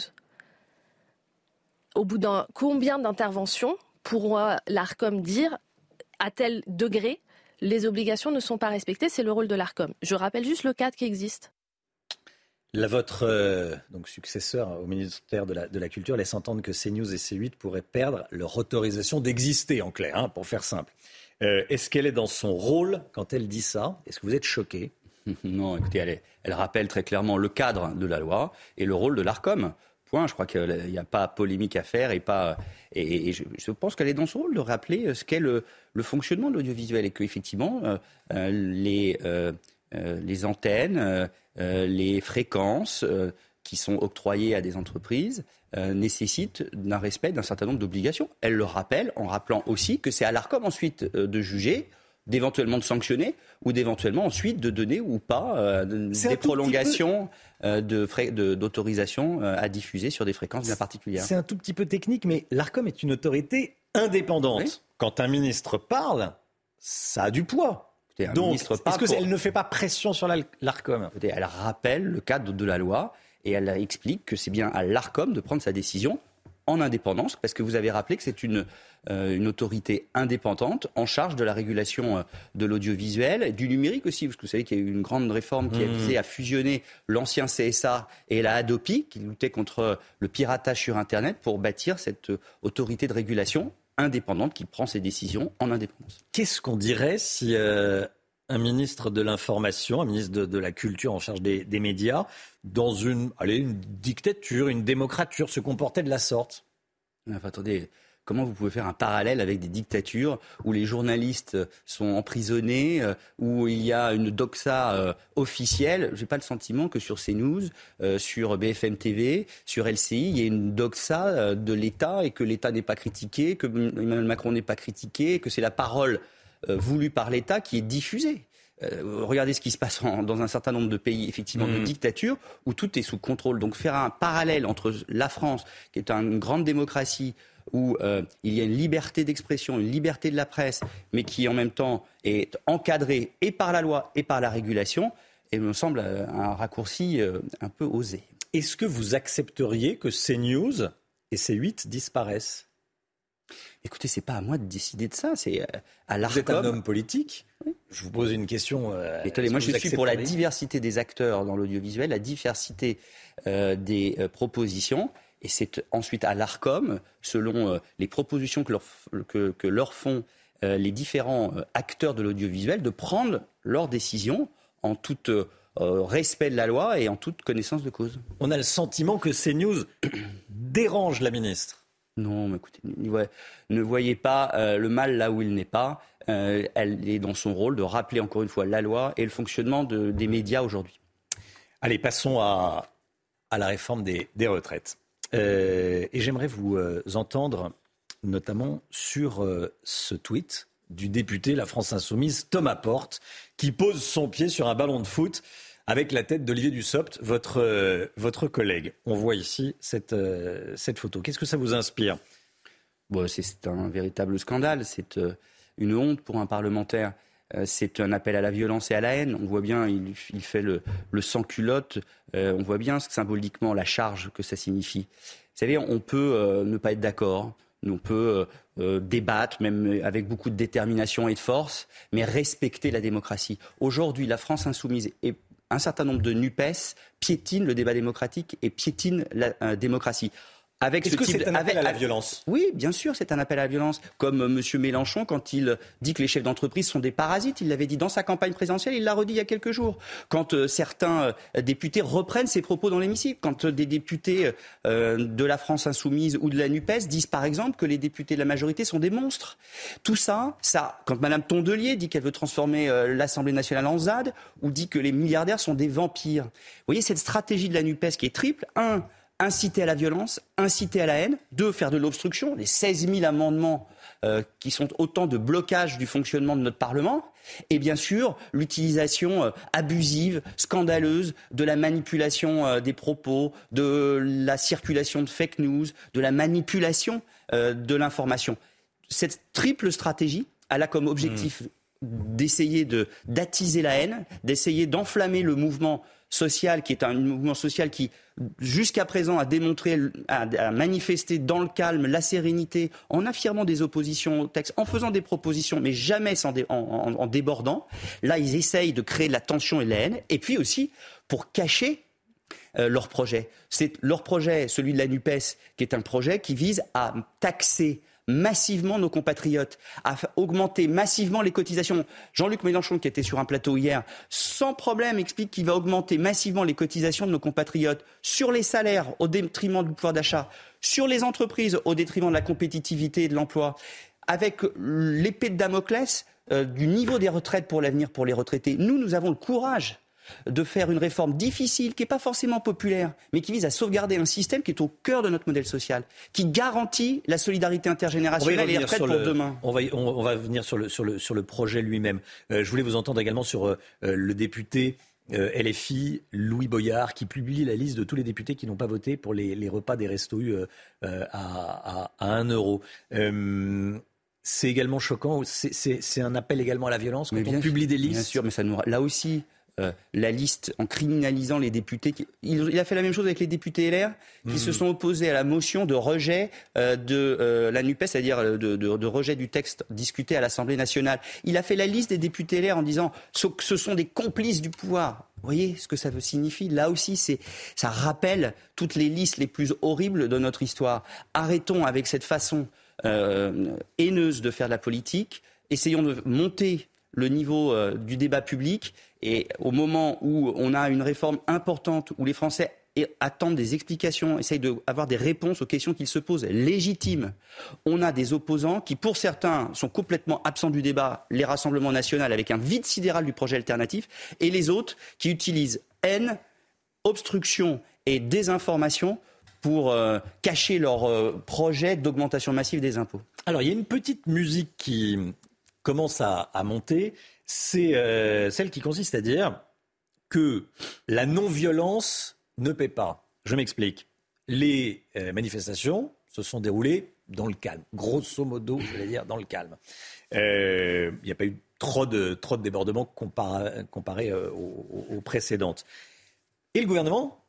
Au bout d'un combien d'interventions pourra l'Arcom dire à tel degré les obligations ne sont pas respectées, c'est le rôle de l'Arcom. Je rappelle juste le cadre qui existe. Là, votre euh, donc, successeur au ministère de la, de la Culture laisse entendre que CNews et C huit pourraient perdre leur autorisation d'exister, en clair, hein, pour faire simple. Euh, est-ce qu'elle est dans son rôle quand elle dit ça ? Est-ce que vous êtes choqué ? Non, écoutez, elle, est, elle rappelle très clairement le cadre de la loi et le rôle de l'Arcom. Point. Je crois qu'il n'y a pas polémique à faire et pas. Et, et je, je pense qu'elle est dans son rôle de rappeler ce qu'est le, le fonctionnement de l'audiovisuel et qu'effectivement euh, euh, les euh, euh, les antennes, euh, les fréquences euh, qui sont octroyées à des entreprises euh, nécessitent d'un respect d'un certain nombre d'obligations. Elle le rappelle en rappelant aussi que c'est à l'Arcom ensuite euh, de juger, d'éventuellement de sanctionner ou d'éventuellement ensuite de donner ou pas euh, des prolongations peu... euh, de frais, de, d'autorisation euh, à diffuser sur des fréquences bien particulières. C'est un tout petit peu technique, mais l'Arcom est une autorité indépendante. Oui. Quand un ministre parle, ça a du poids. Écoutez, un Donc, est-ce qu'elle pour... ne fait pas pression sur l'Arcom ? Écoutez, elle rappelle le cadre de la loi et elle explique que c'est bien à l'Arcom de prendre sa décision en indépendance, parce que vous avez rappelé que c'est une, euh, une autorité indépendante en charge de la régulation euh, de l'audiovisuel et du numérique aussi, parce que vous savez qu'il y a eu une grande réforme qui a visé à fusionner l'ancien C S A et la Hadopi, qui luttait contre le piratage sur Internet pour bâtir cette euh, autorité de régulation indépendante qui prend ses décisions en indépendance. Qu'est-ce qu'on dirait si euh, un ministre de l'information, un ministre de, de la culture en charge des, des médias, dans une, allez, une dictature, une démocrature, se comportait de la sorte. Enfin, attendez, comment vous pouvez faire un parallèle avec des dictatures où les journalistes sont emprisonnés, euh, où il y a une doxa euh, officielle? Je n'ai pas le sentiment que sur CNews, euh, sur B F M T V, sur L C I, il y ait une doxa euh, de l'État et que l'État n'est pas critiqué, que Emmanuel Macron n'est pas critiqué, que c'est la parole euh, voulue par l'État qui est diffusée. Euh, regardez ce qui se passe en, dans un certain nombre de pays, effectivement, mmh. de dictature, où tout est sous contrôle. Donc faire un parallèle entre la France, qui est une grande démocratie, où euh, il y a une liberté d'expression, une liberté de la presse, mais qui en même temps est encadrée et par la loi et par la régulation, et me semble euh, un raccourci euh, un peu osé. Est-ce que vous accepteriez que CNews et C huit disparaissent? Écoutez, c'est pas à moi de décider de ça, c'est à l'Arcom. Vous êtes un homme politique. Oui. Je vous pose une question. Euh, Attendez, moi je suis pour la diversité des acteurs dans l'audiovisuel, la diversité euh, des euh, propositions, et c'est ensuite à l'Arcom, selon euh, les propositions que leur, que, que leur font euh, les différents euh, acteurs de l'audiovisuel, de prendre leurs décisions en toute euh, respect de la loi et en toute connaissance de cause. On a le sentiment que CNews dérange la ministre. Non, mais écoutez, ne voyez pas euh, le mal là où il n'est pas. Euh, elle est dans son rôle de rappeler encore une fois la loi et le fonctionnement de, des médias aujourd'hui. Allez, passons à, à la réforme des, des retraites. Euh, et j'aimerais vous euh, entendre notamment sur euh, ce tweet du député La France Insoumise, Thomas Porte, qui pose son pied sur un ballon de foot avec la tête d'Olivier Dussopt, votre, euh, votre collègue. On voit ici cette, euh, cette photo. Qu'est-ce que ça vous inspire? Bon, c'est, c'est un véritable scandale. C'est euh, une honte pour un parlementaire. Euh, c'est un appel à la violence et à la haine. On voit bien, il, il fait le, le sans-culotte. Euh, on voit bien symboliquement la charge que ça signifie. Vous savez, on peut euh, ne pas être d'accord. On peut euh, débattre, même avec beaucoup de détermination et de force, mais respecter la démocratie. Aujourd'hui, la France Insoumise est un certain nombre de NUPES piétinent le débat démocratique et piétinent la euh, démocratie. Avec Est-ce ce que type, c'est un appel avec, à la violence? Oui, bien sûr, c'est un appel à la violence. Comme euh, M. Mélenchon, quand il dit que les chefs d'entreprise sont des parasites, il l'avait dit dans sa campagne présidentielle, il l'a redit il y a quelques jours. Quand euh, certains euh, députés reprennent ses propos dans l'hémicycle, quand euh, des députés euh, de la France Insoumise ou de la NUPES disent par exemple que les députés de la majorité sont des monstres. Tout ça, ça quand Mme Tondelier dit qu'elle veut transformer euh, l'Assemblée nationale en Z A D, ou dit que les milliardaires sont des vampires. Vous voyez cette stratégie de la NUPES qui est triple. Un, inciter à la violence, inciter à la haine. Deux, faire de l'obstruction, les seize mille amendements euh, qui sont autant de blocages du fonctionnement de notre Parlement. Et bien sûr, l'utilisation euh, abusive, scandaleuse de la manipulation euh, des propos, de la circulation de fake news, de la manipulation euh, de l'information. Cette triple stratégie, elle a comme objectif mmh. d'essayer de, d'attiser la haine, d'essayer d'enflammer le mouvement social, qui est un mouvement social qui, jusqu'à présent, a démontré, a, a manifesté dans le calme, la sérénité, en affirmant des oppositions au texte, en faisant des propositions, mais jamais sans dé, en, en, en débordant. Là, ils essayent de créer de la tension et de la haine. Et puis aussi, pour cacher euh, leur projet. C'est leur projet, celui de la NUPES, qui est un projet qui vise à taxer massivement nos compatriotes, à augmenter massivement les cotisations. Jean-Luc Mélenchon, qui était sur un plateau hier, sans problème explique qu'il va augmenter massivement les cotisations de nos compatriotes sur les salaires au détriment du pouvoir d'achat, sur les entreprises au détriment de la compétitivité et de l'emploi, avec l'épée de Damoclès euh, du niveau des retraites pour l'avenir pour les retraités. Nous, nous avons le courage de faire une réforme difficile, qui n'est pas forcément populaire, mais qui vise à sauvegarder un système qui est au cœur de notre modèle social, qui garantit la solidarité intergénérationnelle et les retraites pour le, demain. On va, on, on va venir sur le, sur le, sur le projet lui-même. Euh, je voulais vous entendre également sur euh, le député euh, L F I, Louis Boyard, qui publie la liste de tous les députés qui n'ont pas voté pour les, les repas des restos euh, à, à, à un euro. Euh, c'est également choquant, c'est, c'est, c'est un appel également à la violence quand mais on publie des listes. Bien sûr, mais ça nous, là aussi... Euh, la liste en criminalisant les députés. Qui, il, il a fait la même chose avec les députés L R qui mmh. se sont opposés à la motion de rejet euh, de euh, la NUPES, c'est-à-dire de, de, de rejet du texte discuté à l'Assemblée nationale. Il a fait la liste des députés L R en disant que ce sont des complices du pouvoir. Vous voyez ce que ça signifie? Là aussi, c'est, ça rappelle toutes les listes les plus horribles de notre histoire. Arrêtons avec cette façon euh, haineuse de faire de la politique. Essayons de monter le niveau euh, du débat public et au moment où on a une réforme importante, où les Français attendent des explications, essayent d'avoir des réponses aux questions qu'ils se posent légitimes. On a des opposants qui, pour certains, sont complètement absents du débat, les rassemblements nationaux avec un vide sidéral du projet alternatif, et les autres qui utilisent haine, obstruction et désinformation pour euh, cacher leur euh, projet d'augmentation massive des impôts. Alors, il y a une petite musique qui commence à, à monter, c'est euh, celle qui consiste à dire que la non-violence ne paie pas. Je m'explique. Les euh, manifestations se sont déroulées dans le calme. Grosso modo, je vais dire, dans le calme. Il euh, n'y a pas eu trop de, trop de débordements comparé, comparé euh, aux, aux précédentes. Et le gouvernement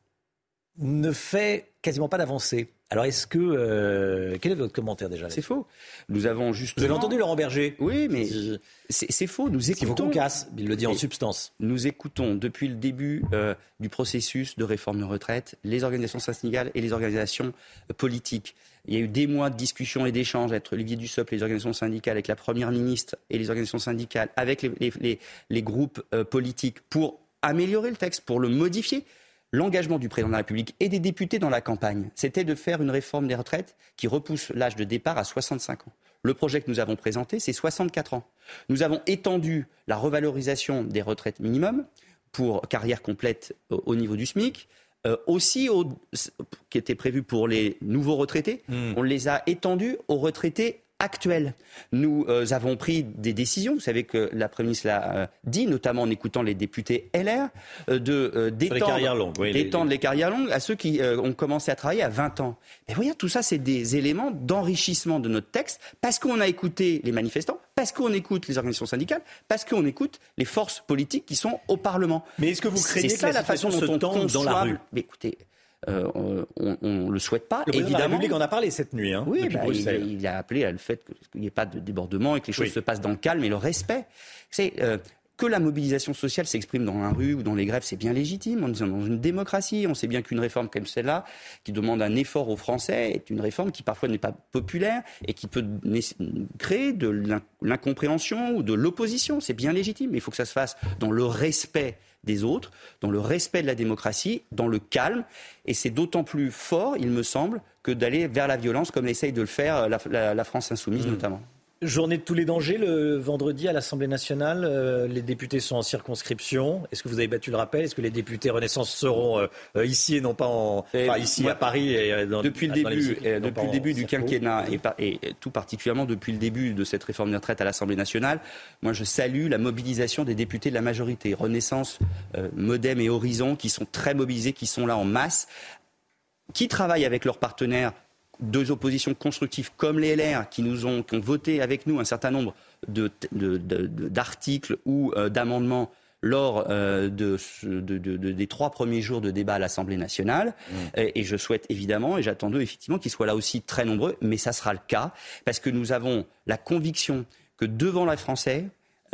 ne fait quasiment pas d'avancée. Alors, est-ce que... Euh, quel est votre commentaire déjà? C'est faux. Nous avons juste... Vous avez entendu Laurent Berger? Oui, mais c'est, c'est faux. Nous écoutons... Il faut qu'on casse, il le dit en substance. Nous écoutons depuis le début euh, du processus de réforme de retraite les organisations syndicales et les organisations euh, politiques. Il y a eu des mois de discussions et d'échanges entre Olivier Dussopt, les organisations syndicales, avec la Première ministre et les organisations syndicales, avec les, les, les, les groupes euh, politiques pour améliorer le texte, pour le modifier. L'engagement du président de la République et des députés dans la campagne, c'était de faire une réforme des retraites qui repousse l'âge de départ à soixante-cinq ans. Le projet que nous avons présenté, c'est soixante-quatre ans. Nous avons étendu la revalorisation des retraites minimum pour carrière complète au niveau du SMIC, euh, aussi au, qui était prévu pour les nouveaux retraités. Mmh. On les a étendus aux retraités actuelle. Nous euh, avons pris des décisions, vous savez que la Première ministre l'a euh, dit, notamment en écoutant les députés L R, euh, de euh, d'étendre, les carrières longues, oui, d'étendre les, les... les carrières longues à ceux qui euh, ont commencé à travailler à vingt ans. Mais voyez, tout ça, c'est des éléments d'enrichissement de notre texte, parce qu'on a écouté les manifestants, parce qu'on écoute les organisations syndicales, parce qu'on écoute les forces politiques qui sont au Parlement. Mais est-ce que vous craignez c'est que ça la, la façon dont on tende dans la rue? Mais écoutez, Euh, on ne le souhaite pas, le évidemment. Le président de la République en a parlé cette nuit. Hein, oui, bah, il, il a appelé à le fait qu'il n'y ait pas de débordement et que les choses oui. se passent dans le calme et le respect. C'est, euh, que la mobilisation sociale s'exprime dans la rue ou dans les grèves, c'est bien légitime. On est dans une démocratie. On sait bien qu'une réforme comme celle-là, qui demande un effort aux Français, est une réforme qui parfois n'est pas populaire et qui peut créer de l'incompréhension ou de l'opposition. C'est bien légitime. Mais il faut que ça se fasse dans le respect des autres, dans le respect de la démocratie, dans le calme. Et c'est d'autant plus fort, il me semble, que d'aller vers la violence, comme essaye de le faire la, la, la France insoumise mmh. notamment. Journée de tous les dangers, le vendredi à l'Assemblée nationale. Euh, les députés sont en circonscription. Est-ce que vous avez battu le rappel? Est-ce que les députés Renaissance seront euh, ici et non pas en, enfin, ici moi, à Paris et dans, Depuis le dans début, les, depuis le début du quinquennat et, par, et tout particulièrement depuis le début de cette réforme des retraites à l'Assemblée nationale, moi je salue la mobilisation des députés de la majorité. Renaissance, euh, Modem et Horizon qui sont très mobilisés, qui sont là en masse, qui travaillent avec leurs partenaires. Deux oppositions constructives comme les L R qui nous ont, qui ont voté avec nous un certain nombre de, de, de, de, d'articles ou euh, d'amendements lors euh, de, de, de, de, des trois premiers jours de débat à l'Assemblée nationale. Mmh. Et, et je souhaite évidemment, et j'attends d'eux effectivement qu'ils soient là aussi très nombreux, mais ça sera le cas, parce que nous avons la conviction que devant les Français,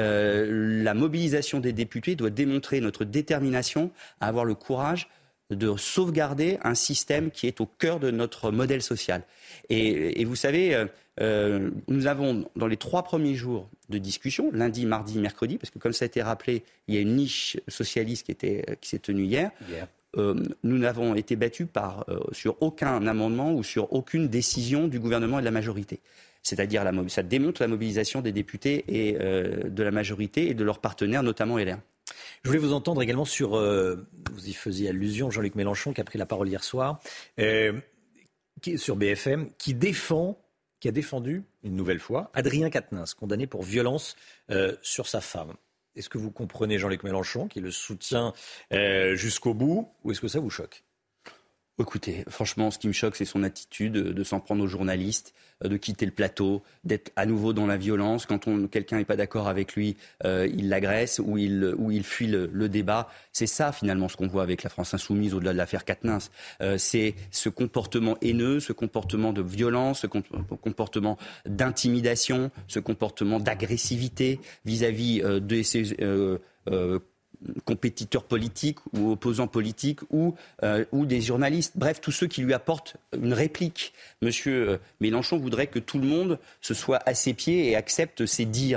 euh, la mobilisation des députés doit démontrer notre détermination à avoir le courage de sauvegarder un système qui est au cœur de notre modèle social. Et, et vous savez, euh, nous avons, dans les trois premiers jours de discussion, lundi, mardi, mercredi, parce que comme ça a été rappelé, il y a une niche socialiste qui, était, qui s'est tenue hier, yeah. euh, nous n'avons été battus par, euh, sur aucun amendement ou sur aucune décision du gouvernement et de la majorité. C'est-à-dire, la, ça démontre la mobilisation des députés et euh, de la majorité et de leurs partenaires, notamment L R. Je voulais vous entendre également sur, euh, vous y faisiez allusion, Jean-Luc Mélenchon, qui a pris la parole hier soir, euh, qui, sur B F M, qui défend, qui a défendu, une nouvelle fois, Adrien Quatennens, condamné pour violence euh, sur sa femme. Est-ce que vous comprenez Jean-Luc Mélenchon, qui le soutient euh, jusqu'au bout, ou est-ce que ça vous choque ? Écoutez, franchement, ce qui me choque, c'est son attitude de s'en prendre aux journalistes, de quitter le plateau, d'être à nouveau dans la violence. Quand on, quelqu'un n'est pas d'accord avec lui, euh, il l'agresse ou il, ou il fuit le, le débat. C'est ça, finalement, ce qu'on voit avec la France insoumise au-delà de l'affaire Quatennens. Euh, c'est ce comportement haineux, ce comportement de violence, ce comportement d'intimidation, ce comportement d'agressivité vis-à-vis euh, de ces... Euh, euh, compétiteurs politiques ou opposants politiques ou, euh, ou des journalistes. Bref, tous ceux qui lui apportent une réplique. Monsieur Mélenchon voudrait que tout le monde se soit à ses pieds et accepte ses dires.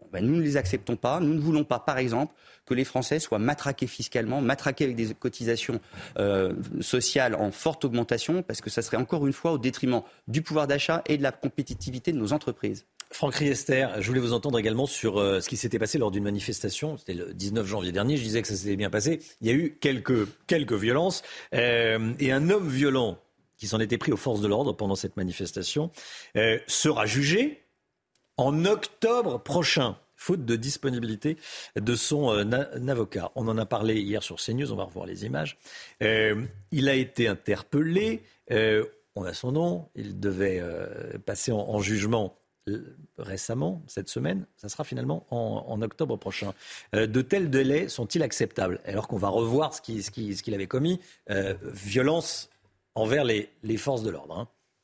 Ben, nous ne les acceptons pas. Nous ne voulons pas, par exemple, que les Français soient matraqués fiscalement, matraqués avec des cotisations euh, sociales en forte augmentation, parce que ça serait encore une fois au détriment du pouvoir d'achat et de la compétitivité de nos entreprises. Franck Riester, je voulais vous entendre également sur euh, ce qui s'était passé lors d'une manifestation. C'était le dix-neuf janvier dernier. Je disais que ça s'était bien passé. Il y a eu quelques, quelques violences. Euh, et un homme violent qui s'en était pris aux forces de l'ordre pendant cette manifestation euh, sera jugé en octobre prochain, faute de disponibilité de son euh, na- avocat. On en a parlé hier sur CNews. On va revoir les images. Euh, il a été interpellé. Euh, on a son nom. Il devait euh, passer en, en jugement récemment, cette semaine, ça sera finalement en, en octobre prochain. Euh, de tels délais sont-ils acceptables ? Alors qu'on va revoir ce qu'il, ce qu'il, ce qu'il avait commis, euh, violence envers les, les forces de l'ordre. Hein.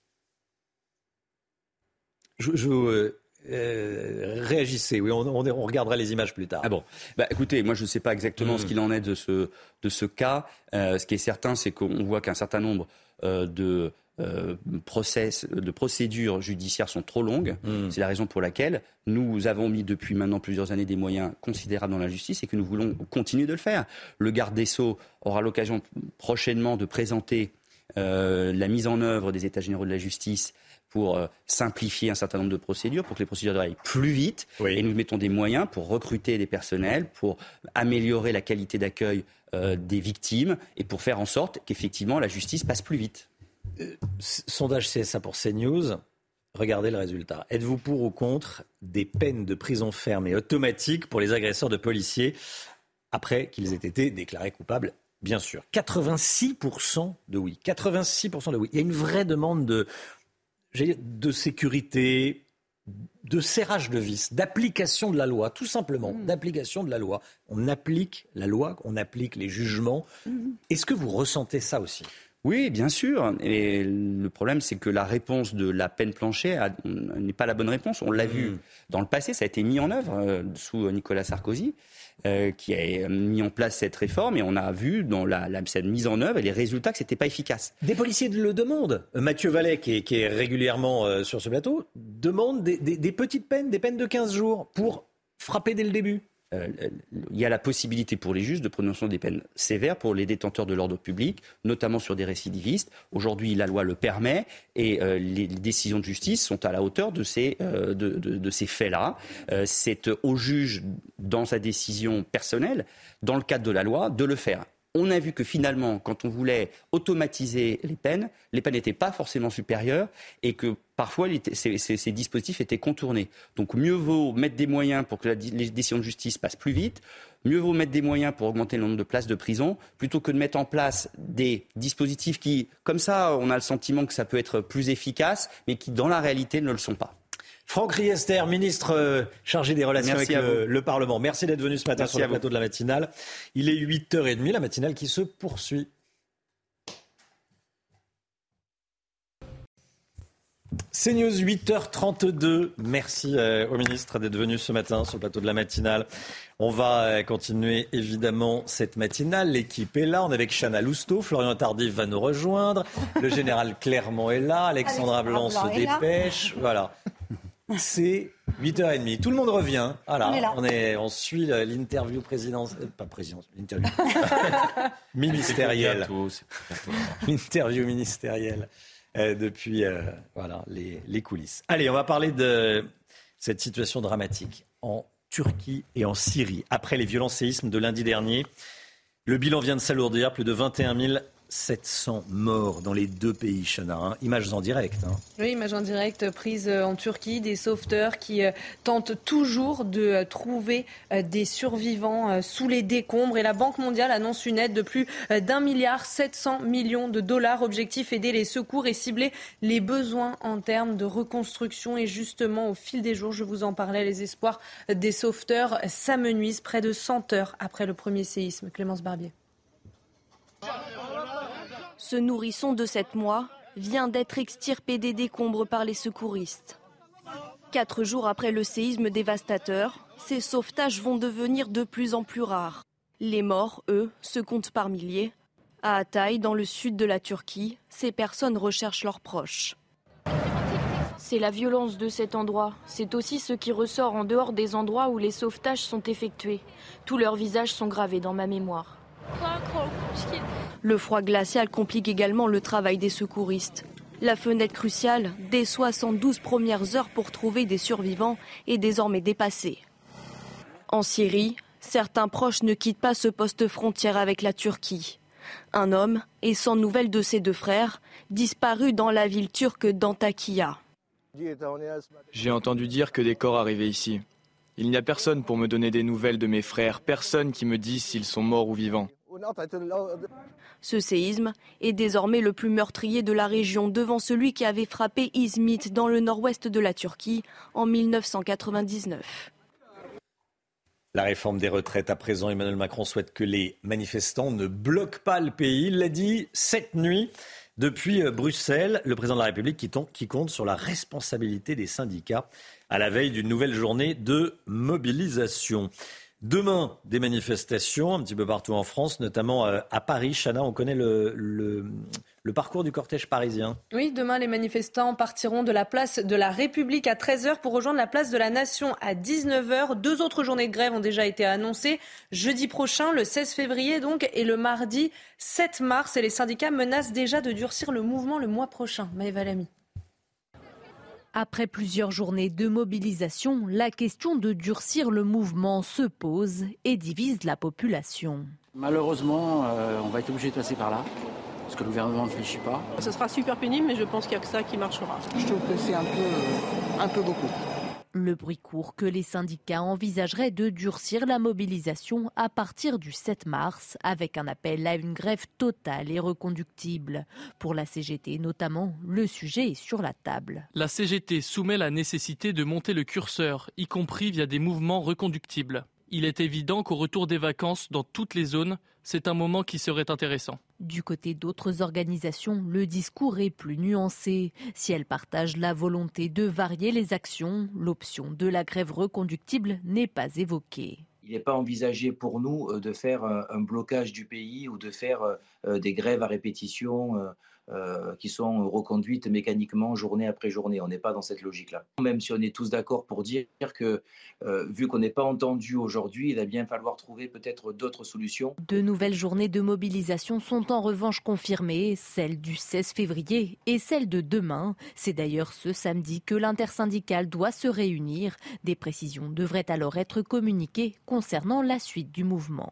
Je, je euh, euh, réagissez, oui, on, on, on regardera les images plus tard. Ah bon, bah, écoutez, moi je ne sais pas exactement mmh. ce qu'il en est de ce, de ce cas. Euh, ce qui est certain, c'est qu'on voit qu'un certain nombre euh, de... Euh, process, de procédures judiciaires sont trop longues. Mmh. C'est la raison pour laquelle nous avons mis depuis maintenant plusieurs années des moyens considérables dans la justice et que nous voulons continuer de le faire. Le garde des Sceaux aura l'occasion prochainement de présenter euh, la mise en œuvre des États généraux de la justice pour euh, simplifier un certain nombre de procédures, pour que les procédures aillent plus vite. Oui. Et nous mettons des moyens pour recruter des personnels, pour améliorer la qualité d'accueil euh, des victimes et pour faire en sorte qu'effectivement la justice passe plus vite. Euh, sondage C S A pour CNews, regardez le résultat. Êtes-vous pour ou contre des peines de prison ferme et automatiques pour les agresseurs de policiers après qu'ils aient été déclarés coupables, bien sûr. quatre-vingt-six pour cent de oui. quatre-vingt-six pour cent de oui. Il y a une vraie demande de, de sécurité, de serrage de vis, d'application de la loi, tout simplement, mmh. d'application de la loi. On applique la loi, on applique les jugements. Mmh. Est-ce que vous ressentez ça aussi ? Oui, bien sûr. Et le problème, c'est que la réponse de la peine plancher a, n'est pas la bonne réponse. On l'a mmh. vu dans le passé, ça a été mis en œuvre euh, sous Nicolas Sarkozy, euh, qui a mis en place cette réforme. Et on a vu dans la, la, cette mise en œuvre et les résultats que ce n'était pas efficace. Des policiers le demandent. Mathieu Vallet, qui est, qui est régulièrement euh, sur ce plateau, demande des, des, des petites peines, des peines de quinze jours pour frapper dès le début. Euh, il y a la possibilité pour les juges de prononcer des peines sévères pour les détenteurs de l'ordre public, notamment sur des récidivistes. Aujourd'hui, la loi le permet et euh, les décisions de justice sont à la hauteur de ces, euh, de, de, de ces faits-là. Euh, c'est au juge, dans sa décision personnelle, dans le cadre de la loi, de le faire. On a vu que finalement, quand on voulait automatiser les peines, les peines n'étaient pas forcément supérieures et que parfois ces, ces, ces dispositifs étaient contournés. Donc mieux vaut mettre des moyens pour que la, les décisions de justice passent plus vite, mieux vaut mettre des moyens pour augmenter le nombre de places de prison, plutôt que de mettre en place des dispositifs qui, comme ça, on a le sentiment que ça peut être plus efficace, mais qui, dans la réalité, ne le sont pas. Franck Riester, ministre euh, chargé des relations Merci avec le, le Parlement. Merci d'être venu ce matin Merci sur le plateau de la matinale. Il est huit heures trente, la matinale qui se poursuit. CNews, huit heures trente-deux. Merci euh, au ministre d'être venu ce matin sur le plateau de la matinale. On va euh, continuer évidemment cette matinale. L'équipe est là. On est avec Chana Lousteau. Florian Tardif va nous rejoindre. Le général Clermont est là. Alexandra Blanc se dépêche. Voilà. C'est huit heures trente. Tout le monde revient. Voilà. On, est là. on, est, on suit l'interview présidentielle. Pas présidentielle, l'interview ministérielle. L'interview ministérielle euh, depuis euh, voilà, les, les coulisses. Allez, on va parler de cette situation dramatique en Turquie et en Syrie. Après les violents séismes de lundi dernier, le bilan vient de s'alourdir. Plus de vingt et un mille sept cents morts dans les deux pays, Chana. Hein. Images en direct. Hein. Oui, images en direct prises en Turquie. Des sauveteurs qui euh, tentent toujours de euh, trouver euh, des survivants euh, sous les décombres. Et la Banque mondiale annonce une aide de plus euh, d'un milliard sept cents millions de dollars. Objectif, aider les secours et cibler les besoins en termes de reconstruction. Et justement, au fil des jours, je vous en parlais, les espoirs des sauveteurs s'amenuisent près de cent heures après le premier séisme. Clémence Barbier. Ce nourrisson de sept mois vient d'être extirpé des décombres par les secouristes. Quatre jours après le séisme dévastateur, ces sauvetages vont devenir de plus en plus rares. Les morts, eux, se comptent par milliers. À Hatay, dans le sud de la Turquie, ces personnes recherchent leurs proches. C'est la violence de cet endroit. C'est aussi ce qui ressort en dehors des endroits où les sauvetages sont effectués. Tous leurs visages sont gravés dans ma mémoire. Le froid glacial complique également le travail des secouristes. La fenêtre cruciale, des soixante-douze premières heures pour trouver des survivants, est désormais dépassée. En Syrie, certains proches ne quittent pas ce poste frontière avec la Turquie. Un homme est sans nouvelles de ses deux frères, disparus dans la ville turque d'Antakya. J'ai entendu dire que des corps arrivaient ici. Il n'y a personne pour me donner des nouvelles de mes frères, personne qui me dise s'ils sont morts ou vivants. Ce séisme est désormais le plus meurtrier de la région, devant celui qui avait frappé Izmit dans le nord-ouest de la Turquie en mille neuf cent quatre-vingt-dix-neuf. La réforme des retraites. À présent, Emmanuel Macron souhaite que les manifestants ne bloquent pas le pays. Il l'a dit cette nuit depuis Bruxelles. Le président de la République qui, ton, qui compte sur la responsabilité des syndicats à la veille d'une nouvelle journée de mobilisation. Demain, des manifestations un petit peu partout en France, notamment à Paris. Chana, on connaît le, le, le parcours du cortège parisien. Oui, demain, les manifestants partiront de la place de la République à treize heures pour rejoindre la place de la Nation à dix-neuf heures. Deux autres journées de grève ont déjà été annoncées. Jeudi prochain, le seize février donc, et le mardi sept mars. Et les syndicats menacent déjà de durcir le mouvement le mois prochain. Maëva Lamy. Après plusieurs journées de mobilisation, la question de durcir le mouvement se pose et divise la population. Malheureusement, euh, on va être obligé de passer par là, parce que le gouvernement ne fléchit pas. Ce sera super pénible, mais je pense qu'il n'y a que ça qui marchera. Je trouve que c'est un peu, euh, un peu beaucoup. Le bruit court que les syndicats envisageraient de durcir la mobilisation à partir du sept mars, avec un appel à une grève totale et reconductible. Pour la C G T notamment, le sujet est sur la table. La C G T soumet la nécessité de monter le curseur, y compris via des mouvements reconductibles. Il est évident qu'au retour des vacances dans toutes les zones, c'est un moment qui serait intéressant. Du côté d'autres organisations, le discours est plus nuancé. Si elles partagent la volonté de varier les actions, l'option de la grève reconductible n'est pas évoquée. Il n'est pas envisagé pour nous de faire un blocage du pays ou de faire des grèves à répétition euh, qui sont reconduites mécaniquement journée après journée. On n'est pas dans cette logique-là. Même si on est tous d'accord pour dire que, euh, vu qu'on n'est pas entendu aujourd'hui, il va bien falloir trouver peut-être d'autres solutions. De nouvelles journées de mobilisation sont en revanche confirmées, celle du seize février et celle de demain. C'est d'ailleurs ce samedi que l'intersyndicale doit se réunir. Des précisions devraient alors être communiquées concernant la suite du mouvement.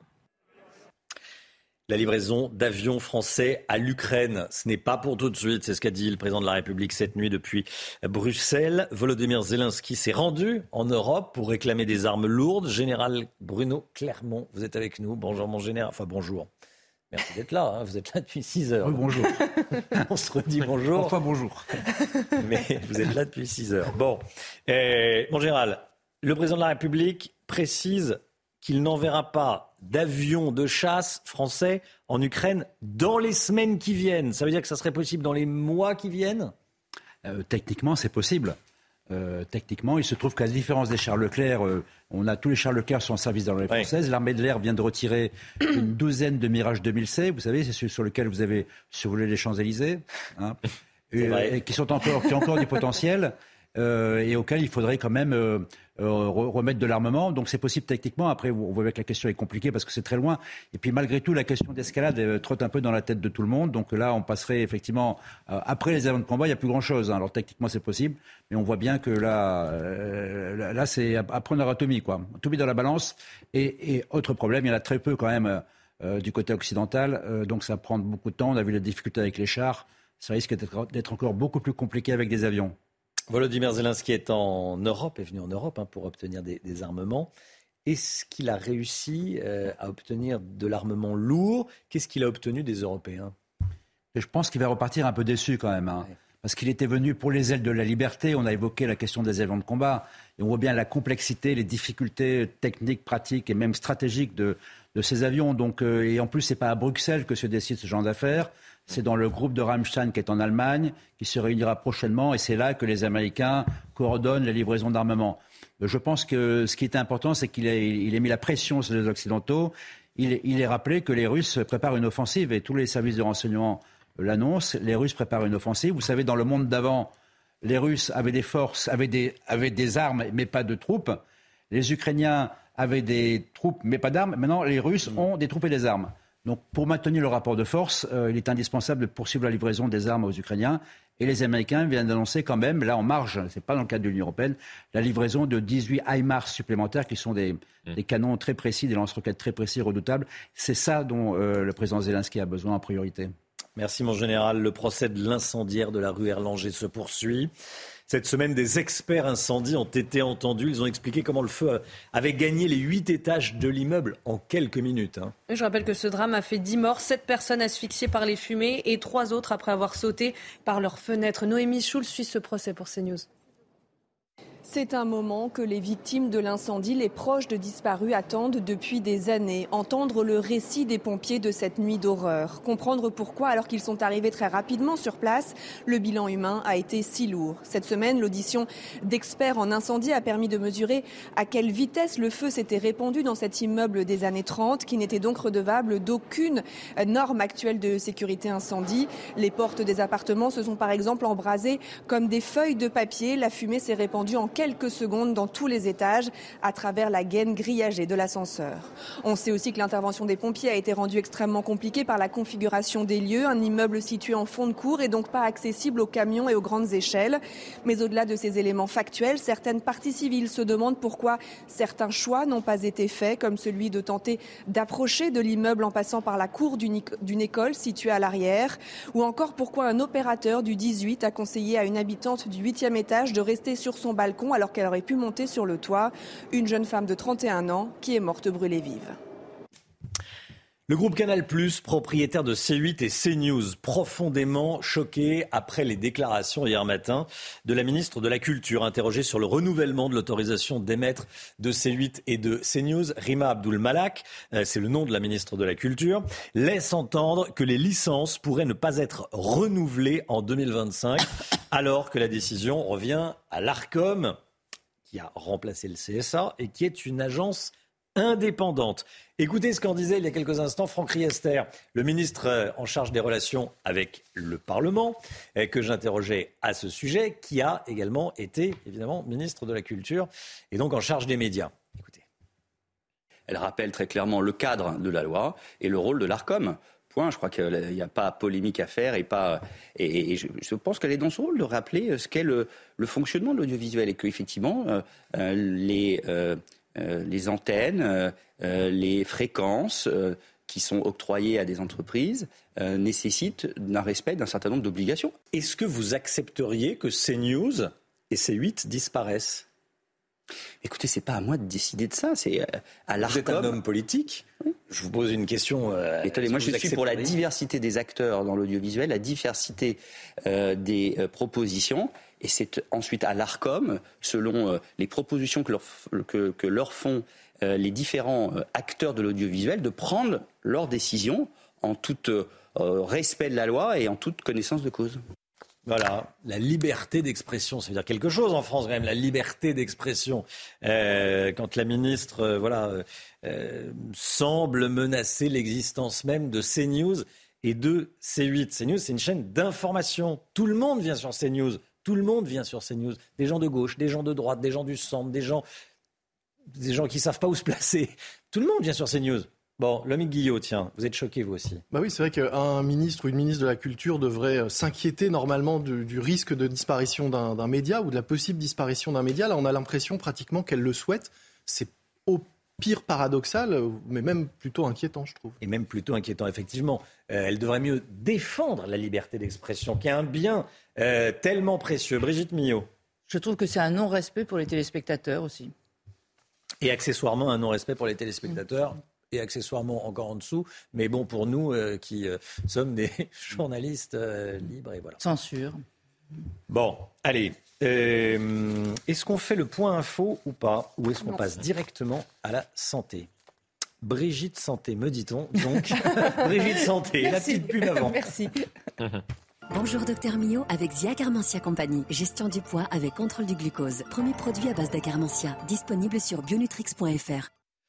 La livraison d'avions français à l'Ukraine, ce n'est pas pour tout de suite, c'est ce qu'a dit le président de la République cette nuit depuis Bruxelles. Volodymyr Zelensky s'est rendu en Europe pour réclamer des armes lourdes. Général Bruno Clermont, vous êtes avec nous. Bonjour mon général, enfin bonjour. Merci d'être là, hein. Vous êtes là depuis six heures. Oui, bonjour. On se redit bonjour. Enfin bonjour. Mais vous êtes là depuis six heures. Bon, euh, mon général, le président de la République précise qu'il n'enverra pas d'avions de chasse français en Ukraine dans les semaines qui viennent. Ça veut dire que ça serait possible dans les mois qui viennent ? euh, Techniquement, c'est possible. Euh, techniquement, il se trouve qu'à la différence des chars Leclerc, euh, on a tous les chars Leclerc sont en service dans l'armée française. Ouais. L'armée de l'air vient de retirer une douzaine de Mirage deux mille C. Vous savez, c'est celui sur lequel vous avez survolé les Champs-Élysées, hein, et, et qui sont encore, qui ont encore du potentiel. Euh, et auquel il faudrait quand même euh, euh, remettre de l'armement. Donc c'est possible techniquement. Après, on voit que la question est compliquée parce que c'est très loin. Et puis malgré tout, la question d'escalade euh, trotte un peu dans la tête de tout le monde. Donc là, on passerait effectivement... Euh, après les avions de combat, il n'y a plus grand-chose. Hein. Alors techniquement, c'est possible. Mais on voit bien que là, euh, là c'est à prendre à atomique, quoi. Tout mis dans la balance. Et, et autre problème, il y en a très peu quand même euh, du côté occidental. Euh, donc ça prend beaucoup de temps. On a vu la difficulté avec les chars. Ça risque d'être, d'être encore beaucoup plus compliqué avec des avions. Volodymyr Zelensky est en Europe, est venu en Europe hein, pour obtenir des, des armements. Est-ce qu'il a réussi euh, à obtenir de l'armement lourd ? Qu'est-ce qu'il a obtenu des Européens ? Je pense qu'il va repartir un peu déçu quand même. Hein, ouais. Parce qu'il était venu pour les ailes de la liberté. On a évoqué la question des avions de combat. Et on voit bien la complexité, les difficultés techniques, pratiques et même stratégiques de, de ces avions. Donc, euh, et en plus, ce n'est pas à Bruxelles que se décide ce genre d'affaires. C'est dans le groupe de Rammstein qui est en Allemagne, qui se réunira prochainement, et c'est là que les Américains coordonnent les livraisons d'armement. Je pense que ce qui est important, c'est qu'il ait, il ait mis la pression sur les Occidentaux. Il, il est rappelé que les Russes préparent une offensive, et tous les services de renseignement l'annoncent. Les Russes préparent une offensive. Vous savez, dans le monde d'avant, les Russes avaient des forces, avaient des, avaient des armes, mais pas de troupes. Les Ukrainiens avaient des troupes, mais pas d'armes. Maintenant, les Russes ont des troupes et des armes. Donc, pour maintenir le rapport de force, euh, il est indispensable de poursuivre la livraison des armes aux Ukrainiens. Et les Américains viennent d'annoncer quand même, là en marge, ce n'est pas dans le cadre de l'Union européenne, la livraison de dix-huit HIMARS supplémentaires qui sont des, mmh. des canons très précis, des lance-roquettes très précis, redoutables. C'est ça dont euh, le président Zelensky a besoin en priorité. Merci mon général. Le procès de l'incendiaire de la rue Erlanger se poursuit. Cette semaine, des experts incendies ont été entendus. Ils ont expliqué comment le feu avait gagné les huit étages de l'immeuble en quelques minutes. Hein. Je rappelle que ce drame a fait dix morts, sept personnes asphyxiées par les fumées et trois autres après avoir sauté par leurs fenêtres. Noémie Schulz suit ce procès pour CNews. C'est un moment que les victimes de l'incendie, les proches de disparus attendent depuis des années. Entendre le récit des pompiers de cette nuit d'horreur. Comprendre pourquoi, alors qu'ils sont arrivés très rapidement sur place, le bilan humain a été si lourd. Cette semaine, l'audition d'experts en incendie a permis de mesurer à quelle vitesse le feu s'était répandu dans cet immeuble des années trente, qui n'était donc redevable d'aucune norme actuelle de sécurité incendie. Les portes des appartements se sont par exemple embrasées comme des feuilles de papier. La fumée s'est répandue en quelques secondes dans tous les étages à travers la gaine grillagée de l'ascenseur. On sait aussi que l'intervention des pompiers a été rendue extrêmement compliquée par la configuration des lieux, un immeuble situé en fond de cour et donc pas accessible aux camions et aux grandes échelles. Mais au-delà de ces éléments factuels, certaines parties civiles se demandent pourquoi certains choix n'ont pas été faits, comme celui de tenter d'approcher de l'immeuble en passant par la cour d'une, d'une école située à l'arrière, ou encore pourquoi un opérateur du dix-huit a conseillé à une habitante du huitième étage de rester sur son balcon alors qu'elle aurait pu monter sur le toit. Une jeune femme de trente et un ans qui est morte brûlée vive. Le groupe Canal+, propriétaire de C huit et CNews, profondément choqué après les déclarations hier matin de la ministre de la Culture, interrogée sur le renouvellement de l'autorisation d'émettre de C huit et de CNews. Rima Abdul Malak, c'est le nom de la ministre de la Culture, laisse entendre que les licences pourraient ne pas être renouvelées en deux mille vingt-cinq, alors que la décision revient à l'Arcom, qui a remplacé le C S A et qui est une agence indépendante. Écoutez ce qu'en disait il y a quelques instants Franck Riester, le ministre en charge des relations avec le Parlement, que j'interrogeais à ce sujet, qui a également été évidemment ministre de la Culture et donc en charge des médias. Écoutez. Elle rappelle très clairement le cadre de la loi et le rôle de l'Arcom. Point. Je crois qu'il n'y a pas polémique à faire et pas. Et, et je, je pense qu'elle est dans son rôle de rappeler ce qu'est le, le fonctionnement de l'audiovisuel et qu'effectivement euh, euh, les euh, Euh, les antennes, euh, euh, les fréquences euh, qui sont octroyées à des entreprises euh, nécessitent un respect d'un certain nombre d'obligations. Est-ce que vous accepteriez que CNews et C huit disparaissent ? Écoutez, c'est pas à moi de décider de ça, c'est à l'Arcom. Vous êtes un homme politique. Oui. Je vous pose une question. Euh, Attendez, moi je suis pour la diversité des acteurs dans l'audiovisuel, la diversité euh, des euh, propositions. Et c'est ensuite à l'Arcom, selon euh, les propositions que leur, que, que leur font euh, les différents euh, acteurs de l'audiovisuel, de prendre leurs décisions en tout euh, respect de la loi et en toute connaissance de cause. Voilà, la liberté d'expression, ça veut dire quelque chose en France quand même, la liberté d'expression. Euh, quand la ministre euh, voilà, euh, semble menacer l'existence même de CNews et de C huit. CNews, c'est une chaîne d'information. Tout le monde vient sur CNews. Tout le monde vient sur CNews. Des gens de gauche, des gens de droite, des gens du centre, des gens, des gens qui ne savent pas où se placer. Tout le monde vient sur CNews. Bon, Lomique Guillot, tiens, vous êtes choqué vous aussi. Bah oui, c'est vrai qu'un ministre ou une ministre de la Culture devrait s'inquiéter normalement du, du risque de disparition d'un, d'un média ou de la possible disparition d'un média. Là, on a l'impression pratiquement qu'elle le souhaite. C'est au pire paradoxal, mais même plutôt inquiétant, je trouve. Et même plutôt inquiétant, effectivement. Euh, elle devrait mieux défendre la liberté d'expression, qui est un bien euh, tellement précieux. Brigitte Millot. Je trouve que c'est un non-respect pour les téléspectateurs aussi. Et accessoirement, un non-respect pour les téléspectateurs. Mmh. Et accessoirement encore en dessous. Mais bon, pour nous euh, qui euh, sommes des journalistes euh, libres, et voilà. Censure. Bon, allez. Euh, est-ce qu'on fait le point info ou pas ? Ou est-ce qu'on non. passe directement à la santé ? Brigitte Santé, me dit-on. Donc, Brigitte Santé, la petite pub avant. Merci. Bonjour Docteur Millot avec Zia Carmentia Compagnie. Gestion du poids avec contrôle du glucose. Premier produit à base d'acarmentia. Disponible sur bionutrix point f r.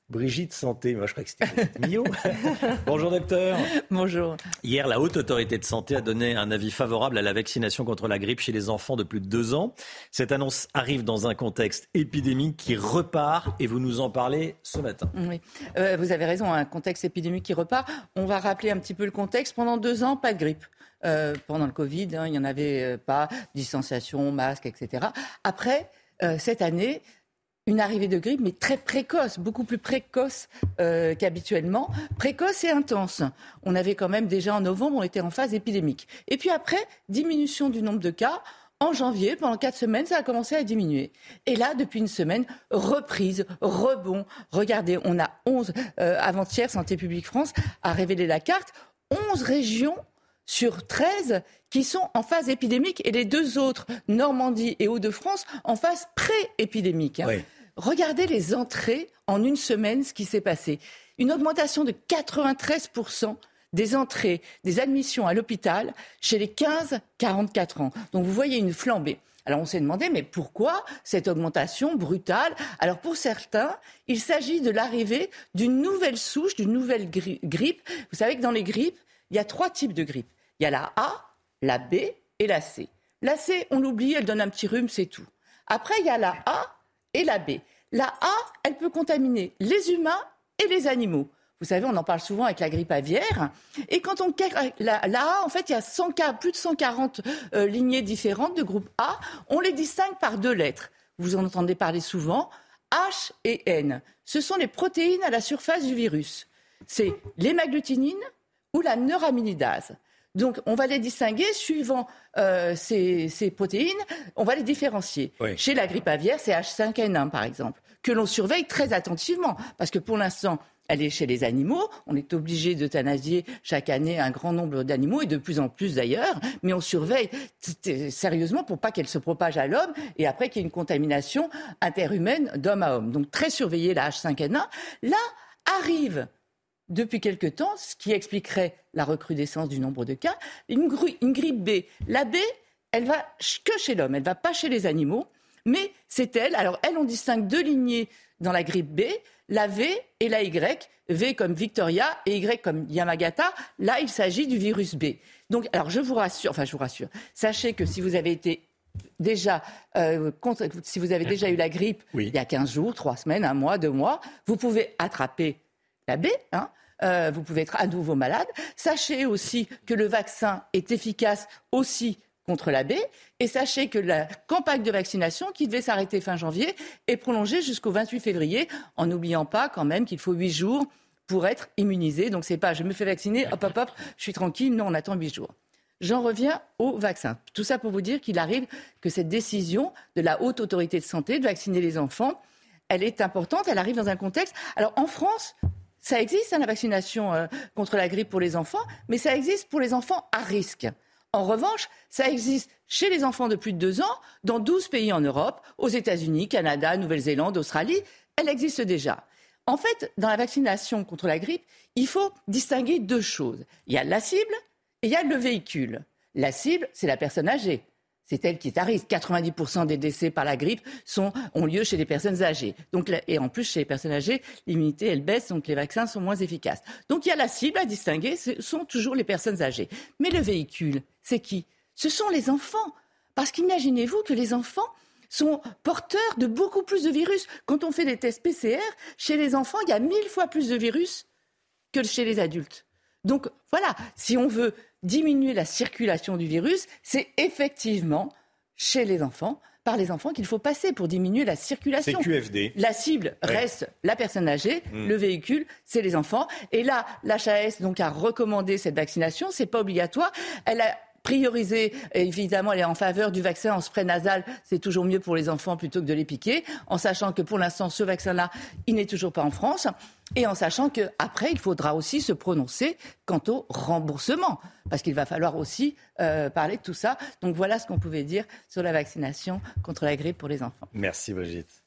Brigitte Santé, moi je crois que c'était Brigitte Millot. Bonjour docteur. Bonjour. Hier, la Haute Autorité de Santé a donné un avis favorable à la vaccination contre la grippe chez les enfants de plus de deux ans. Cette annonce arrive dans un contexte épidémique qui repart et vous nous en parlez ce matin. Oui, euh, vous avez raison, un contexte épidémique qui repart. On va rappeler un petit peu le contexte. Pendant deux ans, pas de grippe. Euh, pendant le Covid, hein, il n'y en avait euh, pas, distanciation, masque, et cetera. Après, euh, cette année, une arrivée de grippe, mais très précoce, beaucoup plus précoce euh, qu'habituellement. Précoce et intense. On avait quand même déjà en novembre, on était en phase épidémique. Et puis après, diminution du nombre de cas. En janvier, pendant quatre semaines, ça a commencé à diminuer. Et là, depuis une semaine, reprise, rebond. Regardez, on a onze, euh, avant-hier, Santé publique France a révélé la carte, onze régions sur treize qui sont en phase épidémique et les deux autres, Normandie et Hauts-de-France, en phase pré-épidémique. Oui. Regardez les entrées en une semaine, ce qui s'est passé. Une augmentation de quatre-vingt-treize pour cent des entrées, des admissions à l'hôpital chez les quinze à quarante-quatre ans. Donc vous voyez une flambée. Alors on s'est demandé, mais pourquoi cette augmentation brutale ? Alors pour certains, il s'agit de l'arrivée d'une nouvelle souche, d'une nouvelle gri- grippe. Vous savez que dans les grippes, il y a trois types de grippe. Il y a la A, la B et la C. La C, on l'oublie, elle donne un petit rhume, c'est tout. Après, il y a la A et la B. La A, elle peut contaminer les humains et les animaux. Vous savez, on en parle souvent avec la grippe aviaire. Et quand on la, la A, en fait, il y a cent cas, plus de cent quarante euh, lignées différentes de groupe A. On les distingue par deux lettres. Vous en entendez parler souvent. H et N. Ce sont les protéines à la surface du virus. C'est l'hémagglutinine ou la neuraminidase. Donc, on va les distinguer suivant euh, ces, ces protéines, on va les différencier. Oui. Chez la grippe aviaire, c'est H cinq N un, par exemple, que l'on surveille très attentivement, parce que pour l'instant, elle est chez les animaux. On est obligé d'euthanasier chaque année un grand nombre d'animaux, et de plus en plus d'ailleurs, mais on surveille t- t- sérieusement pour pas qu'elle se propage à l'homme, et après qu'il y ait une contamination interhumaine d'homme à homme. Donc, très surveillée, la H cinq N un. Là, arrive depuis quelque temps, ce qui expliquerait la recrudescence du nombre de cas, une, gru- une grippe B. La B, elle va que chez l'homme, elle ne va pas chez les animaux, mais c'est elle. Alors, elle, on distingue deux lignées dans la grippe B, la V et la Y. V comme Victoria et Y comme Yamagata. Là, il s'agit du virus B. Donc, alors, je vous rassure, enfin, je vous rassure, sachez que si vous avez été déjà, euh, contre, si vous avez déjà eu la grippe oui. il y a quinze jours, trois semaines, un mois, deux mois, vous pouvez attraper la B, hein. Euh, vous pouvez être à nouveau malade. Sachez aussi que le vaccin est efficace aussi contre la B. Et sachez que la campagne de vaccination, qui devait s'arrêter fin janvier, est prolongée jusqu'au vingt-huit février, en n'oubliant pas quand même qu'il faut huit jours pour être immunisé. Donc c'est pas je me fais vacciner, hop hop hop, je suis tranquille. Non, on attend huit jours. J'en reviens au vaccin. Tout ça pour vous dire qu'il arrive que cette décision de la Haute Autorité de Santé de vacciner les enfants, elle est importante, elle arrive dans un contexte. Alors en France, ça existe, hein, la vaccination euh, contre la grippe pour les enfants, mais ça existe pour les enfants à risque. En revanche, ça existe chez les enfants de plus de deux ans, dans douze pays en Europe, aux États-Unis, Canada, Nouvelle-Zélande, Australie. Elle existe déjà. En fait, dans la vaccination contre la grippe, il faut distinguer deux choses. Il y a la cible et il y a le véhicule. La cible, c'est la personne âgée. C'est elle qui est à risque. quatre-vingt-dix pour cent des décès par la grippe sont, ont lieu chez les personnes âgées. Donc, et en plus, chez les personnes âgées, l'immunité, elle baisse, donc les vaccins sont moins efficaces. Donc, il y a la cible à distinguer, ce sont toujours les personnes âgées. Mais le véhicule, c'est qui ? Ce sont les enfants. Parce qu'imaginez-vous que les enfants sont porteurs de beaucoup plus de virus. Quand on fait des tests P C R, chez les enfants, il y a mille fois plus de virus que chez les adultes. Donc, voilà, si on veut diminuer la circulation du virus, c'est effectivement chez les enfants, par les enfants qu'il faut passer pour diminuer la circulation. C'est Q F D. La cible ouais. reste la personne âgée, mmh. le véhicule, c'est les enfants. Et là, l'H A S donc, a recommandé cette vaccination, c'est pas obligatoire. Elle a priorisé, évidemment, elle est en faveur du vaccin en spray nasal, c'est toujours mieux pour les enfants plutôt que de les piquer, en sachant que pour l'instant, ce vaccin-là, il n'est toujours pas en France, et en sachant qu'après, il faudra aussi se prononcer quant au remboursement, parce qu'il va falloir aussi euh, parler de tout ça. Donc voilà ce qu'on pouvait dire sur la vaccination contre la grippe pour les enfants. Merci Brigitte.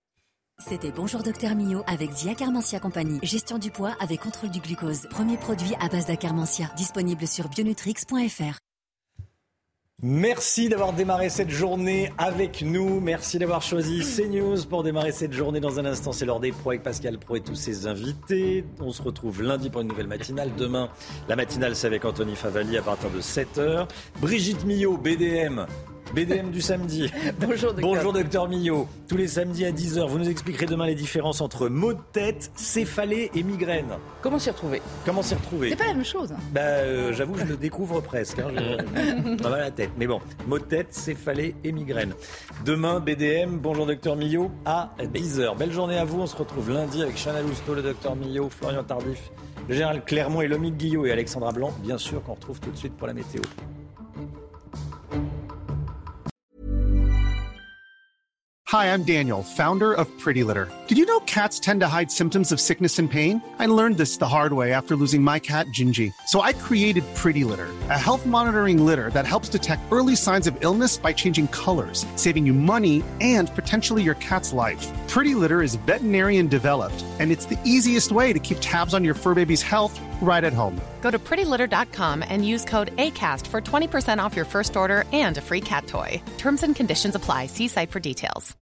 C'était Bonjour Docteur Millot avec Zia Carmentia Compagnie. Gestion du poids avec contrôle du glucose. Premier produit à base d'Acarmentia. Disponible sur bionutrix point f r. Merci d'avoir démarré cette journée avec nous. Merci d'avoir choisi CNews pour démarrer cette journée. Dans un instant, c'est l'heure des pros avec Pascal Praud et tous ses invités. On se retrouve lundi pour une nouvelle matinale. Demain, la matinale, c'est avec Anthony Favali à partir de sept heures. Brigitte Millot, B D M. B D M du samedi. Bonjour docteur. Bonjour docteur Millot. Tous les samedis à dix heures, vous nous expliquerez demain les différences entre maux de tête, céphalée et migraine. Comment s'y retrouver Comment s'y retrouver C'est pas la même chose. Bah, euh, j'avoue, je le découvre presque. Hein. Je... Pas mal la tête. Mais bon, maux de tête, céphalée et migraine. Demain, B D M. Bonjour docteur Millot à dix heures. Belle journée à vous. On se retrouve lundi avec Chana Lousteau, le docteur Millot, Florian Tardif, le général Clermont et Lomique Guillot et Alexandra Blanc. Bien sûr qu'on retrouve tout de suite pour la météo. Hi, I'm Daniel, founder of Pretty Litter. Did you know cats tend to hide symptoms of sickness and pain? I learned this the hard way after losing my cat, Gingy. So I created Pretty Litter, a health monitoring litter that helps detect early signs of illness by changing colors, saving you money and potentially your cat's life. Pretty Litter is veterinarian developed, and it's the easiest way to keep tabs on your fur baby's health right at home. Go to pretty litter dot com and use code ACAST for twenty percent off your first order and a free cat toy. Terms and conditions apply. See site for details.